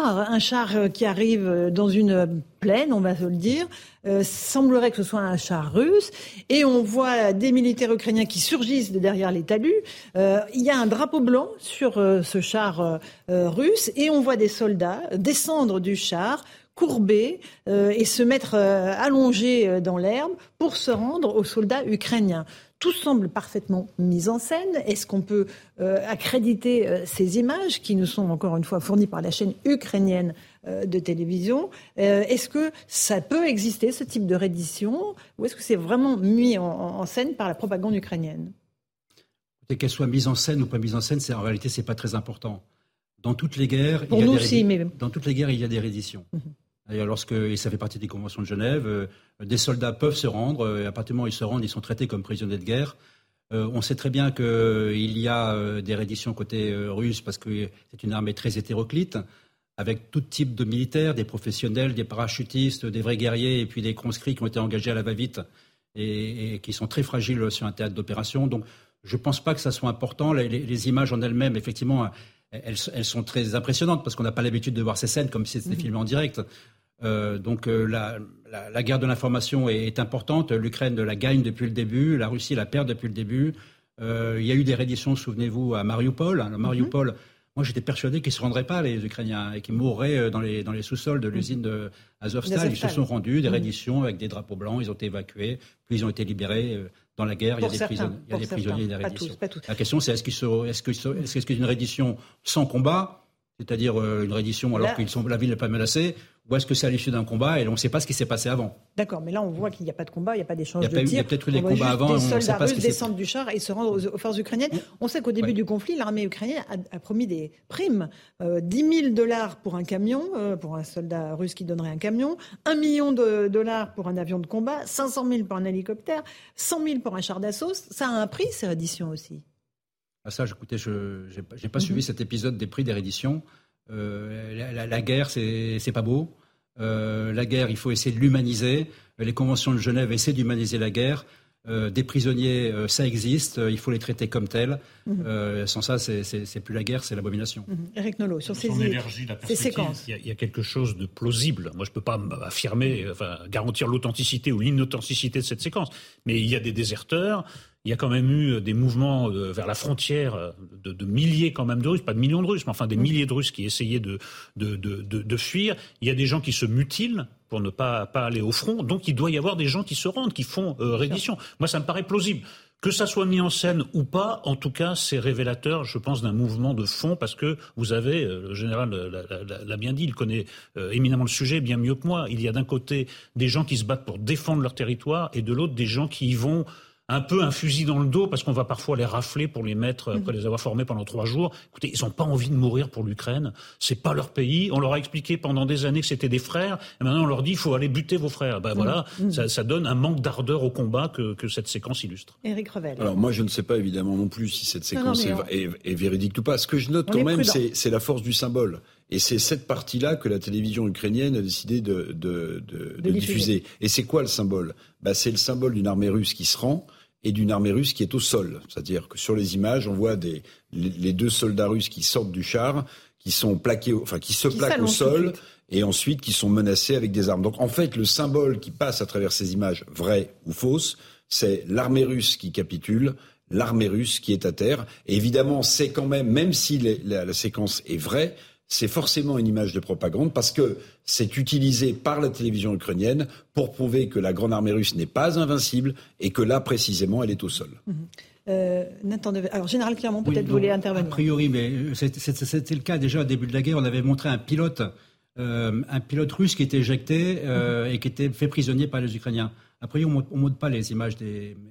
char qui arrive dans une plaine, on va se le dire. Semblerait que ce soit un char russe et on voit des militaires ukrainiens qui surgissent de derrière les talus. Il y a un drapeau blanc sur ce char russe et on voit des soldats descendre du char, courbés et se mettre allongés dans l'herbe pour se rendre aux soldats ukrainiens. Tout semble parfaitement mis en scène. Est-ce qu'on peut accréditer ces images qui nous sont encore une fois fournies par la chaîne ukrainienne de télévision? Est-ce que ça peut exister, ce type de reddition, ou est-ce que c'est vraiment mis en scène par la propagande ukrainienne? Et qu'elle soit mise en scène ou pas mise en scène, en réalité, c'est pas très important. Dans toutes les guerres, dans toutes les guerres, il y a des redditions. D'ailleurs, et ça fait partie des conventions de Genève, des soldats peuvent se rendre, et à partir du moment où ils se rendent, ils sont traités comme prisonniers de guerre. On sait très bien qu'il y a des redditions côté russe parce que c'est une armée très hétéroclite, avec tout type de militaires, des professionnels, des parachutistes, des vrais guerriers, et puis des conscrits qui ont été engagés à la va-vite et qui sont très fragiles sur un théâtre d'opération. Donc, je ne pense pas que ça soit important. Les images en elles-mêmes, effectivement, elles sont très impressionnantes parce qu'on n'a pas l'habitude de voir ces scènes comme si c'était filmé en direct. Donc la guerre de l'information est importante. L'Ukraine la gagne depuis le début, la Russie la perd depuis le début. Il y a eu des redditions, souvenez-vous, à Mariupol. Mariupol, moi j'étais persuadé qu'ils ne se rendraient pas, les Ukrainiens, et qu'ils mourraient dans les sous-sols de l'usine de Azovstal. Ils se sont rendus, des redditions avec des drapeaux blancs, ils ont été évacués, puis ils ont été libérés. Dans la guerre, il y a des prisonniers et des redditions. Pas tous. La question, c'est est-ce que c'est une reddition sans combat, c'est-à-dire une reddition alors que la ville n'est pas menacée, ou est-ce que c'est à l'issue d'un combat et on ne sait pas ce qui s'est passé avant? D'accord, mais là on voit qu'il n'y a pas de combat, il n'y a pas d'échange de tirs. Il y a peut-être eu des combats avant. Les soldats russes descendent du char et se rendent aux forces ukrainiennes. On sait qu'au début du conflit, l'armée ukrainienne a promis des primes. $10 000 pour un camion, pour un soldat russe qui donnerait un camion, $1 million pour un avion de combat, 500 000 pour un hélicoptère, 100 000 pour un char d'assaut. Ça a un prix, ces redditions aussi. Ah ça, écoutez, je n'ai pas suivi cet épisode des prix des redditions. La guerre, c'est pas beau. La guerre, il faut essayer de l'humaniser. Les conventions de Genève essaient d'humaniser la guerre. Des prisonniers, ça existe. Il faut les traiter comme tels. Sans ça, c'est plus la guerre, c'est l'abomination. Éric Nolot, sur ces séquences. Il y a quelque chose de plausible. Moi, je ne peux pas affirmer, garantir l'authenticité ou l'inauthenticité de cette séquence. Mais il y a des déserteurs. Il y a quand même eu des mouvements vers la frontière de milliers quand même de Russes, pas de millions de Russes, mais enfin des milliers de Russes qui essayaient de fuir. Il y a des gens qui se mutilent pour ne pas aller au front. Donc il doit y avoir des gens qui se rendent, qui font reddition. Moi, ça me paraît plausible. Que ça soit mis en scène ou pas, en tout cas, c'est révélateur, je pense, d'un mouvement de fond, parce que vous avez, le général l'a bien dit, il connaît éminemment le sujet bien mieux que moi. Il y a d'un côté des gens qui se battent pour défendre leur territoire, et de l'autre des gens qui y vont un peu un fusil dans le dos, parce qu'on va parfois les rafler pour les mettre, après les avoir formés pendant 3 jours. Écoutez, ils n'ont pas envie de mourir pour l'Ukraine. C'est pas leur pays. On leur a expliqué pendant des années que c'était des frères. Et maintenant, on leur dit, il faut aller buter vos frères. Voilà, ça donne un manque d'ardeur au combat que cette séquence illustre. Éric Revel. Alors, moi, je ne sais pas évidemment non plus si cette séquence est véridique ou pas. Ce que je note quand même, c'est la force du symbole. Et c'est cette partie-là que la télévision ukrainienne a décidé de diffuser. Et c'est quoi le symbole? C'est le symbole d'une armée russe qui se rend, et d'une armée russe qui est au sol. C'est-à-dire que sur les images, on voit les 2 soldats russes qui sortent du char, qui sont plaqués, qui se plaquent au sol, et ensuite qui sont menacés avec des armes. Donc en fait, le symbole qui passe à travers ces images, vraies ou fausses, c'est l'armée russe qui capitule, l'armée russe qui est à terre. Et évidemment, c'est quand même si la séquence est vraie, c'est forcément une image de propagande parce que c'est utilisé par la télévision ukrainienne pour prouver que la grande armée russe n'est pas invincible et que là, précisément, elle est au sol. Nathan Dever. Alors, Général Clermont, peut-être vous voulez intervenir. A priori, mais c'était le cas déjà au début de la guerre. On avait montré un pilote russe qui était éjecté et qui était fait prisonnier par les Ukrainiens. A priori, on ne montre pas les images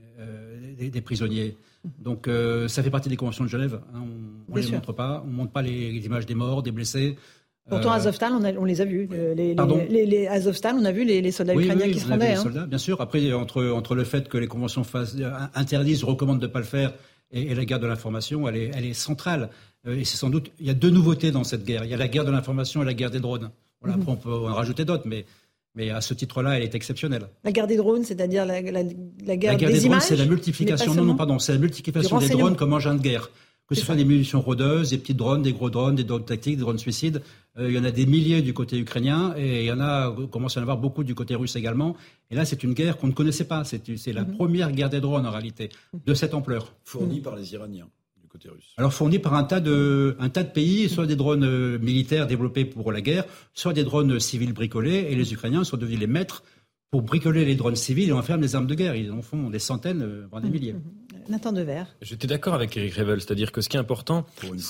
des prisonniers. Donc ça fait partie des conventions de Genève. On ne les montre pas. On ne montre pas les images des morts, des blessés. Pourtant, Azovstal, on les a vus. Les Azovstal, on a vu les soldats ukrainiens qui se rendaient. Les soldats, bien sûr. Après, entre le fait que les conventions interdisent, recommandent de ne pas le faire, et la guerre de l'information, elle est centrale. Et c'est sans doute, il y a 2 nouveautés dans cette guerre. Il y a la guerre de l'information et la guerre des drones. Voilà, après, on peut en rajouter d'autres, mais à ce titre-là, elle est exceptionnelle. La guerre des drones, c'est-à-dire la guerre des drones, images, c'est la multiplication. C'est la multiplication des drones comme engin de guerre. Que ce soit des munitions rôdeuses, des petits drones, des gros drones, des drones tactiques, des drones suicides. Il y en a des milliers du côté ukrainien et il commence à y en avoir beaucoup du côté russe également. Et là, c'est une guerre qu'on ne connaissait pas. C'est la première guerre des drones en réalité, de cette ampleur. Fournie par les Iraniens du côté russe. Alors fournie par un tas de pays, soit des drones militaires développés pour la guerre, soit des drones civils bricolés. Et les Ukrainiens sont devenus les maîtres pour bricoler les drones civils et en faire des armes de guerre. Ils en font des centaines, voire des milliers. Nathan Devers. J'étais d'accord avec Éric Revel, c'est-à-dire que ce qui est important...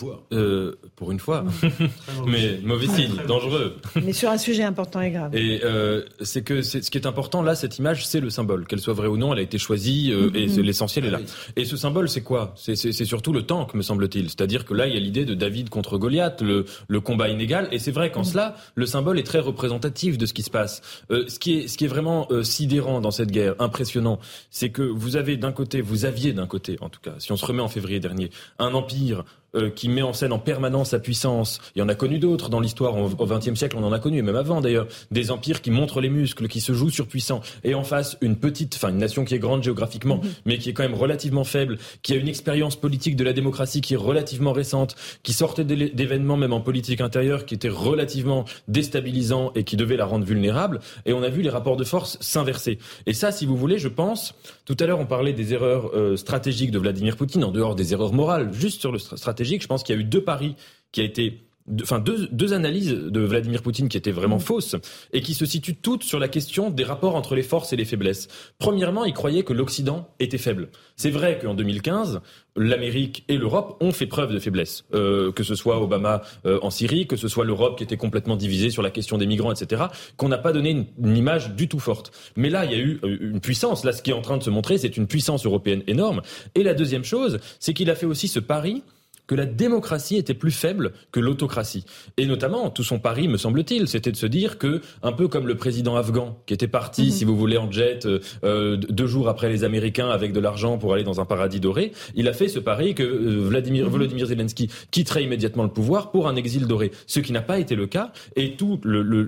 Pour une fois. Mais mauvais signe, dangereux. Mais sur un sujet important et grave. Et c'est que ce qui est important là, cette image, c'est le symbole. Qu'elle soit vraie ou non, elle a été choisie et l'essentiel est là. Et ce symbole, c'est quoi ? C'est surtout le tank, me semble-t-il. C'est-à-dire que là, il y a l'idée de David contre Goliath, le combat inégal. Et c'est vrai qu'en cela, le symbole est très représentatif de ce qui se passe. Ce qui est vraiment sidérant dans cette guerre, impressionnant, c'est que vous aviez d'un côté, en tout cas, si on se remet en février dernier, un empire qui met en scène en permanence sa puissance. Il y en a connu d'autres dans l'histoire, au XXe siècle, on en a connu, et même avant d'ailleurs, des empires qui montrent les muscles, qui se jouent surpuissants, et en face une nation qui est grande géographiquement, mais qui est quand même relativement faible, qui a une expérience politique de la démocratie qui est relativement récente, qui sortait d'événements même en politique intérieure, qui étaient relativement déstabilisants et qui devaient la rendre vulnérable, et on a vu les rapports de force s'inverser. Et ça, si vous voulez, je pense, tout à l'heure on parlait des erreurs stratégiques de Vladimir Poutine, en dehors des erreurs morales, juste sur le stratégique, je pense qu'il y a eu 2 paris qui a été... deux analyses de Vladimir Poutine qui étaient vraiment fausses et qui se situent toutes sur la question des rapports entre les forces et les faiblesses. Premièrement, il croyait que l'Occident était faible. C'est vrai qu'en 2015, l'Amérique et l'Europe ont fait preuve de faiblesse. Que ce soit Obama en Syrie, que ce soit l'Europe qui était complètement divisée sur la question des migrants, etc., qu'on n'a pas donné une image du tout forte. Mais là, il y a eu une puissance. Là, ce qui est en train de se montrer, c'est une puissance européenne énorme. Et la deuxième chose, c'est qu'il a fait aussi ce pari que la démocratie était plus faible que l'autocratie. Et notamment, tout son pari, me semble-t-il, c'était de se dire que, un peu comme le président afghan, qui était parti, si vous voulez, en jet, 2 jours après les Américains avec de l'argent pour aller dans un paradis doré, il a fait ce pari que Volodymyr Zelensky quitterait immédiatement le pouvoir pour un exil doré. Ce qui n'a pas été le cas. Et tout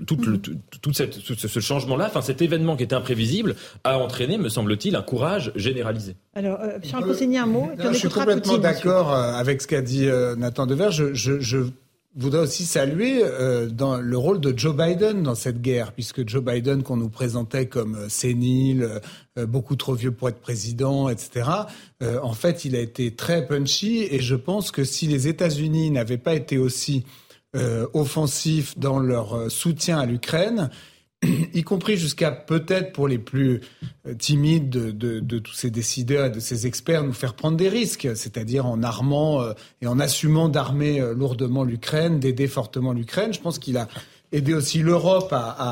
ce changement-là, cet événement qui était imprévisible, a entraîné, me semble-t-il, un courage généralisé. Alors, Charles Consigny, un mot. Je suis complètement d'accord avec ce qu'a dit Nathan Devers. Je voudrais aussi saluer dans le rôle de Joe Biden dans cette guerre, puisque Joe Biden, qu'on nous présentait comme sénile, beaucoup trop vieux pour être président, etc., en fait, il a été très punchy, et je pense que si les États-Unis n'avaient pas été aussi offensifs dans leur soutien à l'Ukraine, y compris jusqu'à peut-être pour les plus timides de tous ces décideurs et de ces experts, nous faire prendre des risques, c'est-à-dire en armant et en assumant d'armer lourdement l'Ukraine, d'aider fortement l'Ukraine. Je pense qu'il a aider aussi l'Europe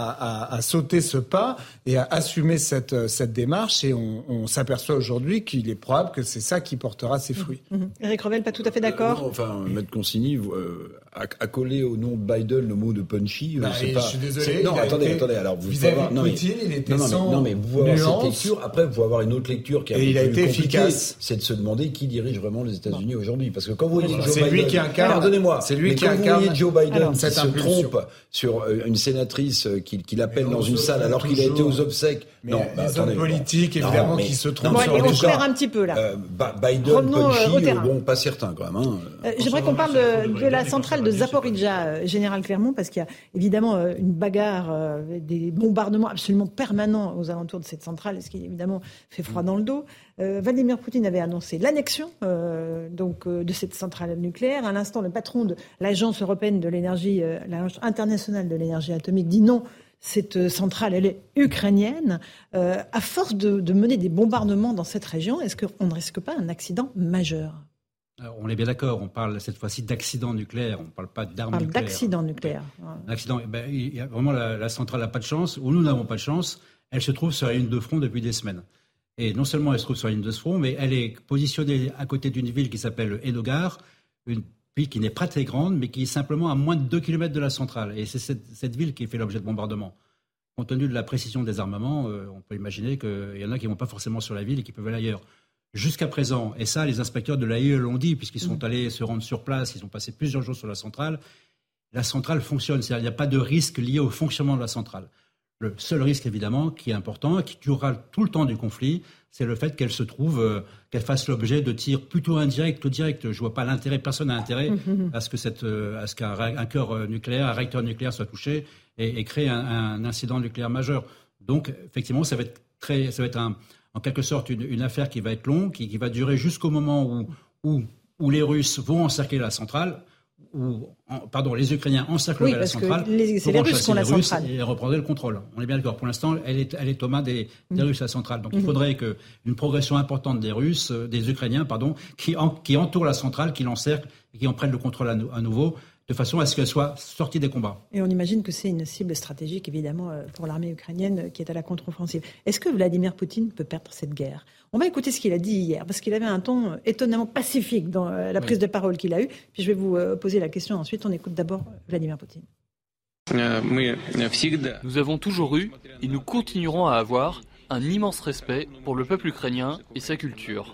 à sauter ce pas et à assumer cette démarche. Et on s'aperçoit aujourd'hui qu'il est probable que c'est ça qui portera ses fruits. Éric Revel, pas tout à fait d'accord. Maître Consigny accoler au nom de Biden le mot de punchy. C'est pas... Je suis désolé. Non, attendez. Alors vous vis-à-vis de Poutine, il était sans mais vous pouvez avoir cette lecture. Après, vous pouvez avoir une autre lecture qui il a été efficace. C'est de se demander qui dirige vraiment les États-Unis aujourd'hui. Parce que quand vous voyez Joe Biden, lui qui incarne. Pardonnez-moi. C'est lui qui incarne. Quand vous voyez Joe Biden qui se impulsion. trompe sur une sénatrice qui l'appelle dans une salle alors qu'il a été aux obsèques. Les hommes politiques, évidemment, qui se trompent sur les les gens. Un petit peu là. Biden, punchy, pas certain quand même. J'aimerais qu'on parle de la centrale de Zaporijia, Général Clermont, parce qu'il y a évidemment une bagarre, des bombardements absolument permanents aux alentours de cette centrale, ce qui évidemment fait froid dans le dos. Vladimir Poutine avait annoncé l'annexion de cette centrale nucléaire. À l'instant, le patron de l'Agence européenne de l'énergie, l'Agence internationale de l'énergie atomique, dit non. Cette centrale, elle est ukrainienne. À force de mener des bombardements dans cette région, est-ce qu'on ne risque pas un accident majeur ? Alors, on est bien d'accord, on parle cette fois-ci d'accident nucléaire, on ne parle pas d'armes nucléaires. On parle d'accident nucléaire. Un accident, il y a vraiment la centrale n'a pas de chance, ou nous n'avons pas de chance, elle se trouve sur la ligne de front depuis des semaines. Et non seulement elle se trouve sur la ligne de front, mais elle est positionnée à côté d'une ville qui s'appelle Enogar, une ville qui n'est pas très grande, mais qui est simplement à moins de 2 km de la centrale. Et c'est cette ville qui fait l'objet de bombardements. Compte tenu de la précision des armements, on peut imaginer qu'il y en a qui ne vont pas forcément sur la ville et qui peuvent aller ailleurs. Jusqu'à présent, et ça les inspecteurs de l'AIE l'ont dit, puisqu'ils sont allés se rendre sur place, ils ont passé plusieurs jours sur la centrale fonctionne, c'est-à-dire qu'il n'y a pas de risque lié au fonctionnement de la centrale. Le seul risque, évidemment, qui est important, qui durera tout le temps du conflit, c'est le fait qu'elle se trouve, qu'elle fasse l'objet de tirs plutôt indirects ou directs. Je ne vois pas l'intérêt, personne n'a intérêt à ce qu'un réacteur nucléaire soit touché et crée un incident nucléaire majeur. Donc, effectivement, ça va être en quelque sorte une affaire qui va être longue, qui va durer jusqu'au moment où les Russes vont encercler la centrale. Les Ukrainiens encercleraient la centrale pour chasser les Russes et reprendre le contrôle. On est bien d'accord. Pour l'instant, elle est aux mains des Russes, la centrale. Donc il faudrait qu'une progression importante des Ukrainiens, qui entourent la centrale, qui l'encerclent et qui en prennent le contrôle à nouveau, de façon à ce qu'elle soit sortie des combats. Et on imagine que c'est une cible stratégique, évidemment, pour l'armée ukrainienne qui est à la contre-offensive. Est-ce que Vladimir Poutine peut perdre cette guerre ? On va écouter ce qu'il a dit hier, parce qu'il avait un ton étonnamment pacifique dans la prise de parole qu'il a eue. Puis je vais vous poser la question ensuite. On écoute d'abord Vladimir Poutine. Nous avons toujours eu, et nous continuerons à avoir, un immense respect pour le peuple ukrainien et sa culture.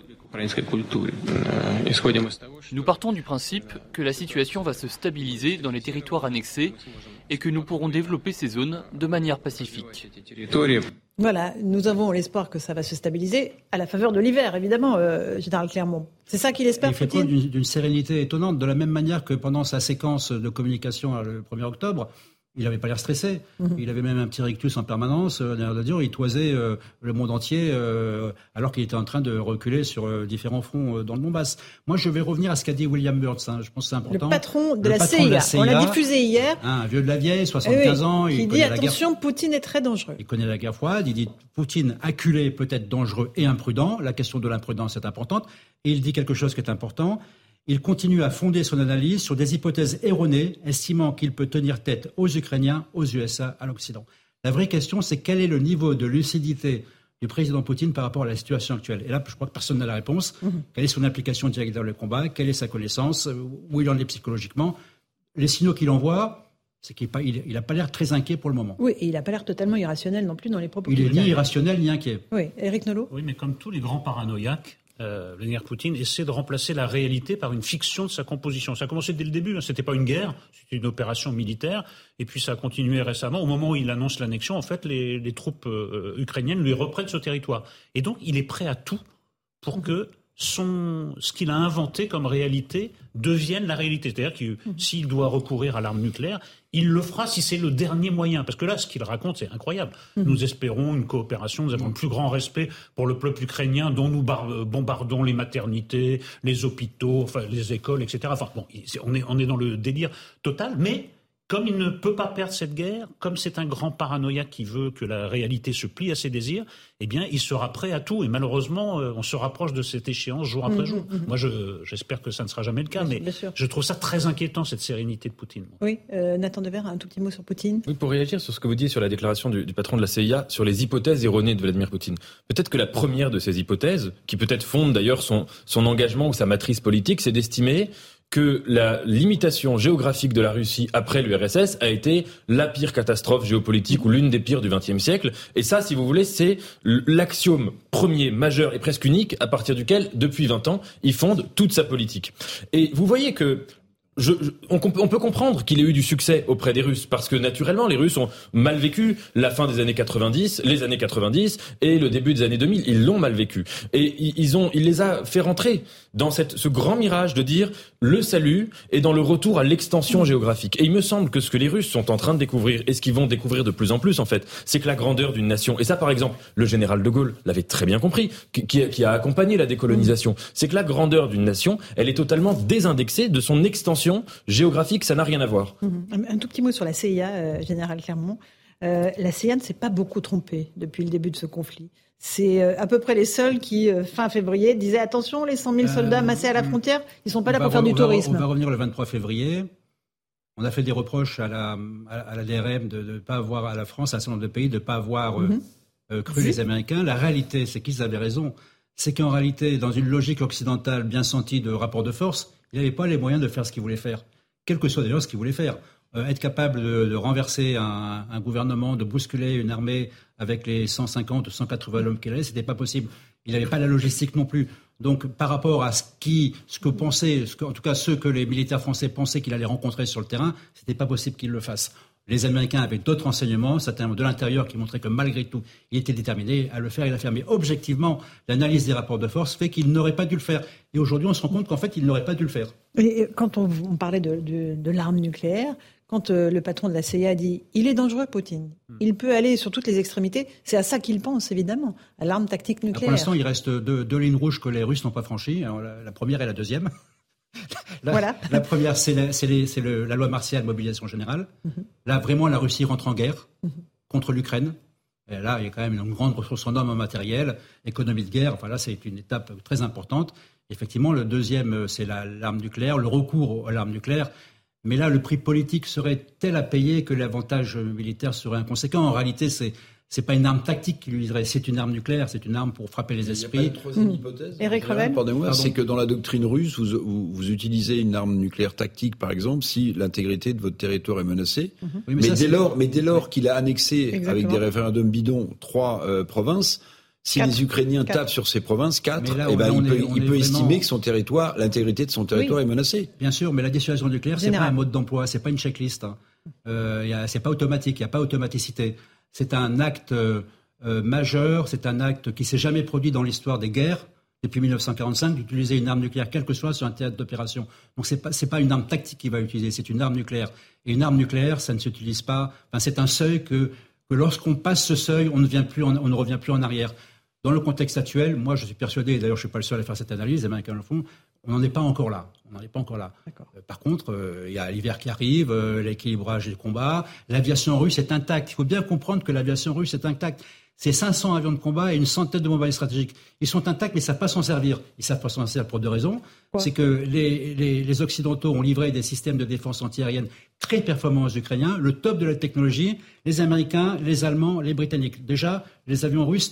Nous partons du principe que la situation va se stabiliser dans les territoires annexés et que nous pourrons développer ces zones de manière pacifique. Voilà, nous avons l'espoir que ça va se stabiliser à la faveur de l'hiver, évidemment, Général Clermont. C'est ça qu'il espère, Poutine ? Il fait preuve d'une sérénité étonnante, de la même manière que pendant sa séquence de communication le 1er octobre, il n'avait pas l'air stressé. Il avait même un petit rictus en permanence. Il toisait le monde entier alors qu'il était en train de reculer sur différents fronts dans le Donbass. Moi, je vais revenir à ce qu'a dit William Burns. Je pense que c'est important. Le patron de la CIA. On l'a diffusé hier. Un vieux de la vieille, 75 ans. Il dit attention, Poutine est très dangereux. Il connaît la guerre froide. Il dit Poutine acculé, peut-être dangereux et imprudent. La question de l'imprudence est importante. Et il dit quelque chose qui est important. Il continue à fonder son analyse sur des hypothèses erronées, estimant qu'il peut tenir tête aux Ukrainiens, aux USA, à l'Occident. La vraie question, c'est quel est le niveau de lucidité du président Poutine par rapport à la situation actuelle. Et là, je crois que personne n'a la réponse. Quelle est son implication directe dans le combat ? Quelle est sa connaissance ? Où il en est psychologiquement ? Les signaux qu'il envoie, c'est qu'il n'a pas l'air très inquiet pour le moment. Oui, et il n'a pas l'air totalement irrationnel non plus dans les propos qu'il tient. Il n'est ni irrationnel ni inquiet. Oui, Éric Nolot ? Oui, mais comme tous les grands paranoïaques, Vladimir Poutine essaie de remplacer la réalité par une fiction de sa composition. Ça a commencé dès le début, c'était pas une guerre, c'était une opération militaire, et puis ça a continué récemment. Au moment où il annonce l'annexion, en fait, les troupes ukrainiennes lui reprennent ce territoire. Et donc, il est prêt à tout pour que ce qu'il a inventé comme réalité devienne la réalité. C'est-à-dire que s'il doit recourir à l'arme nucléaire, il le fera si c'est le dernier moyen. Parce que là, ce qu'il raconte, c'est incroyable. Nous espérons une coopération, nous avons le plus grand respect pour le peuple ukrainien dont nous bombardons les maternités, les hôpitaux, enfin, les écoles, etc. Enfin, bon, on est dans le délire total, mais comme il ne peut pas perdre cette guerre, comme c'est un grand paranoïaque qui veut que la réalité se plie à ses désirs, eh bien, il sera prêt à tout. Et malheureusement, on se rapproche de cette échéance jour après jour. Moi, j'espère que ça ne sera jamais le cas, mais je trouve ça très inquiétant, cette sérénité de Poutine. Oui, Nathan Devers, un tout petit mot sur Poutine. Oui, pour réagir sur ce que vous dites sur la déclaration du patron de la CIA, sur les hypothèses erronées de Vladimir Poutine. Peut-être que la première de ces hypothèses, qui peut-être fonde d'ailleurs son engagement ou sa matrice politique, c'est d'estimer que la limitation géographique de la Russie après l'URSS a été la pire catastrophe géopolitique ou l'une des pires du XXe siècle. Et ça, si vous voulez, c'est l'axiome premier, majeur et presque unique à partir duquel, depuis 20 ans, il fonde toute sa politique. Et vous voyez que on peut comprendre qu'il ait eu du succès auprès des Russes, parce que naturellement, les Russes ont mal vécu la fin des années 90, les années 90 et le début des années 2000. Ils l'ont mal vécu. Et il les a fait rentrer dans ce grand mirage de dire le salut est dans le retour à l'extension géographique. Et il me semble que ce que les Russes sont en train de découvrir, et ce qu'ils vont découvrir de plus en plus, en fait, c'est que la grandeur d'une nation, et ça, par exemple, le général de Gaulle l'avait très bien compris, qui a accompagné la décolonisation, c'est que la grandeur d'une nation, elle est totalement désindexée de son extension géographique, ça n'a rien à voir. Un tout petit mot sur la CIA, Général Clermont. La CIA ne s'est pas beaucoup trompée depuis le début de ce conflit. C'est à peu près les seuls qui, fin février, disaient attention, les 100 000 soldats massés à la frontière, ils ne sont pas là pour faire du tourisme. On va revenir le 23 février. On a fait des reproches à la DRM de ne pas avoir, à la France, à un certain nombre de pays, de ne pas avoir cru les Américains. La réalité, c'est qu'ils avaient raison. C'est qu'en réalité, dans une logique occidentale bien sentie de rapport de force, Il n'avait pas les moyens de faire ce qu'il voulait faire, quel que soit d'ailleurs ce qu'il voulait faire. Être capable de renverser un gouvernement, de bousculer une armée avec les 150 ou 180 hommes qu'il avait, c'était pas possible. Il n'avait pas la logistique non plus. Donc, par rapport à en tout cas ceux que les militaires français pensaient qu'il allait rencontrer sur le terrain, c'était pas possible qu'il le fasse. Les Américains avaient d'autres renseignements, certains de l'intérieur qui montraient que malgré tout, il était déterminé à le faire, il l'a fait. Mais objectivement, l'analyse des rapports de force fait qu'il n'aurait pas dû le faire. Et aujourd'hui, on se rend compte qu'en fait, il n'aurait pas dû le faire. Et quand on parlait de l'arme nucléaire, quand le patron de la CIA a dit « il est dangereux, Poutine, il peut aller sur toutes les extrémités », c'est à ça qu'il pense, évidemment, à l'arme tactique nucléaire. Pour l'instant, il reste deux lignes rouges que les Russes n'ont pas franchies. Alors, la première et la deuxième. La première, c'est la loi martiale mobilisation générale. Là, vraiment, la Russie rentre en guerre contre l'Ukraine. Et là, il y a quand même une grande ressource en hommes, en matériel, économie de guerre. Enfin, là, c'est une étape très importante. Effectivement, le deuxième, c'est l'arme nucléaire, le recours à l'arme nucléaire. Mais là, le prix politique serait tel à payer que l'avantage militaire serait inconséquent. En réalité, c'est pas une arme tactique qui lui dirait, c'est une arme nucléaire, c'est une arme pour frapper les esprits. Il y a pas une troisième hypothèse. Éric Revel. Pardonnez-moi, c'est que dans la doctrine russe, vous utilisez une arme nucléaire tactique, par exemple, si l'intégrité de votre territoire est menacée. Oui, mais dès lors qu'il a annexé, avec des référendums bidons, 3 provinces, si 4. Les Ukrainiens tapent sur ces provinces, 4, il peut estimer que son territoire, l'intégrité de son territoire est menacée. Bien sûr, mais la dissuasion nucléaire, c'est pas un mode d'emploi, c'est pas une checklist. C'est pas automatique, il n'y a pas automaticité. C'est un acte majeur, c'est un acte qui s'est jamais produit dans l'histoire des guerres depuis 1945 d'utiliser une arme nucléaire, quel que soit sur un théâtre d'opération. Donc c'est pas une arme tactique qu'il va utiliser, c'est une arme nucléaire. Et une arme nucléaire, ça ne s'utilise pas. Enfin, c'est un seuil que lorsqu'on passe ce seuil, on ne revient plus en arrière. Dans le contexte actuel, moi je suis persuadé, et d'ailleurs je ne suis pas le seul à faire cette analyse, les Américains le font, on n'en est pas encore là. Par contre, il y a l'hiver qui arrive, l'équilibrage des combats, l'aviation russe est intacte. Il faut bien comprendre que l'aviation russe est intacte. C'est 500 avions de combat et une centaine de bombardiers stratégiques. Ils sont intacts, mais ils ne savent pas s'en servir. Ils ne savent pas s'en servir pour 2 raisons. C'est que les Occidentaux ont livré des systèmes de défense antiaérienne très performants aux Ukrainiens, le top de la technologie, les Américains, les Allemands, les Britanniques. Déjà, les avions russes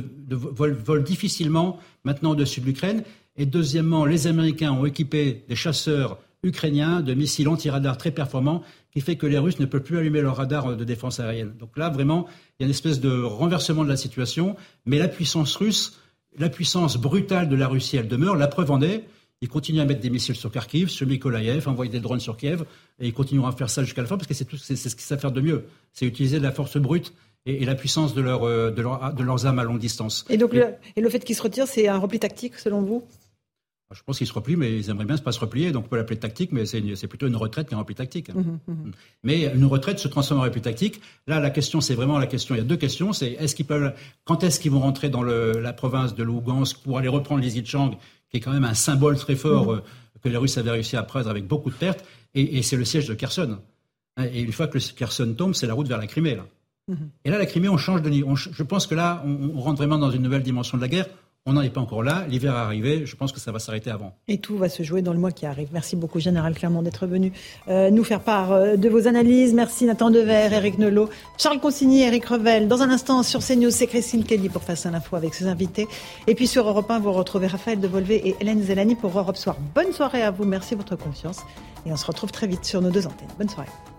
volent difficilement maintenant au-dessus de l'Ukraine. Et deuxièmement, les Américains ont équipé des chasseurs ukrainiens de missiles anti-radar très performants qui fait que les Russes ne peuvent plus allumer leur radar de défense aérienne. Donc là, vraiment, il y a une espèce de renversement de la situation. Mais la puissance russe, la puissance brutale de la Russie, elle demeure. La preuve en est, ils continuent à mettre des missiles sur Kharkiv, sur Mykolaïev, envoyer des drones sur Kiev, et ils continueront à faire ça jusqu'à la fin parce que c'est ce qu'ils savent faire de mieux. C'est utiliser de la force brute et la puissance de leurs armes à longue distance. Et donc, le fait qu'ils se retirent, c'est un repli tactique, selon vous ? Je pense qu'ils se replient, mais ils aimeraient bien pas se replier, donc on peut l'appeler tactique, mais c'est plutôt une retraite qu'un repli tactique. Mais une retraite se transforme en repli tactique. Là, la question, c'est vraiment la question. Il y a 2 questions. C'est quand est-ce qu'ils vont rentrer dans la province de Lougansk pour aller reprendre l'Izychang, qui est quand même un symbole très fort que les Russes avaient réussi à prendre avec beaucoup de pertes, et c'est le siège de Kherson. Et une fois que le Kherson tombe, c'est la route vers la Crimée. Là. Et là, la Crimée, on change de niveau. Je pense que là, on rentre vraiment dans une nouvelle dimension de la guerre. On n'en est pas encore là. L'hiver est arrivé. Je pense que ça va s'arrêter avant. Et tout va se jouer dans le mois qui arrive. Merci beaucoup, Général Clermont, d'être venu nous faire part de vos analyses. Merci Nathan Dever, Éric Nolot, Charles Consigny, Éric Revel. Dans un instant, sur CNews, c'est Christine Kelly pour Face à l'info avec ses invités. Et puis sur Europe 1, vous retrouvez Raphaël Devolvé et Hélène Zellani pour Europe Soir. Bonne soirée à vous. Merci de votre confiance. Et on se retrouve très vite sur nos 2 antennes. Bonne soirée.